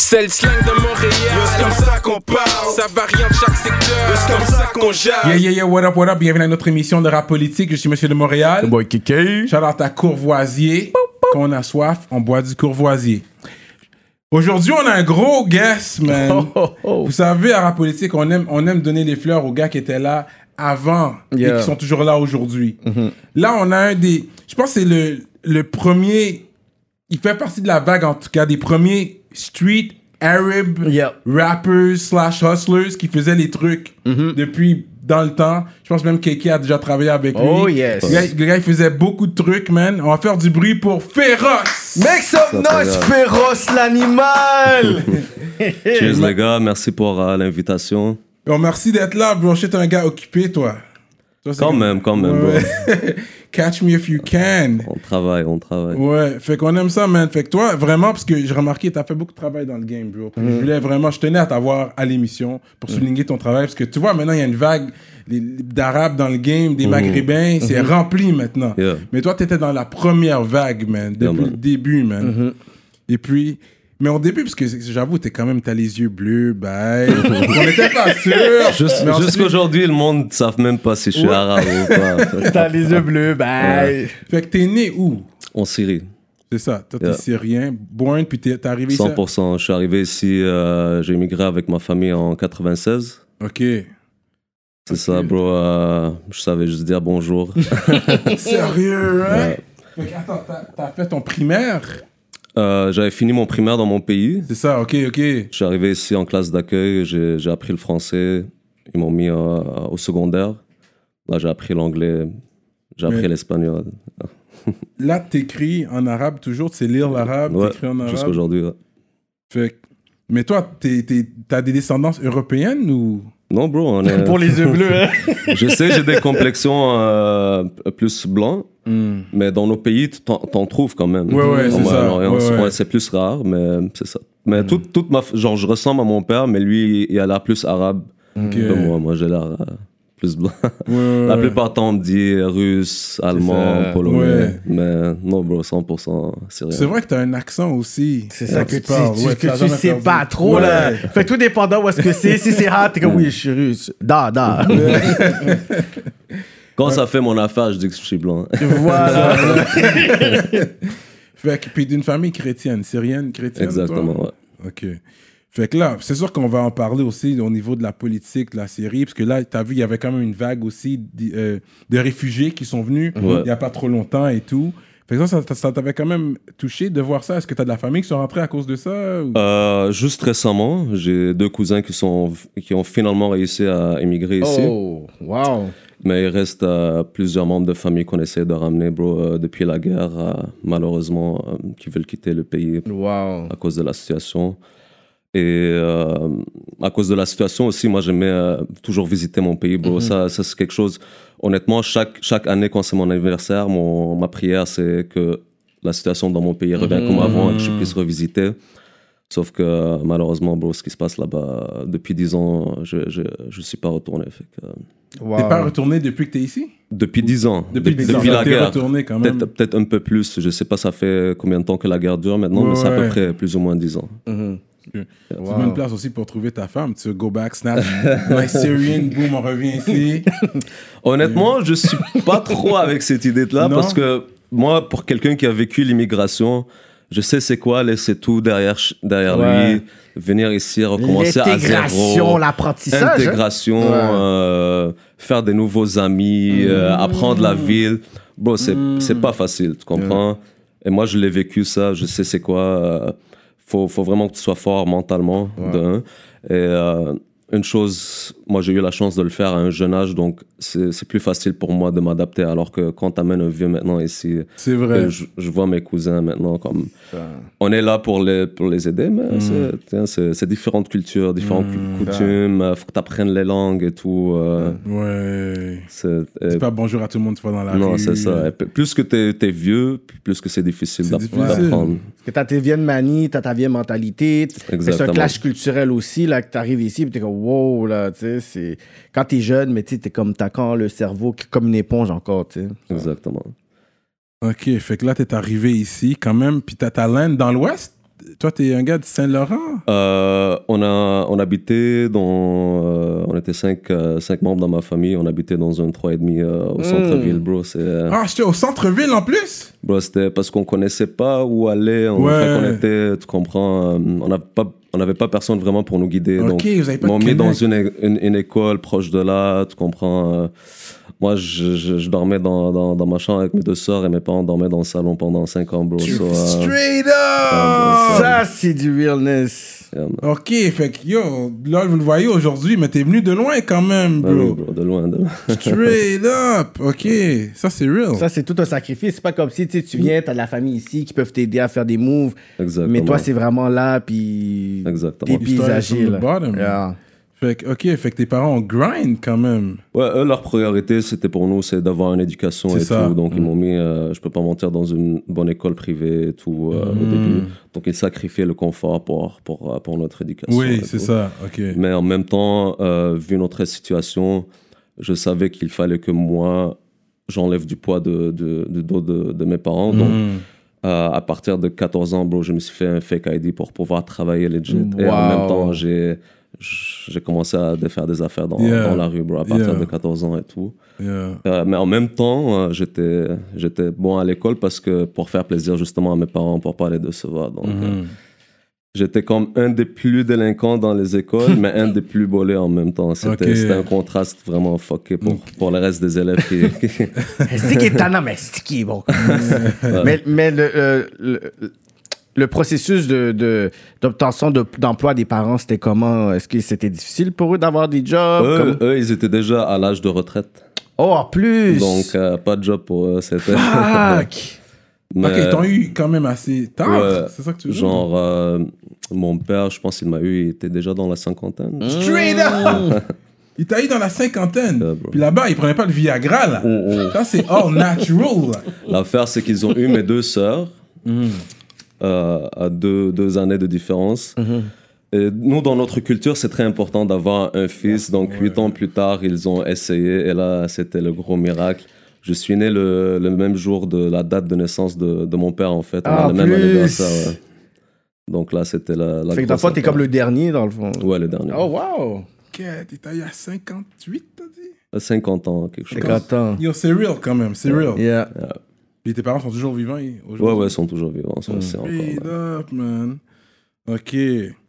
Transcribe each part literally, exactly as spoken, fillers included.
C'est le slang de Montréal. C'est comme ça qu'on parle. Ça varie en chaque secteur. C'est comme ça qu'on jase. Yeah, yeah, yeah, what up, what up. Bienvenue à notre émission de rap politique. Je suis Monsieur de Montréal. Le boy Kiki. Shout out à Courvoisier. Quand on a soif, on boit du Courvoisier. Aujourd'hui, on a un gros guest, man. Oh, oh, oh. Vous savez, à rap politique, on aime, on aime donner les fleurs aux gars qui étaient là avant yeah. et qui sont toujours là aujourd'hui. Mm-hmm. Là, on a un des... Je pense que c'est le, le premier... Il fait partie de la vague, en tout cas, des premiers street Arab yep. rappers slash hustlers qui faisaient les trucs mm-hmm. depuis dans le temps. Je pense même que Keke a déjà travaillé avec lui. Oh yes. Le gars, le gars, il faisait beaucoup de trucs, man. On va faire du bruit pour Féroce. Make some noise, Féroce l'animal. Cheers les gars, merci pour uh, l'invitation. Bon, merci d'être là, bro. Je suis un gars occupé, toi. toi quand que... même, quand même, ouais. bro. Catch me if you can. On travaille, on travaille. Ouais, fait qu'on aime ça, man. Fait que toi, vraiment, parce que j'ai remarqué, t'as fait beaucoup de travail dans le game, bro. Mm. Je voulais vraiment, je tenais à t'avoir à l'émission pour souligner mm. ton travail, parce que tu vois, maintenant, il y a une vague d'Arabes dans le game, des mm. Maghrébins, c'est mm-hmm. rempli maintenant. Yeah. Mais toi, t'étais dans la première vague, man, depuis yeah, man. le début, man. Mm-hmm. Et puis... Mais au début, parce que j'avoue, t'es quand même, t'as les yeux bleus, bye. On n'était pas sûr. Juste, ensuite... Jusqu'aujourd'hui, le monde ne savent même pas si je suis ouais. arabe ou pas. T'as les yeux bleus, bye. Ouais. Fait que t'es né où? En Syrie. C'est ça, toi t'es yeah. syrien, born, puis t'es, t'es arrivé ici? cent pour cent. Je suis arrivé ici, euh, j'ai immigré avec ma famille en quatre-vingt-seize. Ok. C'est okay. ça, bro. Euh, je savais juste dire bonjour. Sérieux, hein? Ouais. Fait que, attends, t'as, t'as fait ton primaire? Euh, j'avais fini mon primaire dans mon pays. C'est ça, ok, ok. Je suis arrivé ici en classe d'accueil, j'ai, j'ai appris le français. Ils m'ont mis euh, au secondaire. Là, j'ai appris l'anglais, j'ai appris Mais l'espagnol. Là, t'écris en arabe toujours, tu sais lire l'arabe, ouais, t'écris en arabe. Jusqu'à aujourd'hui, ouais. Fait, mais toi, t'es, t'es, t'as des descendances européennes ou... Non, bro, on est... Pour les yeux bleus, hein. Je sais, j'ai des complexions euh, plus blancs, mm. mais dans nos pays, t'en, t'en trouves quand même. Ouais, ouais, c'est ça. Ouais, ouais, ouais. C'est plus rare, mais c'est ça. Mais mm. toute, toute ma... Genre, je ressemble à mon père, mais lui, il a l'air plus arabe okay. que moi. Moi, j'ai l'air euh, plus blanc. Ouais, La plupart du temps, on me dit russe, allemand, polonais. Ouais. Mais non, bro, cent pour cent syrien. C'est vrai que t'as un accent aussi. C'est ça que tu, parles. tu, ouais, que tu, tu sais perdu. Pas trop, ouais. là. Fait tout dépendant où est-ce que c'est. Si c'est hard, t'es comme, oui, je suis russe. Da, da. Quand ouais. ça fait mon affaire, je dis que je suis blanc. Voilà. Fait que, puis d'une famille chrétienne, syrienne, chrétienne. Exactement, toi? ouais. OK. Fait que là, c'est sûr qu'on va en parler aussi au niveau de la politique de la Syrie, parce que là, t'as vu, il y avait quand même une vague aussi de, euh, de réfugiés qui sont venus ouais. il n'y a pas trop longtemps et tout. Fait que ça, ça, ça t'avait quand même touché de voir ça. Est-ce que t'as de la famille qui sont rentrés à cause de ça? Ou... Euh, juste récemment, j'ai deux cousins qui, sont, qui ont finalement réussi à émigrer ici. Oh, wow! Mais il reste euh, plusieurs membres de famille qu'on essaie de ramener, bro, euh, depuis la guerre, euh, malheureusement, euh, qui veulent quitter le pays wow. à cause de la situation. Et euh, à cause de la situation aussi, moi, j'aimais euh, toujours visiter mon pays, bro. Mm-hmm. Ça, ça, c'est quelque chose... Honnêtement, chaque, chaque année, quand c'est mon anniversaire, mon, ma prière, c'est que la situation dans mon pays revienne mm-hmm. comme avant et que je puisse revisiter. Sauf que, malheureusement, bro, ce qui se passe là-bas, depuis dix ans, je ne suis pas retourné. Fait que... Wow. T'es pas retourné depuis que t'es ici? Depuis dix ans. Depuis, depuis, dix depuis ans. la T'es guerre. Retourné quand même. Peut-être, peut-être un peu plus. Je sais pas, ça fait combien de temps que la guerre dure maintenant, ouais, mais c'est à peu près plus ou moins dix ans. Mm-hmm. Okay. Yeah. Wow. Tu mets une place aussi pour trouver ta femme. Tu go back, snatch, my Syrian, boom, on revient ici. Honnêtement, je suis pas trop avec cette idée-là parce que moi, pour quelqu'un qui a vécu l'immigration, je sais c'est quoi laisser tout derrière, derrière ouais. lui, venir ici, recommencer à zéro. L'intégration, l'apprentissage. Intégration, hein? ouais. euh, faire des nouveaux amis, mmh. euh, apprendre la ville. Bon, c'est, mmh. c'est pas facile, tu comprends? Ouais. Et moi, je l'ai vécu ça, je sais c'est quoi. Euh, faut, faut vraiment que tu sois fort mentalement, ouais. d'un. Et euh, une chose, moi j'ai eu la chance de le faire à un jeune âge, donc c'est, c'est plus facile pour moi de m'adapter, alors que quand t'amènes un vieux maintenant ici, c'est vrai. Je, je vois mes cousins maintenant comme... Ouais. On est là pour les, pour les aider, mais mmh. c'est, tiens, c'est, c'est différentes cultures, différentes mmh. coutumes, il faut que t'apprennes les langues et tout. Euh, ouais. C'est, c'est pas bonjour à tout le monde, tu vas dans la non, rue. Non, c'est ça. Et plus que t'es, t'es vieux, plus que c'est difficile, c'est difficile. d'apprendre. Parce que t'as tes vieilles manies, t'as ta vieille mentalité. Exactement. C'est un clash culturel aussi, là, que t'arrives ici, puis t'es comme wow, là, tu sais, c'est... Quand t'es jeune, mais tu sais, t'es comme, t'as quand le cerveau qui comme une éponge encore, tu sais. Exactement. OK, fait que là, t'es arrivé ici quand même, puis t'as ta laine dans l'Ouest? toi, t'es un gars de Saint-Laurent? Euh, on, a, on habitait dans... Euh, on était cinq, euh, cinq membres dans ma famille. On habitait dans un trois et demi euh, au mm. centre-ville, bro. C'est, euh, ah, j'étais au centre-ville en plus? Bro, c'était parce qu'on connaissait pas où aller. On, ouais. on était, tu comprends, euh, on n'avait pas... On n'avait pas personne vraiment pour nous guider. Ok, donc, vous avez pas ils m'ont de mis dans une, une, une école proche de là, tu comprends. Euh, moi, je, je, je dormais dans, dans, dans ma chambre avec mes deux sœurs et mes parents dormaient dans le salon pendant cinq ans, bro. So, uh, Straight up! Uh, ça, c'est du realness. Yeah, ok, fait que yo, là, vous le voyez aujourd'hui, mais t'es venu de loin quand même, bro. Oui, bro, de loin, de loin. Straight up! Ok, ça, c'est real. Ça, c'est tout un sacrifice. C'est pas comme si tu viens, t'as de la famille ici qui peuvent t'aider à faire des moves. Exactement. Mais toi, c'est vraiment là, puis t'es paysagé, là. Bottom, yeah. Fait que, ok, fait que tes parents ont grind quand même. Ouais, eux, leur priorité, c'était pour nous, c'est d'avoir une éducation c'est et ça. Tout. Donc, mmh. ils m'ont mis, euh, je peux pas mentir, dans une bonne école privée et tout euh, mmh. au début. Donc, ils sacrifiaient le confort pour, pour, pour notre éducation. Oui, c'est tout. Ça, ok. Mais en même temps, euh, vu notre situation, je savais qu'il fallait que moi, j'enlève du poids de, de, de dos de, de mes parents. Donc, mmh. euh, à partir de quatorze ans, bro, je me suis fait un fake I D pour pouvoir travailler legit. Wow. Et en même temps, j'ai... j'ai commencé à faire des affaires dans, yeah. dans la rue, bro, à partir yeah. de quatorze ans et tout. Yeah. Euh, mais en même temps, euh, j'étais, j'étais bon à l'école parce que pour faire plaisir justement à mes parents, pour pas les décevoir. Donc, mm-hmm. euh, j'étais comme un des plus délinquants dans les écoles, mais un des plus bolés en même temps. C'était, okay. c'était un contraste vraiment fucké pour, pour le reste des élèves. Qui, qui... c'est qui est tannant, mais c'est qui bon. ouais. Mais, mais le... Euh, le Le processus de, de, d'obtention de, d'emploi des parents, c'était comment? Est-ce que c'était difficile pour eux d'avoir des jobs? Eux, comme... eux ils étaient déjà à l'âge de retraite. Oh, en plus! Donc, euh, pas de job pour eux. C'était... Fuck! Mais... Ok, ils t'ont eu quand même assez tard, ouais, c'est ça que tu veux dire? Genre, euh, mon père, je pense qu'il m'a eu, il était déjà dans la cinquantaine. Mmh. Straight up! Il t'a eu dans la cinquantaine. Yeah, puis là-bas, ils prenaient pas le Viagra, là. Oh, oh. Ça, c'est all natural. L'affaire, c'est qu'ils ont eu mes deux sœurs. Mmh. Euh, à deux, deux années de différence. Mm-hmm. Et nous, dans notre culture, c'est très important d'avoir un fils. Donc, ouais. huit ans plus tard, ils ont essayé. Et là, c'était le gros miracle. Je suis né le, le même jour de la date de naissance de, de mon père, en fait. On ah, a le même anniversaire. Ouais. Donc là, c'était la, la fait que dans le fond, t'es comme le dernier, dans le fond. Ouais, le dernier. Oh, wow! Ok, t'es eu à cinquante-huit, t'as dit? À cinquante ans, quelque chose. cinquante ans. Yo, c'est real quand même, c'est real. Yeah. yeah. Et tes parents sont toujours vivants aujourd'hui? Ouais, ouais, ils sont toujours vivants. Ils sont mm. encore, Straight up, man. OK.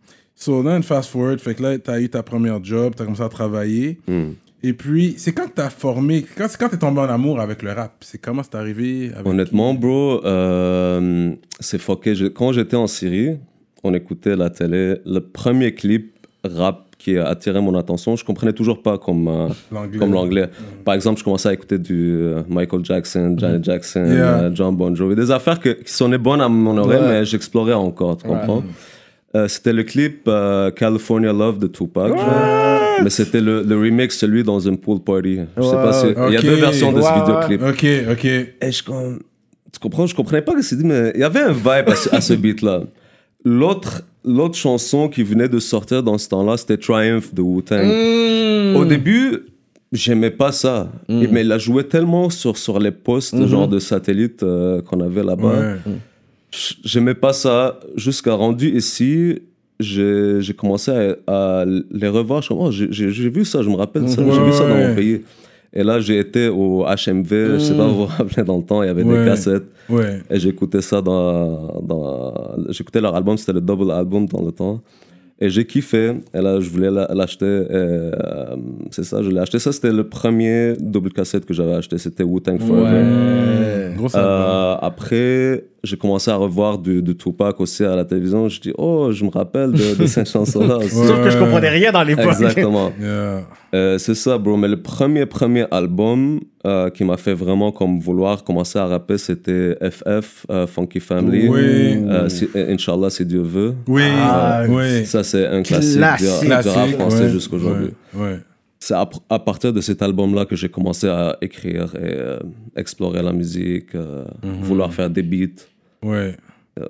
So, then, fast forward, fait que là, t'as eu ta première job, t'as commencé à travailler. Mm. Et puis, c'est quand que t'as formé, quand, c'est quand t'es tombé en amour avec le rap? C'est comment c'est arrivé? Avec Honnêtement, qui? bro, euh, c'est fucké. Je, quand j'étais en Syrie, on écoutait la télé. Le premier clip rap qui a attiré mon attention, je comprenais toujours pas comme, euh, l'anglais. comme l'anglais. Mm. Par exemple, je commençais à écouter du euh, Michael Jackson, Janet mm. Jackson, yeah. euh, John Bon Jovi, des affaires que, qui sonnaient bonnes à mon oreille, ouais. mais j'explorais encore, tu ouais. comprends? Euh, c'était le clip euh, California Love de Tupac, genre. Mais c'était le, le remix, celui dans une pool party. Je sais pas si... Okay. Il y a deux versions de ce wow. vidéoclip. Ok, ok. Et je, tu comprends? Je comprenais pas ce que c'est dit, mais il y avait un vibe à ce, à ce beat-là. L'autre, l'autre chanson qui venait de sortir dans ce temps-là, c'était Triumph de Wu-Tang. Mm. Au début, j'aimais pas ça. Mm. Mais il la jouait tellement sur, sur les postes mm-hmm. genre de satellites euh, qu'on avait là-bas. Ouais. J'aimais pas ça. Jusqu'à rendu ici, j'ai, j'ai commencé à, à les revoir. Je, oh, j'ai, j'ai, j'ai vu ça, je me rappelle mm-hmm. ça. J'ai ouais. vu ça dans mon pays. Et là, j'ai été au H M V, mmh. je sais pas, vous vous rappelez, dans le temps, il y avait ouais. des cassettes. Ouais. Et j'écoutais ça dans, dans... J'écoutais leur album, c'était le double album dans le temps. Et j'ai kiffé. Et là, je voulais l'acheter. Et, euh, c'est ça, je l'ai acheté. Ça, c'était le premier double cassette que j'avais acheté. C'était Wu-Tang Forever. Ouais. Gros euh, après, j'ai commencé à revoir du, du Tupac aussi à la télévision. Je dis, oh, je me rappelle de, de cette chanson-là aussi. Ouais. Sauf que je comprenais rien dans l'époque. Exactement. Yeah. Euh, c'est ça, bro. Mais le premier, premier album euh, qui m'a fait vraiment comme vouloir commencer à rapper, c'était F F, euh, Funky Family. Oui. Euh, si, Inch'Allah, si Dieu veut. Oui. Ah, oui. Ça, c'est un classique, classique. du rap français ouais. jusqu'aujourd'hui. Ouais. Ouais. C'est à, à partir de cet album-là que j'ai commencé à écrire et euh, explorer la musique, euh, mm-hmm. vouloir faire des beats. Ouais. Yeah.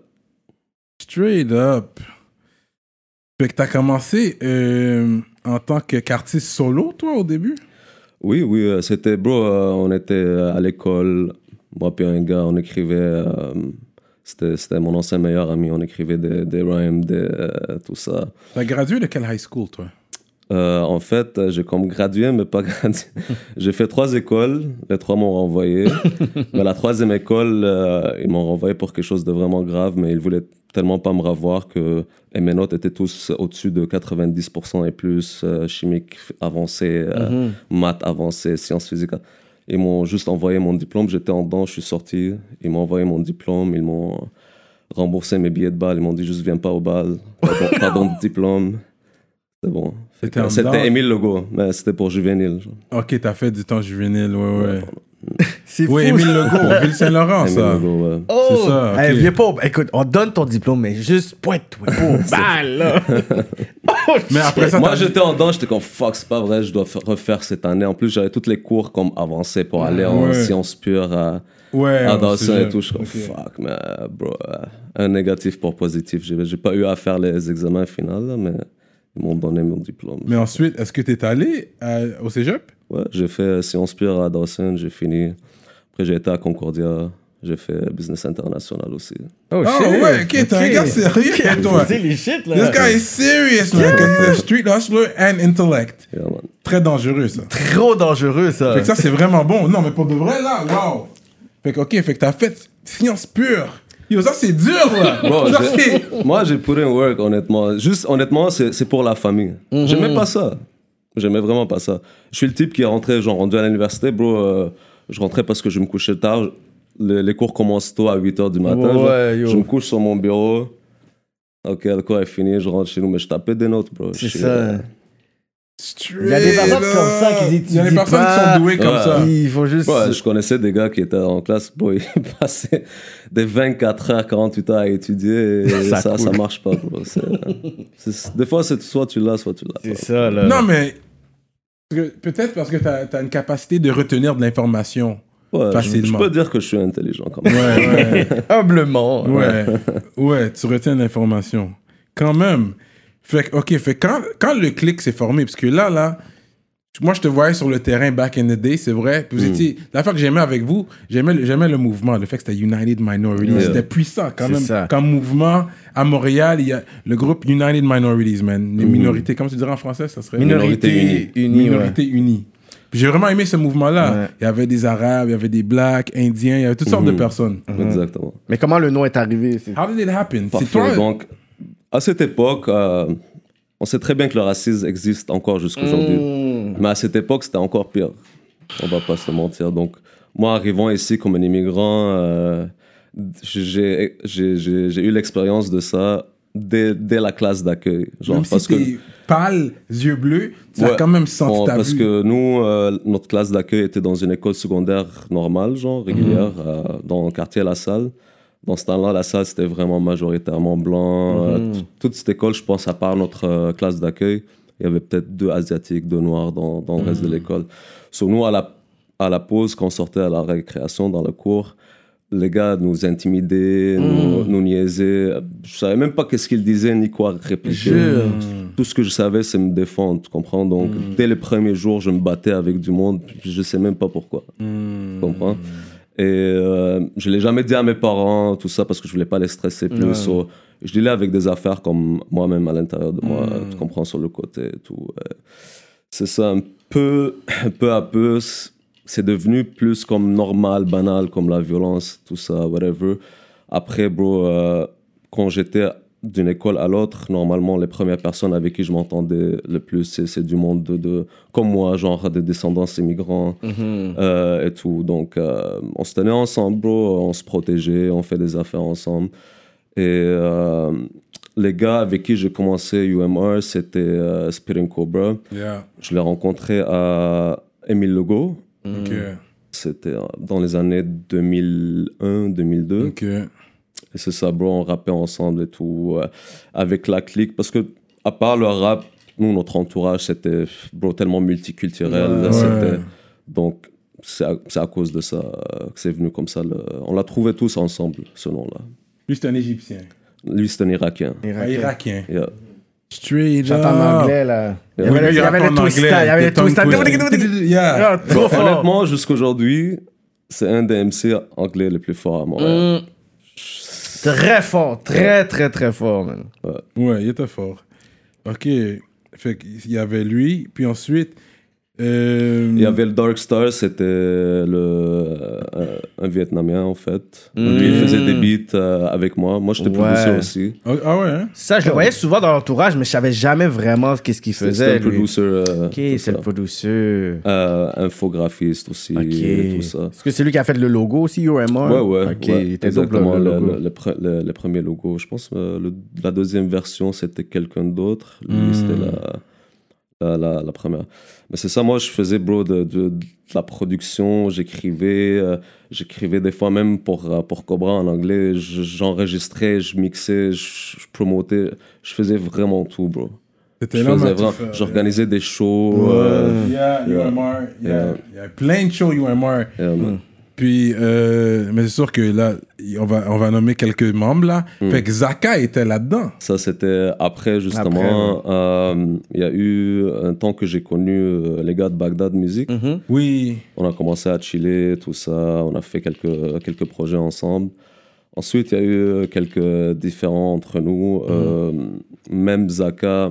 Straight up. Fait que t'as commencé euh, en tant qu'artiste solo, toi, au début? Oui, oui. C'était, bro, euh, on était à l'école, moi puis un gars, on écrivait... Euh, C'était, c'était mon ancien meilleur ami. On écrivait des, des rhymes, des, euh, tout ça. T'as gradué de quelle high school, toi? Euh, en fait, j'ai comme gradué, mais pas gradué. J'ai fait trois écoles. Les trois m'ont renvoyé. Mais la troisième école, euh, ils m'ont renvoyé pour quelque chose de vraiment grave, mais ils voulaient tellement pas me revoir que et mes notes étaient tous au-dessus de quatre-vingt-dix pour cent et plus, euh, chimique avancée, euh, mm-hmm. maths avancée, sciences physiques. Ils m'ont juste envoyé mon diplôme. J'étais en dedans, je suis sorti. Ils m'ont envoyé mon diplôme. Ils m'ont remboursé mes billets de bal. Ils m'ont dit juste viens pas au bal. Pas, pas de diplôme. C'est bon. C'était, c'était Émile Legault, mais c'était pour juvénile. Genre. Ok, t'as fait du temps juvénile, ouais, ouais. C'est fou. Oui, Émile Legault, Ville-Saint-Laurent, ça. Legault, ouais. Oh, c'est ça. Okay. Hey, viens pas. Écoute, on donne ton diplôme, mais juste pointe-toi pour balle, là. Oh, mais après ça, moi, j'étais en dedans, j'étais comme fuck, c'est pas vrai, je dois f- refaire cette année. En plus, j'avais tous les cours comme avancés pour aller ouais. en sciences pures à, ouais, à Dawson et tout. Je suis okay. comme fuck, mais bro, un négatif pour positif. J'ai, j'ai pas eu à faire les examens finaux, là, mais. Ils m'ont donné mon diplôme. Mais ensuite, est-ce que tu es allé à, au cégep? Ouais, j'ai fait Sciences Pures à Dawson, j'ai fini. Après, j'ai été à Concordia, j'ai fait Business International aussi. Oh, oh shit. Ouais, ok, t'es okay. un gars sérieux, okay. toi. C'est les shit, là. This guy is serious, man. Yeah. Street hustler and intellect. Yeah, man. Très dangereux, ça. Trop dangereux, ça. Fait que ça, c'est vraiment bon. Non, mais pour de vrai, là, wow. Fait que, ok, fait que t'as fait Sciences Pures. Yo, ça c'est dur là. Bon, ça, j'ai, c'est... Moi j'ai put in work honnêtement. Juste honnêtement c'est, c'est pour la famille. Mm-hmm. J'aimais pas ça. J'aimais vraiment pas ça. Je suis le type qui est rentré, genre rendu à l'université, bro. Euh, je rentrais parce que je me couchais tard. Les, les cours commencent tôt à huit heures du matin. Ouais, je me couche sur mon bureau. Ok, le cours est fini, je rentre chez nous, mais je tapais des notes, bro. C'est je, ça. Euh, Il y a des personnes comme ça qui étudient. Il y a des personnes pas. qui sont douées comme ouais. ça. Il faut juste. Ouais, je connaissais des gars qui étaient en classe, bro, ils passaient des vingt-quatre heures, quarante-huit heures à étudier et ça, ça, ça marche pas, bro. C'est, c'est, des fois, c'est soit tu l'as, soit tu l'as. C'est pas. ça, là. Non, mais peut-être parce que t'as, t'as une capacité de retenir de l'information. Ouais, facilement. Je, je peux dire que je suis intelligent quand même. Ouais, ouais. Humblement. Ouais. Ouais, tu retiens l'information. Quand même. Fait que, ok, fait quand, quand le clic s'est formé, parce que là, là, moi, je te voyais sur le terrain back in the day, c'est vrai. Puis vous mm. étiez, la fois que j'aimais avec vous, j'aimais, j'aimais le mouvement, le fait que c'était United Minorities. Yeah. C'était puissant quand c'est même. Ça. Comme mouvement, à Montréal, il y a le groupe United Minorities, man. Les mm. minorités, comment tu dirais en français, ça serait Minorité unie. unie. Minorité ouais. unie. Puis j'ai vraiment aimé ce mouvement-là. Ouais. Il y avait des Arabes, il y avait des Blacks, Indiens, il y avait toutes mm-hmm. sortes de personnes. Mm-hmm. Exactement. Mais comment le nom est arrivé? C'est... How did it happen? Parfait. C'est toi? Donc, à cette époque, euh, on sait très bien que le racisme existe encore jusqu'aujourd'hui. Mm. Mais à cette époque, c'était encore pire. On va pas se mentir. Donc, moi, arrivant ici comme un immigrant, euh, j'ai, j'ai, j'ai, j'ai eu l'expérience de ça dès, dès la classe d'accueil. Genre, même parce si t'es que, pâle, yeux bleus, tu ouais, as quand même senti bon, ta parce vue. que nous, euh, notre classe d'accueil était dans une école secondaire normale, genre régulière, mm. euh, dans le quartier La Salle. Dans ce temps-là, La Salle, c'était vraiment majoritairement blanc. Mm-hmm. Euh, t- toute cette école, je pense, à part notre euh, classe d'accueil, il y avait peut-être deux Asiatiques, deux Noirs dans, dans le mm-hmm. reste de l'école. So, nous, à la, à la pause, quand on sortait à la récréation, dans le cours, les gars nous intimidaient, mm. nous, nous niaisaient. Je savais même pas qu'est-ce qu'ils disaient, ni quoi répliquer. Mm. Tout ce que je savais, c'est me défendre, tu comprends? Donc, mm. dès les premiers jours, je me battais avec du monde, je sais même pas pourquoi. Mm. Tu comprends? Et euh, je l'ai jamais dit à mes parents, tout ça, parce que je voulais pas les stresser plus. Ouais. So, je dealais avec des affaires comme moi-même à l'intérieur de moi, mm. tu comprends, sur le côté et tout. Et c'est ça, un peu, peu à peu, c'est devenu plus comme normal, banal, comme la violence, tout ça, whatever. Après, bro, euh, quand j'étais d'une école à l'autre, normalement, les premières personnes avec qui je m'entendais le plus, c'est, c'est du monde de, de, comme moi, genre des descendants immigrants mm-hmm. euh, et tout. Donc, euh, on se tenait ensemble, bro, on se protégeait, on fait des affaires ensemble. Et euh, les gars avec qui j'ai commencé U M R, c'était euh, Spitting Cobra. Yeah. Je l'ai rencontré à Émile Legault. Okay. C'était dans les années deux mille un deux mille deux. Okay. Et c'est ça, bro, on rappait ensemble et tout, euh, avec la clique. Parce que, à part le rap, nous, notre entourage, c'était, bro, tellement multiculturel. Ouais. C'était, Ouais. donc, c'est à, c'est à cause de ça euh, que c'est venu comme ça. Le, on l'a trouvé tous ensemble, ce nom-là. Lui, c'est un Égyptien. Lui, c'est un Irakien. Irakien. Ah, Irakien. Yeah. Straight up. J'entends en anglais, là. Il y Oui, avait, il il y avait le twist, il y avait le twist. Yeah. Bon, honnêtement, jusqu'aujourd'hui, c'est un des M C anglais les plus forts à Montréal. Mm. Très fort, très, très, très fort, man. Ouais, il était fort. Ok. Fait qu'il y avait lui, puis ensuite. Euh... Il y avait le Dark Star, c'était le, euh, un Vietnamien en fait. Mm. Lui, il faisait des beats euh, avec moi. Moi, j'étais Ouais. producer aussi. Ah, ah ouais, hein? Ça, je le voyais souvent dans l'entourage, mais je savais jamais vraiment qu'est-ce qu'il C'était faisait, un lui. producer. euh, Ok, tout c'est ça. le producer. Euh, infographiste aussi, Ok. et tout ça. Est-ce que c'est lui qui a fait le logo aussi, U M R? Ouais, ouais. Ok, ouais, il était dope, exactement. le Le, logo. le, le, pre- le- le premier logo. Je pense euh, le, la deuxième version, c'était quelqu'un d'autre. Lui, Mm. c'était la, la, la, la première. Mais c'est ça, moi, je faisais, bro, de, de, de la production. J'écrivais, euh, j'écrivais des fois même pour, euh, pour Cobra en anglais. Je- J'enregistrais, je mixais, je, je promotais. Je faisais vraiment tout, bro. C'était Je là, faisais man, vraiment- tu fais- J'organisais des shows. Ouais. euh, Yeah, Yeah. U M R. Il y a- Yeah. il y a plein de shows U M R. yeah, man. Mm. Puis, euh, mais c'est sûr que là, on va, on va nommer quelques membres là. Mm. Fait que Zaka était là-dedans. Ça, c'était après, justement. Euh, Il y a eu un temps que j'ai connu euh, les gars de Bagdad Music. Mhm. Oui. On a commencé à chiller, tout ça. On a fait quelques, quelques projets ensemble. Ensuite, il y a eu quelques différends entre nous. Euh, même Zaka,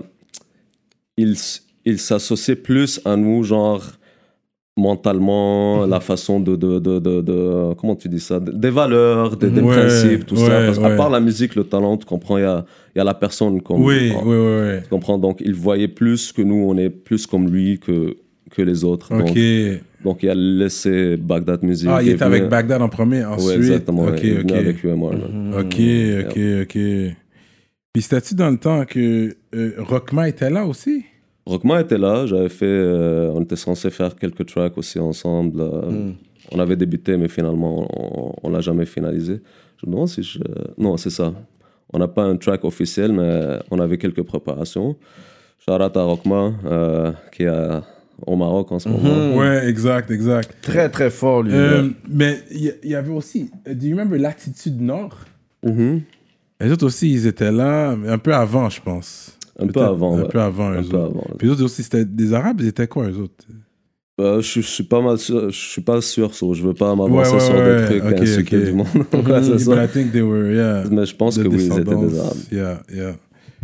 il, s- il s'associait plus à nous, genre mentalement, la façon de, de, de, de, de- comment tu dis ça, des valeurs, des, des Ouais, principes, tout ça. ouais, Parce qu'à ouais. part la musique, le talent, tu comprends, il y a, il y a la personne comme. Oui, oh, oui, oui, oui. Tu comprends? Donc, il voyait plus que nous, on est plus comme lui que, que les autres. Ok. Donc, donc, il a laissé Bagdad Music. Ah, il est était avec venu- Bagdad en premier, ensuite. Ouais, exactement. Ok, il est venu ok. avec U M R. là. Ok, ok, ok. Puis c'était-tu dans le temps que euh, Rockma était là aussi? Rockman était là, j'avais fait, euh, on était censé faire quelques tracks aussi ensemble. euh, Mm. On avait débuté, mais finalement, on, on l'a jamais finalisé. Je me demande si je... Non, c'est ça. On n'a pas un track officiel, mais on avait quelques préparations. Shout out à Rockman, euh, qui est à- au Maroc en ce moment. Mm. Ouais, exact, exact. Très, très fort, lui. Euh, là. mais il y, il y avait aussi, euh, do you remember l'Attitude Nord? Mhm. Les autres aussi, ils étaient là, mais un peu avant, je pense. Un peu Peut-être avant, Un ouais. peu avant, Un eux peu autres. avant. Puis les autres aussi, c'était des Arabes, ils étaient quoi, eux autres? Euh, je, je suis pas mal sûr, je suis pas sûr, so, je veux pas m'avancer Ouais, ouais, sur ouais, des trucs ok, et insulter ok. du monde. Ouais, c'est But ça. I think they were, yeah. Mais je pense de que oui, ils étaient descendance. des Arabes. Yeah, yeah.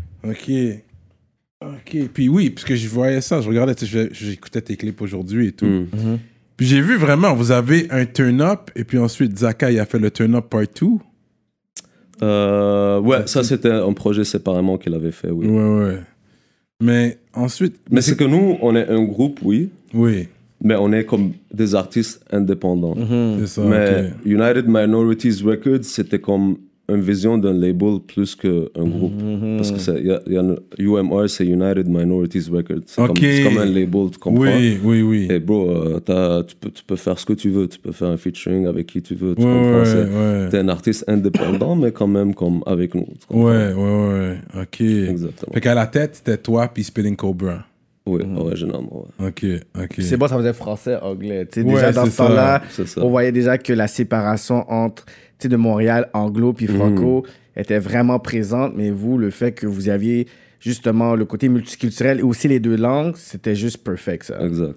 Ok. Ok. Puis oui, puisque je voyais ça, je regardais, tu sais, je- j'écoutais tes clips aujourd'hui et tout. Mm. Puis j'ai vu vraiment, vous avez un turn-up, et puis ensuite Zaka, il a fait le turn-up part deux. Euh, ouais, ça c'était un projet séparément qu'il avait fait, oui. Ouais, ouais. Mais ensuite. Mais c'est que nous, on est un groupe, oui, Oui, mais on est comme des artistes indépendants. c'est ça. Mais ok. United Minorities Records, c'était comme une vision d'un label plus qu'un groupe. Parce que c'est- il y a, il y a le- U M R, c'est United Minorities Records. C'est Ok. comme, c'est comme un label, tu comprends? Oui, oui, oui. Et bro, euh, t'as- tu, peux, tu peux faire ce que tu veux. Tu peux faire un featuring avec qui tu veux. Tu Ouais, comprends? ouais, C'est- ouais. T'es un artiste indépendant, mais quand même comme avec nous. tu comprends? Ouais, ouais, ouais. Ok. Exactement. Fait qu'à la tête, c'était toi puis Spilling Cobra. Oui, originalement. Ouais. Ok, ok. C'est bon, ça faisait français, anglais. Tu sais, Ouais, déjà, dans c'est ce temps-là, C'est ça. on voyait déjà que la séparation entre tu sais, de Montréal, anglo puis franco était vraiment présente. Mais vous, le fait que vous aviez justement le côté multiculturel et aussi les deux langues, c'était juste perfect, ça. Exact.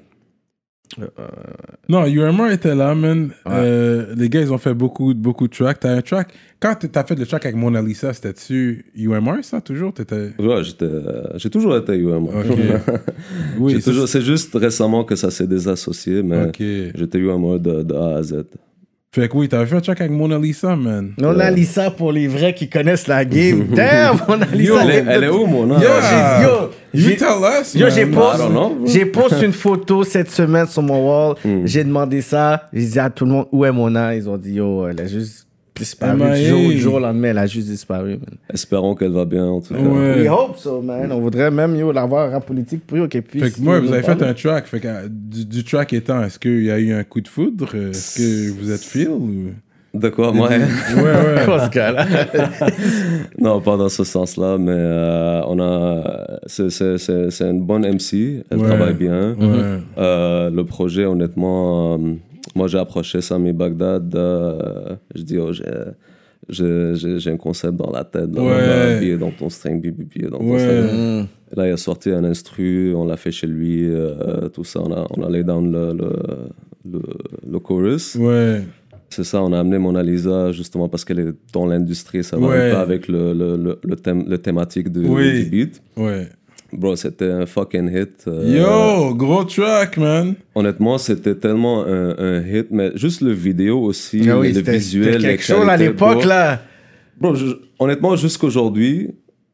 Non, U M R était là, man. Euh, les gars, ils ont fait beaucoup, beaucoup de tracks. T'as un track. Quand t'as fait le track avec Mona Lisa, c'était-tu U M R, ça, toujours? T'étais... Ouais, j'étais, euh, j'ai toujours été U M R. Ok. Oui, J'ai ça, toujours- c'est juste récemment que ça s'est désassocié, mais Ok. j'étais U M R de, de A à Z. Fait que oui, t'avais fait un track avec Mona Lisa, man. Mona Lisa, pour les vrais qui connaissent la game. Damn, Mona Lisa. Elle, est- elle est où, mon nom? Yo, j'ai- yo, You j'ai- tell us, Yo, man. j'ai I don't posté, know. j'ai posté une photo cette semaine sur mon wall. J'ai demandé ça. J'ai dit à tout le monde où est Mona. Ils ont dit yo, elle a juste disparu. M I A. Du jour, du jour au lendemain, elle a juste disparu. Man. Espérons qu'elle va bien, en tout cas. Ouais. We hope so, man. On voudrait même yo, l'avoir en politique pour yo, qu'elle puisse. Fait que moi, nous vous avez fait parler. un track. Fait que euh, du, du track étant, est-ce qu'il y a eu un coup de foudre? Est-ce que vous êtes feel ou... De quoi, moi? Ouais, ouais. Quoi, ce gars-là? Non, pas dans ce sens-là, mais euh, on a. C'est, c'est, c'est, c'est une bonne M C, elle Ouais. travaille bien. Ouais. Euh, le projet, honnêtement, euh, moi j'ai approché Sami Bagdad. Euh, je dis, oh, j'ai, j'ai, j'ai, j'ai un concept dans la tête. Là, Ouais. Puis dans ton string, puis, puis, puis dans ton Ouais. string. Et là, il a sorti un instru, on l'a fait chez lui, euh, tout ça. On a, on a lay down le, le, le, le chorus. Ouais. C'est ça, on a amené Mona Lisa justement parce qu'elle est dans l'industrie, ça va Ouais. pas avec le, le, le, le, thème, le thématique de, Oui. du beat. Ouais. Bro, c'était un fucking hit. euh, Yo, gros track, man. Honnêtement, c'était tellement un, un hit, mais juste le vidéo aussi, Ah oui, le c'était- visuel, c'était les quelque chose à qualités, l'époque, bro. là. Bro, je- honnêtement, jusqu'aujourd'hui,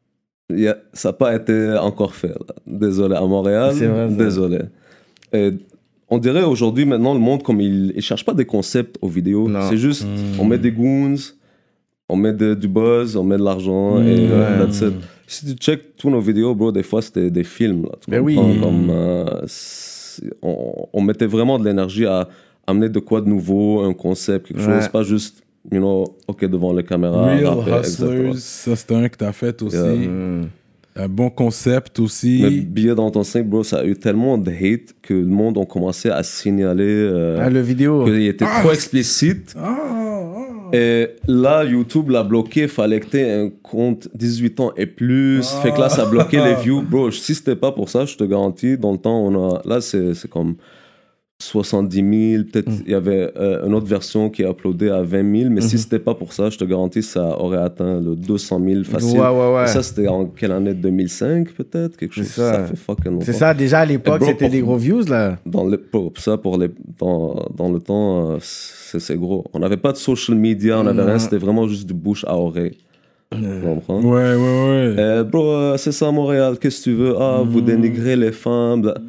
y a- ça n'a pas été encore fait. Là. Désolé, à Montréal, C'est vrai, ça. désolé. Et on dirait aujourd'hui, maintenant, le monde, comme il ne cherche pas des concepts aux vidéos, Non. c'est juste, on met des goons, on met de- du buzz, on met de l'argent, et Ouais. that's it. Si tu check tous nos vidéos, bro, des fois, c'était des films. Là, tu Ben comprends? oui. Comme, euh, c'est- on, on mettait vraiment de l'énergie à amener de quoi de nouveau, un concept, quelque Ouais. chose, pas juste, you know, OK, devant la caméra. Real rapper, exactement. Hustlers, ça c'était un que t'as fait aussi. Yeah. Mm. Un bon concept Mais aussi. Billet dans ton cinq, bro, ça a eu tellement de hate que le monde a commencé à signaler euh, Ah, le vidéo. qu'il était Ah, trop c'est- explicite. Ah, ah. Et là, YouTube l'a bloqué. Fallait que t'aies un compte dix-huit ans et plus. Ah. Fait que là, ça bloquait les views. Bro, si c'était pas pour ça, je te garantis, dans le temps, on a... là, c'est c'est comme soixante-dix mille. Peut-être il y avait euh, une autre version qui est uploadée à vingt mille. Mais si c'était pas pour ça, je te garantis, ça aurait atteint le deux cent mille facile. Ouais, ouais, ouais. Et ça, c'était en quelle année? deux mille cinq, peut-être? Quelque chose. ça. Ça. fait fucking longtemps. C'est ça, déjà à l'époque, Et bro, c'était pour- des gros views, là. Dans le, pour ça, pour les, dans, dans le temps, euh, c'est c'est gros. On n'avait pas de social media, on n'avait rien, c'était vraiment juste du bouche à oreille. Tu comprends? Ouais, ouais, ouais. Euh, bro, euh, c'est ça Montréal, qu'est-ce que tu veux? Ah, vous dénigrez les femmes. bla.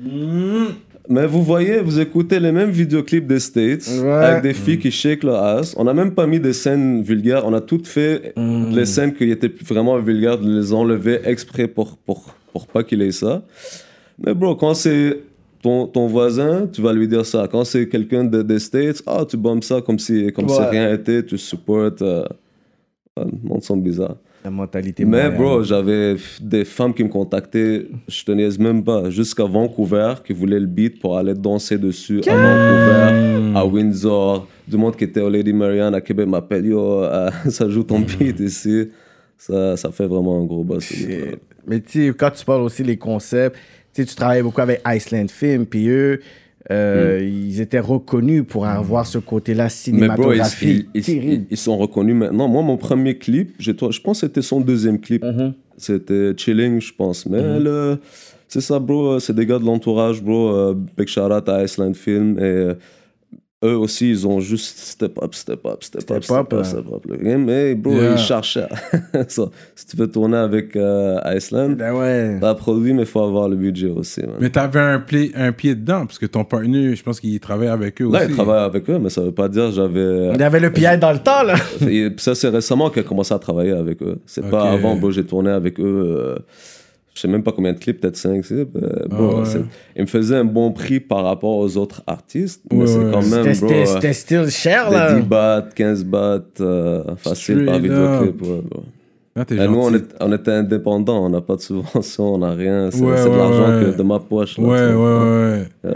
Mais vous voyez, vous écoutez les mêmes vidéoclips des States Ouais. avec des filles qui shake leur ass. On n'a même pas mis des scènes vulgaires, on a toutes fait les scènes qui étaient vraiment vulgaires, de les enlever exprès pour, pour, pour pas qu'il ait ça. Mais bro, quand c'est ton, ton voisin, tu vas lui dire ça. Quand c'est quelqu'un de, des States, ah, tu bombes ça comme si, comme si Ouais. rien était, tu supportes. Euh, euh, le monde sont bizarres. La mentalité. Mais montréalaise. bro, j'avais f- des femmes qui me contactaient, je te niaise même pas, jusqu'à Vancouver, qui voulaient le beat pour aller danser dessus à Vancouver, à Windsor. Du monde qui était au Lady Marianne à Québec m'appelle, yo, euh, ça joue ton beat ici. Ça, ça fait vraiment un gros boss. Shit. Mais tu sais, quand tu parles aussi les concepts, tu sais, tu travailles beaucoup avec Iceland Film, puis eux, euh, ils étaient reconnus pour avoir ce côté-là Mais bro, ils, cinématographique. ils- ils- terrible. ils sont reconnus maintenant. Moi, mon premier clip, j'ai- je pense que c'était son deuxième clip. C'était Chilling, je pense. Mais le- c'est ça, bro. C'est des gars de l'entourage, bro. Euh, big shout out à Iceland Film. Et euh, eux aussi, ils ont juste step up, step up, step, up, step up, up, hein. step up. le game. Mais bro, Yeah. ils cherchaient. Ça, si tu veux tourner avec euh, Iceland, Ben ouais. t'as produit, mais il faut avoir le budget aussi. Man. Mais t'avais un, pli- un pied dedans, parce que ton partenaire, je pense qu'il travaille avec eux Là, aussi. il travaille avec eux, mais ça veut pas dire que j'avais. Il y avait le pied dans le temps, là. Et ça, c'est récemment qu'il a commencé à travailler avec eux. C'est pas Ok. avant, bro, j'ai tourné avec eux. euh, je sais même pas combien de clips, peut-être cinq. Euh, bro, Ah ouais. c'est- il me faisait un bon prix par rapport aux autres artistes. Ouais, mais c'est ouais. quand même, C'était- bro, C'était euh, c'était still cher, des là. dix bahts, quinze bahts, euh, facile par Straight vidéoclip. Ouais, bro. Ah, t'es Et nous, on, gentil. est- on était indépendants, on n'a pas de subvention, on n'a rien. C'est Ouais, c'est de ouais, l'argent ouais. que de ma poche. Là, Ouais, tu ouais, vois. ouais. Yeah.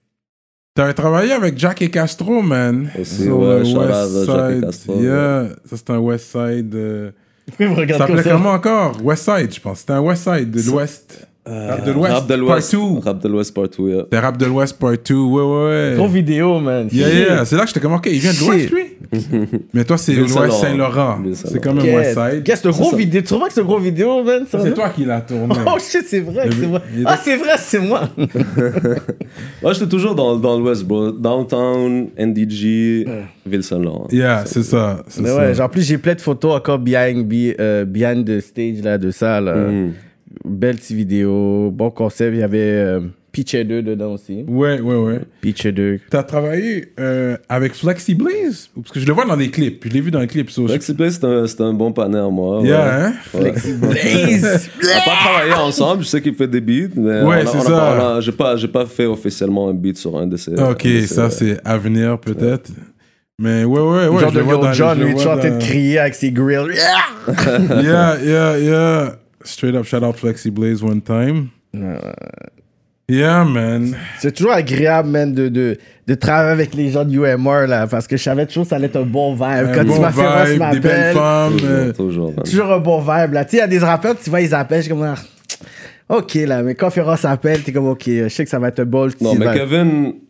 T'avais travaillé avec Jack et Castro, man. Aussi, Sur ouais, le shout out à West Jack et Side. Castro, Yeah. Ça, c'est un West Side. euh, Regarde Ça comme s'appelait ça. comment encore? West Side, je pense. C'était un West Side de l'Ouest. Rap de l'Ouest, Rap de part l'Ouest. two. Rap de l'Ouest partout, yeah. C'était Rap de l'Ouest Part deux. Ouais, ouais, Gros ouais. vidéo, man. Yeah, Shit. yeah. C'est là que j'étais comme, OK, il vient de l'Ouest, Shit. lui? Mais toi, c'est Ville l'Ouest Saint-Laurent. Saint-Laurent. Ville C'est Saint-Laurent. quand même West Side. Qu'est-ce que ce gros ça. vidéo? Tu trouves pas que c'est un gros vidéo, man? ça, C'est là? toi qui l'as tourné. Oh shit, c'est vrai, Et c'est puis- moi. et Ah, donc- c'est vrai, c'est moi. Moi, j'étais toujours dans, dans l'Ouest, bro. Downtown, N D G, Ville-Saint-Laurent. Yeah, c'est ça. c'est Mais ça. ouais, genre, en plus, j'ai plein de photos encore behind, be- euh, behind the stage, là, de ça, là. Mm. Belle petite vidéo, bon concept. Il y avait euh, Peach deux dedans aussi. Ouais, ouais, ouais. Peach deux. T'as travaillé euh, avec Flexi Blaze? Parce que je le vois dans des clips. Je l'ai vu dans les clips. So, je- Flexi Play, c'était un, c'était un bon partenaire, moi. Yeah, ouais. hein? Ouais. Blaze! On n'a pas travaillé ensemble, je sais qu'il fait des beats, mais Ouais, on a- c'est on a ça. pas- on a- j'ai pas, j'ai pas fait officiellement un beat sur un de ces. Ok, un de ces- ça, c'est à venir, peut-être. Mais ouais, ouais, ouais. Genre je de le vois Lil dans- Jon, je le lui, tu vois en train dans- de crier avec ses grills. Yeah, yeah, yeah. Straight up, shout out Flexi Blaze one time. Yeah, man. C'est toujours agréable, man, de, de, de travailler avec les gens de U M R, là, parce que je savais toujours que ça allait être un bon vibe. Un Quand bon tu vas faire vibe, des belles m'appelle, femmes. Toujours, euh, toujours, man. toujours un bon vibe, là. Tu sais, il y a des rappeurs, tu vois, ils appellent, je suis comme, ah, ok, là, mais quand Ferrand s'appelle, t'es comme, ok, je sais que ça va être un bon petit Non, mais vibe. Kevin,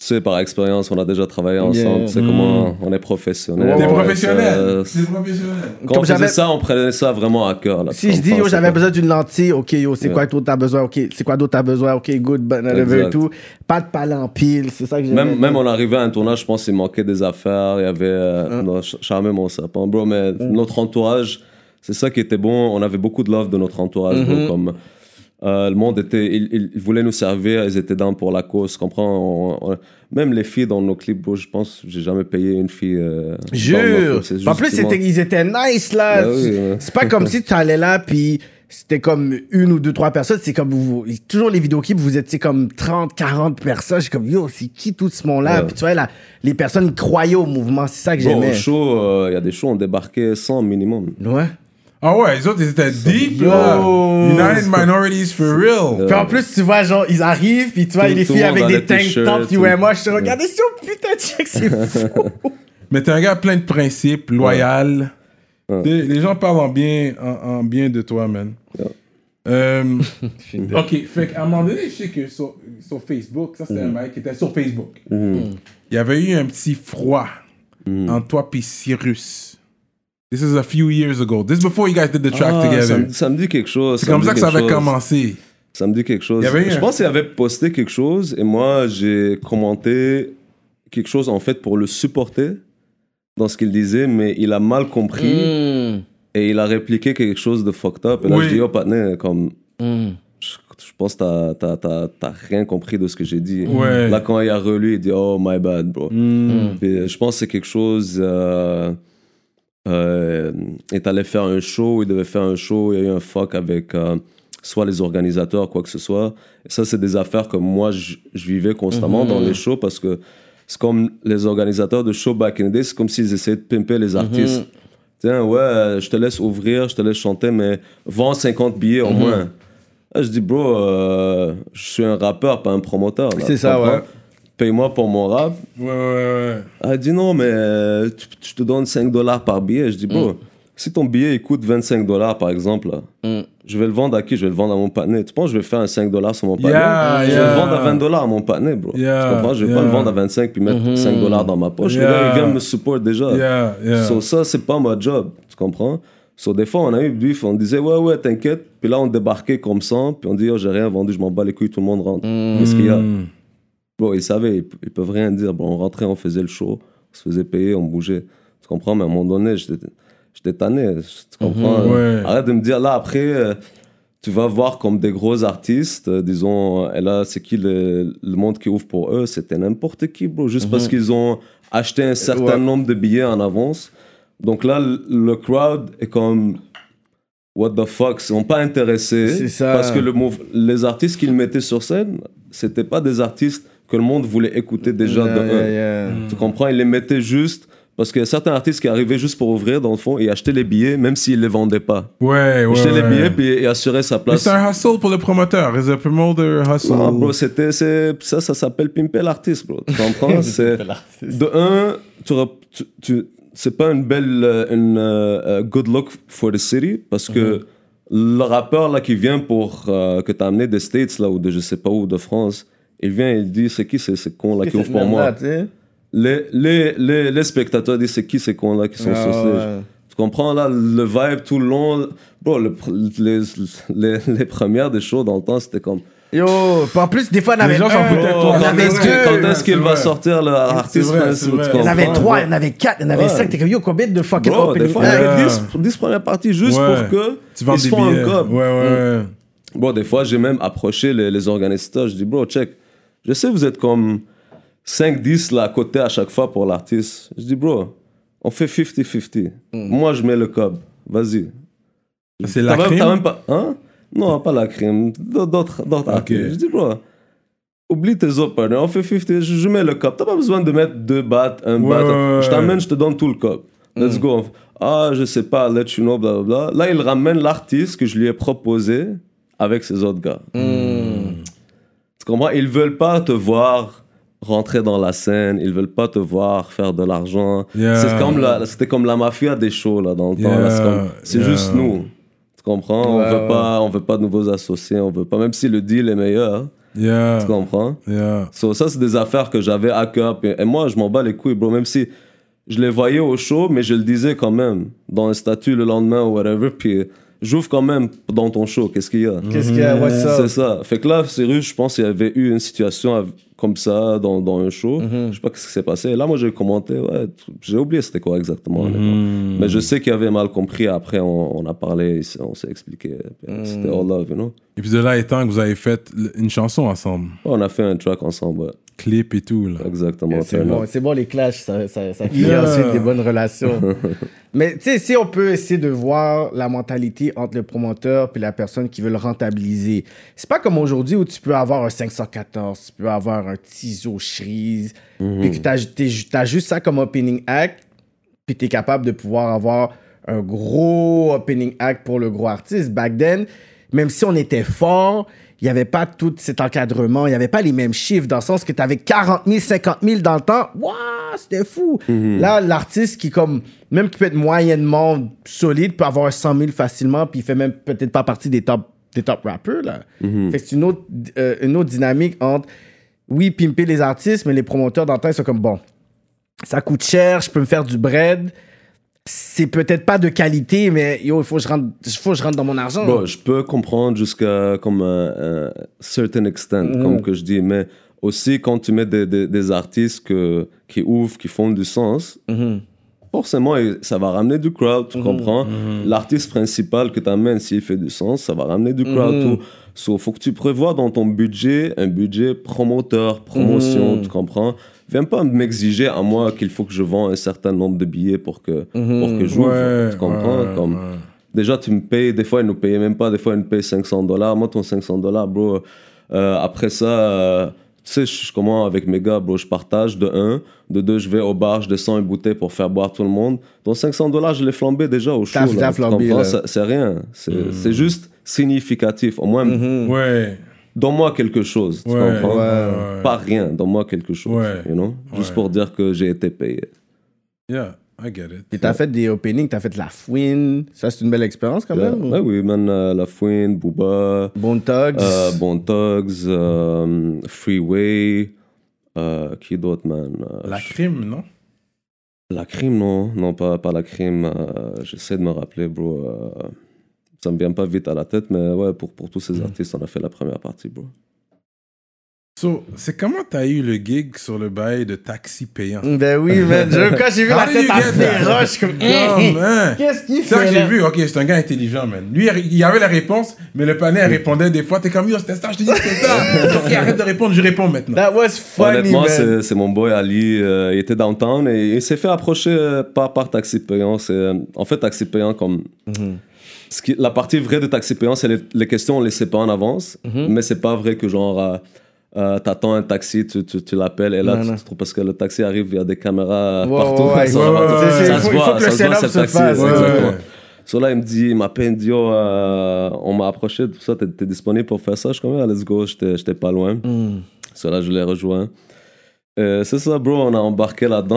sais, par expérience, on a déjà travaillé ensemble. Yeah. Tu sais Mm. comment on est professionnel. T'es Ouais, professionnel. Euh, C'est professionnel. Quand Comme on faisait j'avais- ça, on prenait ça vraiment à cœur. Là, Si tu je dis, comprends, yo, c'est j'avais pas- besoin d'une lentille, ok, yo, c'est Yeah. quoi d'autre t'as besoin, ok, c'est quoi d'autre t'as besoin, ok, good, but whatever et Exact. tout. Pas de parler en pile, c'est ça que j'aime. Même, même on arrivait à un tournage, je pense qu'il manquait des affaires, il y avait... Euh, non, ch- charmé mon sapin, bro, mais notre entourage, c'est ça qui était bon, on avait beaucoup de love de notre entourage, bro, Mhm. comme... euh, le monde était... Ils il, il voulaient nous servir, ils étaient down pour la cause, tu comprends? On- on- même les filles dans nos clips, bro, je pense que j'ai jamais payé une fille... Euh, dans nos Jure! clips, c'est En plus, justement- c'était- ils étaient nice, là. Bah oui, ouais. C'est pas comme si tu allais là, puis c'était comme une ou deux, trois personnes. C'est comme vous. Toujours les vidéoclips, vous étiez comme trente, quarante personnes. Je suis comme, yo, c'est qui tout ce monde-là? Ouais. Puis tu vois, là, les personnes ils croyaient au mouvement. C'est ça que Bon, j'aimais. au show, euh, il y a des shows, on débarquait cent minimum. Ouais. Ah ouais, les autres, ils étaient deep, Yo. là. United Minorities for real. Puis en plus, tu vois, genre, ils arrivent, puis tu vois, Tout- les tout filles le monde avec dans des les tank t-shirts, tops, puis tout. ouais, moi, je te regardais sur putain de check, c'est fou. Mais t'es un gars plein de principes, loyal. Ouais. T'sais, Les gens parlent en bien, en, en bien de toi, man. Ouais. Euh, ok, fait qu'à un moment donné, je sais que sur, sur Facebook, ça c'était un mec qui était sur Facebook. Il y avait eu un petit froid entre toi et Cyrus. This is a few years ago. This is before you guys did the track Ah, ça, together. me- ça me dit quelque chose. C'est me comme dit ça que ça quelque avait chose. commencé. Ça me dit quelque chose. Il y avait eu Je un- pense qu'il avait posté quelque chose et moi j'ai commenté quelque chose en fait pour le supporter dans ce qu'il disait, mais il a mal compris Mm. et il a répliqué quelque chose de fucked up. Et là Oui. je dis, oh partner, comme Mm. je, je pense que t'as, t'as, t'as, t'as rien compris de ce que j'ai dit. Ouais. Là quand il a relu, il dit, oh my bad, bro. Mm. Puis, je pense que c'est quelque chose. Euh, euh, il allait faire un show, il devait faire un show, il y a eu un fuck avec euh, soit les organisateurs, quoi que ce soit. Et ça, c'est des affaires que moi, je, je vivais constamment Mhm. dans les shows parce que c'est comme les organisateurs de shows back in the day, c'est comme s'ils essayaient de pimper les artistes. Mhm. Tiens, ouais, euh, je te laisse ouvrir, je te laisse chanter, mais vends cinquante billets au Mhm. moins. Là, je dis, bro, euh, je suis un rappeur, pas un promoteur. là. C'est Tu ça, comprends? ouais. Paye-moi pour mon rap. Ouais, ouais, ouais. Elle dit non, mais euh, tu- je te donne cinq dollars par billet. Je dis, bro, si ton billet il coûte vingt-cinq dollars par exemple, là, Mm. je vais le vendre à qui? Je vais le vendre à mon partenaire. Tu penses que je vais faire un cinq dollars sur mon partenaire? Yeah, Je vais yeah. le vendre à vingt dollars à mon partenaire, bro. Yeah, tu comprends? Je vais pas yeah. le vendre à vingt-cinq puis mettre cinq dollars dans ma poche. Yeah. Le gars, il vient me support déjà. Yeah, yeah. So, ça, c'est pas mon job. Tu comprends? So, des fois, on a eu bif, on disait, ouais, ouais, t'inquiète. Puis là, on débarquait comme ça. Puis on dit, oh, j'ai rien vendu, je m'en bats les couilles, tout le monde rentre. Qu'est-ce qu'il y a? Mm. Bon, ils savaient, ils, ils peuvent rien dire. Bon, on rentrait, on faisait le show, on se faisait payer, on bougeait. Tu comprends? Mais à un moment donné, j'étais j'étais tanné. Tu comprends? ouais. Arrête de me dire, là, après, euh, tu vas voir comme des gros artistes, euh, disons, et là, c'est qui le, le monde qui ouvre pour eux? C'était n'importe qui, bro. Juste parce qu'ils ont acheté un certain Ouais. nombre de billets en avance. Donc là, le, le crowd est comme. What the fuck? Ils sont pas intéressés. C'est ça. Parce que le move, les artistes qu'ils mettaient sur scène, c'était pas des artistes que le monde voulait écouter déjà Yeah, de un. yeah, yeah. Tu comprends? Ils les mettaient juste. Parce qu'il y a certains artistes qui arrivaient juste pour ouvrir, dans le fond, et achetaient les billets, même s'ils les vendaient pas. Ouais, ouais. Achetaient les ouais. billets, puis et assuraient sa Mais place. c'est un hustle pour le promoteur. C'est un promoter hustle. Non, bro, c'était, c'est, ça, ça s'appelle pimper l'artiste, bro. Tu comprends? C'est, de un, tu, rep- tu, tu- c'est pas une belle, euh, une euh, uh, good look for the city, parce que le rappeur là qui vient pour euh, que t'as amené des States là ou de je sais pas où de France, il vient, il dit c'est qui c'est ces cons là qui ouvrent pour moi. Les, les, les, les spectateurs disent c'est qui ces cons là qui sont Ah, sur stage. ouais. Tu comprends là le vibe tout le long. Bro, le, les, les, les premières des shows dans le temps c'était comme. Yo, puis en plus, des fois, il y en Les avait gens s'en un, foutaient de il y toi. en Quand avait est-ce que- deux, quand est-ce qu'il c'est va vrai. sortir l'artiste C'est vrai, principal, c'est vrai. tu il y en avait comprends, trois, bro? il y en avait quatre, il y en avait Ouais. cinq. T'es comme, yo, combien de fucking Bro, des opening fois, il y act? avait Ouais. dix, dix premières parties juste Ouais. pour que Tu vends ils se des font billets. un cob. Ouais, ouais, ouais. Bon, des fois, j'ai même approché les, les organisateurs. Je dis, bro, check. Je sais, vous êtes comme cinq dix là à côté à chaque fois pour l'artiste. Je dis, bro, on fait cinquante cinquante. Moi, je mets le cob. Vas-y. C'est T'as la même- crime. t'as même pas. Hein? Non, pas la crime. D'autres d'autres Ok. artistes. Je dis, bro, oublie tes autres partenaires. On fait cinquante, je, je mets le cob. T'as pas besoin de mettre deux battes, un Ouais, bat. ouais, Je ouais. t'amène, je te donne tout le cob. Let's go. Ah, je sais pas, let you know, blablabla. Là, il ramène l'artiste que je lui ai proposé avec ses autres gars. Tu comprends? Ils veulent pas te voir rentrer dans la scène, ils veulent pas te voir faire de l'argent. Yeah. C'est comme la, c'était comme la mafia des shows là, dans le temps. là. C'est, comme- c'est Yeah. juste nous. Tu comprends? Ouais, on veut ouais. pas, on veut pas de nouveaux associés, on veut pas, même si le deal est meilleur, Yeah. Tu comprends? Yeah. So, ça, c'est des affaires que j'avais à cœur. Et, et moi, je m'en bats les couilles, bro. Même si je les voyais au show, mais je le disais quand même dans un statut le lendemain ou whatever. Puis j'ouvre quand même dans ton show. Qu'est-ce qu'il y a? Qu'est-ce qu'il y a? What's up? C'est ça. Fait que là, c'est russe, je pense qu'il y avait eu une situation av- comme ça dans, dans un show. Mm-hmm. Je sais pas ce qui s'est passé. Et là, moi, j'ai commenté. Ouais, t- j'ai oublié c'était quoi exactement. Mm-hmm. honnêtement. Mais je sais qu'il avait mal compris. Après, on, on a parlé, on s'est expliqué. Puis Mm. C'était all love, you know? Et puis de là étant que vous avez fait l- une chanson ensemble, On a fait un track ensemble, ouais. clip et tout là. Exactement. C'est Turn bon, up. c'est bon les clashs, ça, ça, ça crée Yeah. ensuite des bonnes relations. Mais tu sais, si on peut essayer de voir la mentalité entre le promoteur et la personne qui veut le rentabiliser, c'est pas comme aujourd'hui où tu peux avoir un cinq cent quatorze, tu peux avoir un Tizo Shreeze, puis que t'as, t'es- t'as juste ça comme opening act, puis t'es capable de pouvoir avoir un gros opening act pour le gros artiste. Back then, même si on était fort, il n'y avait pas tout cet encadrement, il n'y avait pas les mêmes chiffres, dans le sens que tu avais quarante mille, cinquante mille dans le temps. Waouh, c'était fou. Là, l'artiste qui, comme, même qui peut être moyennement solide, peut avoir cent mille facilement, puis il fait même peut-être pas partie des top, des top rappers, là. Fait que c'est une autre, euh, une autre dynamique entre, oui, pimper les artistes, mais les promoteurs dans le temps, ils sont comme, bon, ça coûte cher, je peux me faire du bread. C'est peut-être pas de qualité, mais yo, il faut que je rentre, il faut que je rentre dans mon argent. Bon, je peux comprendre jusqu'à comme un, un certain extent, Mm. comme que je dis, mais aussi quand tu mets des, des, des artistes que, qui ouvrent, qui font du sens, Mm-hmm. forcément, il- ça va ramener du crowd, tu comprends? Mm-hmm. L'artiste principal que tu amènes, s'il fait du sens, ça va ramener du crowd. Mm-hmm. tout. So, faut que tu prévois dans ton budget un budget promoteur, promotion, Mm-hmm. tu comprends? Viens pas m'exiger à moi qu'il faut que je vende un certain nombre de billets pour que, Mm-hmm. pour que j'ouvre, Ouais, tu comprends? ouais, Comme, ouais. Déjà, tu me payes, des fois, ils nous payaient même pas, des fois, ils nous payent cinq cents dollars. Moi, ton cinq cents dollars, bro, euh, après ça, euh, tu sais, je comment avec mes gars, bro, je partage de un, de deux, je vais au bar, je descends une bouteille pour faire boire tout le monde. Ton cinq cents dollars, je l'ai flambé déjà au show. T'as- là, t'as tu flambé, comprends? là. Ça- C'est rien. C'est c'est juste significatif. Au moins, Ouais. donne-moi quelque chose. Tu Ouais, comprends? ouais, ouais. Pas rien, donne-moi quelque chose. Ouais. You know? Juste Ouais. pour dire que j'ai été payé. Yeah, I get it. Puis t'as fait des openings, t'as fait la fouine. Ça, c'est une belle expérience quand Yeah. même. Ouais, oui, man, euh, La Fouine, Booba. Bon Tugs. Euh, Bon Thugs, euh, Freeway, euh, qui d'autre, man? Euh, La crime, non? La crime, non, non, pas, pas la crime. euh, J'essaie de me rappeler, bro. euh, ça me vient pas vite à la tête, mais ouais, pour, pour tous ces artistes, on a fait la première partie, bro. So, c'est comment t'as eu le gig sur le bail de taxi payant? Ben oui, man. Je- quand j'ai vu la How did tête you à get that? féroce, je suis comme... Comme, hein? Qu'est-ce qu'il C'est ça fait que j'ai là? vu. Ok, c'est un gars intelligent, man. Lui, il avait la réponse, mais le panel répondait des fois. T'es comme, yo, c'était ça, je te dis que c'était ça. Ok, arrête de répondre, je réponds maintenant. That was funny, Honnêtement, man. c'est c'est mon boy Ali. euh, il était downtown et il s'est fait approcher euh, par, par Taxi Payant. C'est, euh, en fait, Taxi Payant, comme. Ce qui, la partie vraie de Taxi Payant, c'est les, les questions, on les sait pas en avance. Mais c'est pas vrai que, genre, euh, euh, t'attends un taxi, tu, tu, tu l'appelles et là, Non, tu, non. tu trouves parce que le taxi arrive, il y a des caméras Ouais, partout. ouais, ouais, ça, ouais, va- ouais, ça c'est- se il faut- il voit, faut que le ça se voit, setup c'est se le taxi. fasse. c'est Ouais, exactement. ouais. So là, il me dit, il m'appelle, il me dit, yo, euh, on m'a approché, tout ça, t'es, t'es disponible pour faire ça? Je suis comme, ah, let's go, j'étais, j'étais pas loin. Mm. So là, je l'ai rejoint. Euh, c'est ça, bro, on a embarqué là-dedans.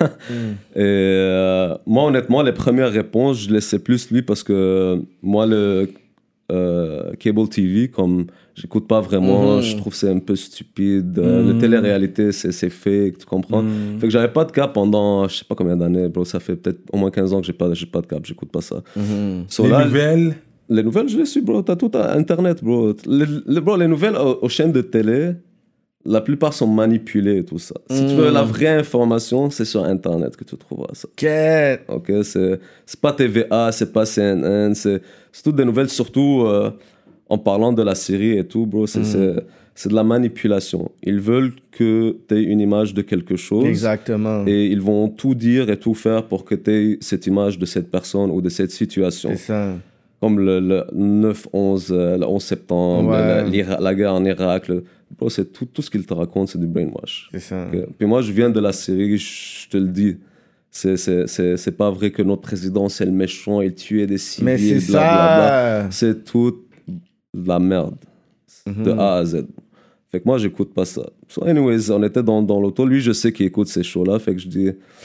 Et euh, moi, honnêtement, les premières réponses, je laissais plus lui parce que moi, le euh, cable T V, comme j'écoute pas vraiment, Mhm. je trouve que c'est un peu stupide. Euh, Mhm. La télé-réalité, c'est, c'est fake, tu comprends? Mhm. Fait que j'avais pas de cap pendant, je sais pas combien d'années, bro, ça fait peut-être au moins quinze ans que j'ai pas, j'ai pas de cap, j'écoute pas ça. Mhm. So Les là, nouvelles. les nouvelles, je les suis, bro. T'as tout à Internet, bro. Les, les- bro, les nouvelles aux, aux chaînes de télé, la plupart sont manipulées et tout ça. Si tu veux la vraie information, c'est sur Internet que tu trouveras ça. Quête. Ok, c'est c'est pas T V A, c'est pas C N N, c'est c'est toutes des nouvelles, surtout euh, en parlant de la série et tout, bro. C'est c'est- c'est de la manipulation. Ils veulent que tu aies une image de quelque chose. Exactement. Et ils vont tout dire et tout faire pour que tu aies cette image de cette personne ou de cette situation. C'est ça. Comme le, le neuf onze, euh, le onze septembre, Ouais. la, l'Ira- la guerre en Irak. Le, bro, c'est tout, tout ce qu'ils te racontent, c'est du brainwash. C'est ça. Ok? Puis moi, je viens de la série, je te le dis. C'est, c'est, c'est, c'est pas vrai que notre président, c'est le méchant, il tuait des civils, Mais c'est blablabla. ça. C'est toute la merde, de Mhm. A à Z. Fait que moi, j'écoute pas ça. So anyways, on était dans, dans l'auto. Lui, je sais qu'il écoute ces shows-là, fait que je dis...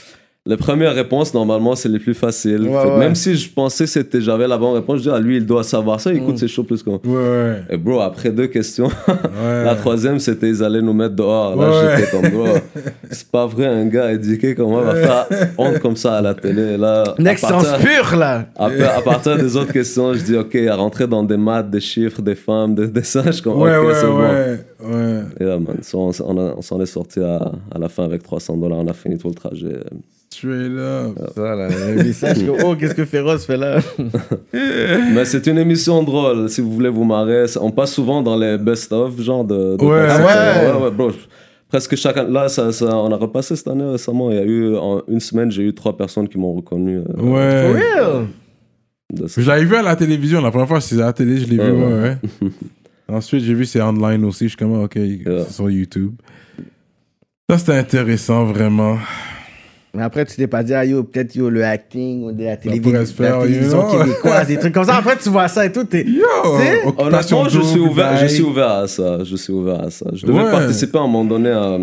Les premières réponses, normalement, c'est les plus faciles. Ouais, Fait que ouais. Même si je pensais que c'était, j'avais la bonne réponse, je dis, ah, lui, il doit savoir ça. Écoute, Mm. c'est chaud plus qu'on. Ouais, ouais. Et bro, après deux questions, Ouais. la troisième, c'était ils allaient nous mettre dehors. Là, Ouais. j'étais comme, bro, c'est pas vrai, un gars éduqué comme moi va faire honte comme ça à la télé. Là, à Nexence partir- pure, là. Après, à partir des autres questions, je dis, OK, à rentrer dans des maths, des chiffres, des femmes, des dessins, je comme, Ouais, OK, ouais, c'est bon. ouais, ouais. Et là, man, so, on, on, a- on s'en est sorti à, à la fin avec trois cents dollars. On a fini tout le trajet. Straight up. Ça, là, un message que, oh, qu'est-ce que Féroce fait là? Mais c'est une émission drôle, si vous voulez vous marrer. On passe souvent dans les best-of, genre de... de Ouais, passer- ouais. ouais, ouais, bro. Presque chaque année. Là, ça, ça, on a repassé cette année récemment. Il y a eu, en une semaine, j'ai eu trois personnes qui m'ont reconnu. euh, For Ouais. real? de ça. Je l'avais vu à la télévision. La première fois, c'était à la télé, je l'ai vu, Ouais, ouais, ouais. Ensuite, j'ai vu c'est online aussi. Je suis comme, ok, c'est sur YouTube. Ça, c'était intéressant, vraiment. Mais après, tu t'es pas dit, ah yo, peut-être yo, le acting ou de la, télévi- pourrait se de la faire, télévision you know. québécoise, des trucs comme ça. Après, tu vois ça et tout, t'es. Yo! T'sais? Occupation Honnêtement, je suis, Double, ouvert, je bye. suis ouvert à ça. Je suis ouvert à ça. Je devais Ouais. participer à un moment donné à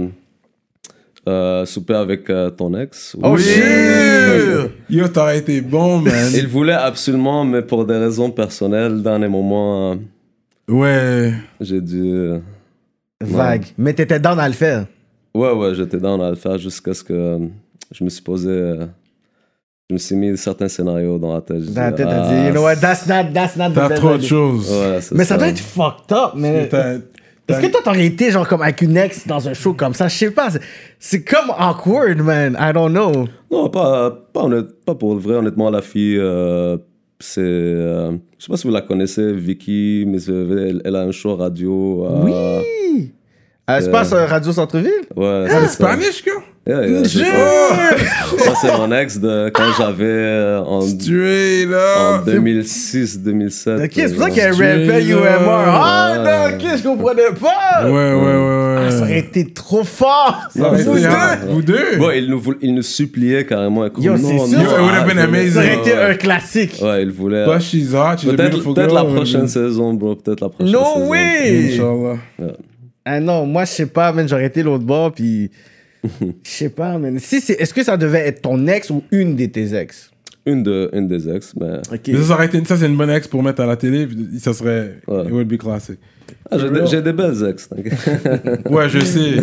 euh, souper avec euh, ton ex. Oh Oui. shit! Yo, t'aurais été bon, man. Il voulait absolument, mais pour des raisons personnelles, dans les moments, euh, Ouais. j'ai dû... euh, Vague. Mais t'étais down à le faire. Ouais, ouais, j'étais down à le faire jusqu'à ce que euh, je me suis posé... euh, je me suis mis certains scénarios dans la tête. Je dis, Dans la tête, t'as ah, dit, you know what, that's not, that's not the T'as best trop de idea. choses. ouais, c'est Mais ça doit être fucked up, mais. T'as- Est-ce que toi, t'aurais été genre comme avec une ex dans un show comme ça? Je sais pas. c'est- C'est comme awkward, man. I don't know. Non, pas, pas, honnête- pas pour le vrai, honnêtement, la fille, euh, c'est... euh, je sais pas si vous la connaissez, Vicky, mais c'est- elle, elle a un show radio. euh, Oui! Euh, c'est pas sur Radio Centre-Ville? Ouais, Ah, c'est le ça. Spanish, quoi? Yeah, yeah, c'est Jure! ça. Ça, c'est mon ex de quand j'avais euh, en, Straight en up. deux mille six deux mille sept. Ok, c'est pour ça genre. qu'elle rappelle U M R. Ah Ouais. non, ok, je comprenais pas! Ouais, ouais, ouais, Ah, ça aurait ouais. été trop fort! Ça aurait Vous été deux. hard. Vous deux? Bon, il nous, voulait- il nous suppliait carrément. comme, Yo, c'est non, sûr. non, Yo, it would have been ah, amazing. Ça aurait été ouais. un classique. Ouais, il voulait. But she's hot, she's a Peut-être beautiful peut-être la girl. prochaine saison, bro. Peut-être la prochaine No saison. way! Inch'Allah. Ah non, moi, je sais pas, man, j'aurais été l'autre bord, puis. Je sais pas, man. Si c'est... Est-ce que ça devait être ton ex ou une de tes ex? Une, de, une des ex, mais. Ok. Mais ça, ça aurait été, ça, c'est une bonne ex pour mettre à la télé. Ça serait, Ouais. it would be classic. Ah, j'ai, des, j'ai des belles ex, t'inquiète. Ouais, je sais.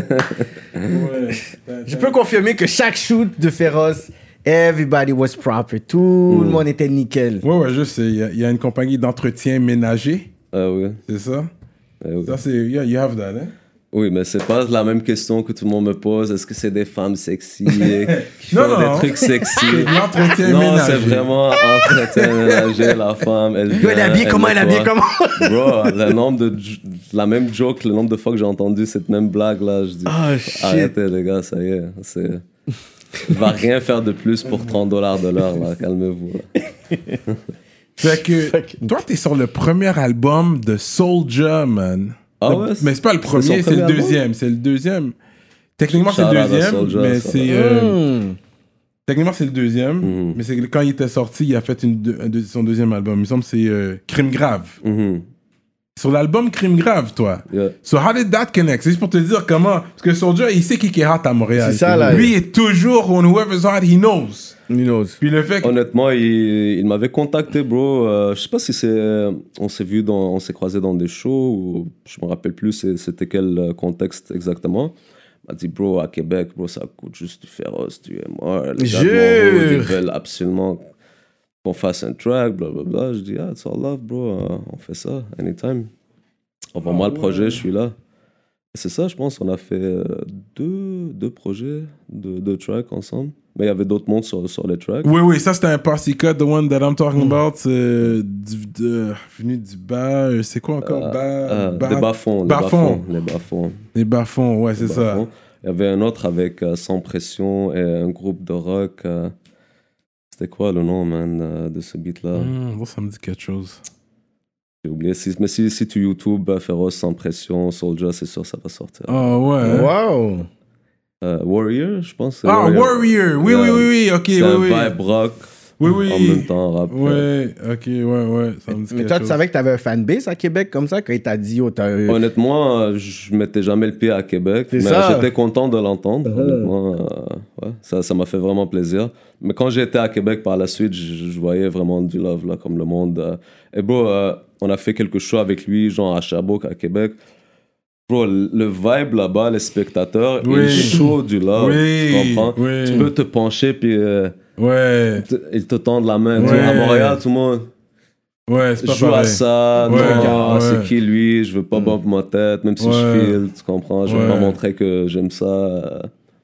Ouais. Je peux confirmer que chaque shoot de Féroce, everybody was proper. Tout le monde était nickel. Ouais, ouais, je sais. Il y, a- il y a une compagnie d'entretien ménager, Ah oui. c'est ça? Ah oui. Ça, c'est, yeah, you have that, hein? Oui, mais c'est pas la même question que tout le monde me pose. Est-ce que c'est des femmes sexy et qui Non, font non. des trucs sexy? C'est de l'entretien Non, ménager. c'est vraiment entretien ménager. La femme, elle Yo, vient, elle habille comment, elle habille nettoie. comment? Bro, le nombre de... j- la même joke, le nombre de fois que j'ai entendu cette même blague là, je dis... Oh, shit. Arrêtez les gars, ça y est. C'est... Il va rien faire de plus pour trente dollars de l'heure, là. Calmez-vous, là. Fait que, toi, t'es sur le premier album de Soulja, man. Ah Le- ouais, mais c'est pas le c'est premier, son c'est premier le album? deuxième. C'est le deuxième. Techniquement, c'est Shout le out à deuxième, Soulja, mais ça c'est... va. euh, Hmm. Techniquement, c'est le deuxième, Mhm. mais c'est que quand il était sorti, il a fait une deux- un deux- son deuxième album. Il me semble que c'est euh, Crime Grave. Mhm. Sur l'album Crime Grave, toi. Yeah. So, how did that connect? C'est juste pour te dire comment... Parce que Soulja, il sait qui qui est hot à Montréal. C'est ça, là. Lui est toujours, on whoever's hot, he knows. You know. Puis le fait que... Honnêtement, il, il m'avait contacté, bro. Euh, je sais pas si c'est... On s'est vu dans... On s'est croisé dans des shows ou... Je me rappelle plus c'est- c'était quel euh, contexte exactement. Il m'a dit, bro, à Québec, bro, ça coûte juste du féroce, tu es mort. Les gars de Montréal, Jure. ils veulent absolument qu'on fasse un track, blablabla. Je dis, ah, it's all love, bro. Euh, on fait ça, anytime. Envoie-moi Ah le projet, ouais. je suis là. C'est ça, je pense. On a fait euh, deux, deux projets, deux, deux tracks ensemble. Mais il y avait d'autres mondes sur, sur les tracks. Oui, oui, ça c'était un posse cut, the one that I'm talking about. C'est du- de- venu du bas. euh, C'est quoi encore? Euh, bas, euh, bas- des bas-fonds. des bas-fonds. bas-fonds, Les bas-fonds. Les bas-fonds, ouais, c'est les ça. bas-fonds. Il y avait un autre avec euh, Sans Pression et un groupe de rock. euh, C'était quoi le nom, man, euh, de ce beat-là? Hmm, bon, ça me dit quelque chose. J'ai oublié. Si, mais si, si tu YouTube euh, Féroce Sans Pression, Soulja, c'est sûr ça va sortir. Ah ouais. hein? Wow. Euh, Warrior, je pense. c'est Ah, Warrior. Oui, Yeah. oui, oui, oui, ok, C'est oui, un oui. vibe rock. Oui, oui. En même temps, rap. Ouais, ok, ouais, ouais. Ça me dit Mais quelque toi, tu chose. savais que t'avais un fanbase à Québec comme ça quand il t'a dit, oh, t'as. euh, Honnêtement, euh, je mettais jamais le pied à Québec, C'est mais ça. j'étais content de l'entendre. Honnêtement, euh, ouais, ça, ça m'a fait vraiment plaisir. Mais quand j'étais à Québec par la suite, je, je voyais vraiment du love là, comme le monde. euh. Et bro, euh, on a fait quelques shows avec lui, genre à Sherbrooke, à Québec. Bro, le vibe là-bas, les spectateurs, Oui. ils show du love. Oui, Tu comprends? oui. Tu peux te pencher puis euh, Ouais, te- ils te tendent la main. Tu Ouais. vois, à Montréal, tout le monde ouais, c'est pas joue à pareil. ça. Ouais, non, ouais. c'est qui lui? Je veux pas bump ma tête, même si Ouais. je file. Tu comprends? Je veux Ouais. pas montrer que j'aime ça. euh.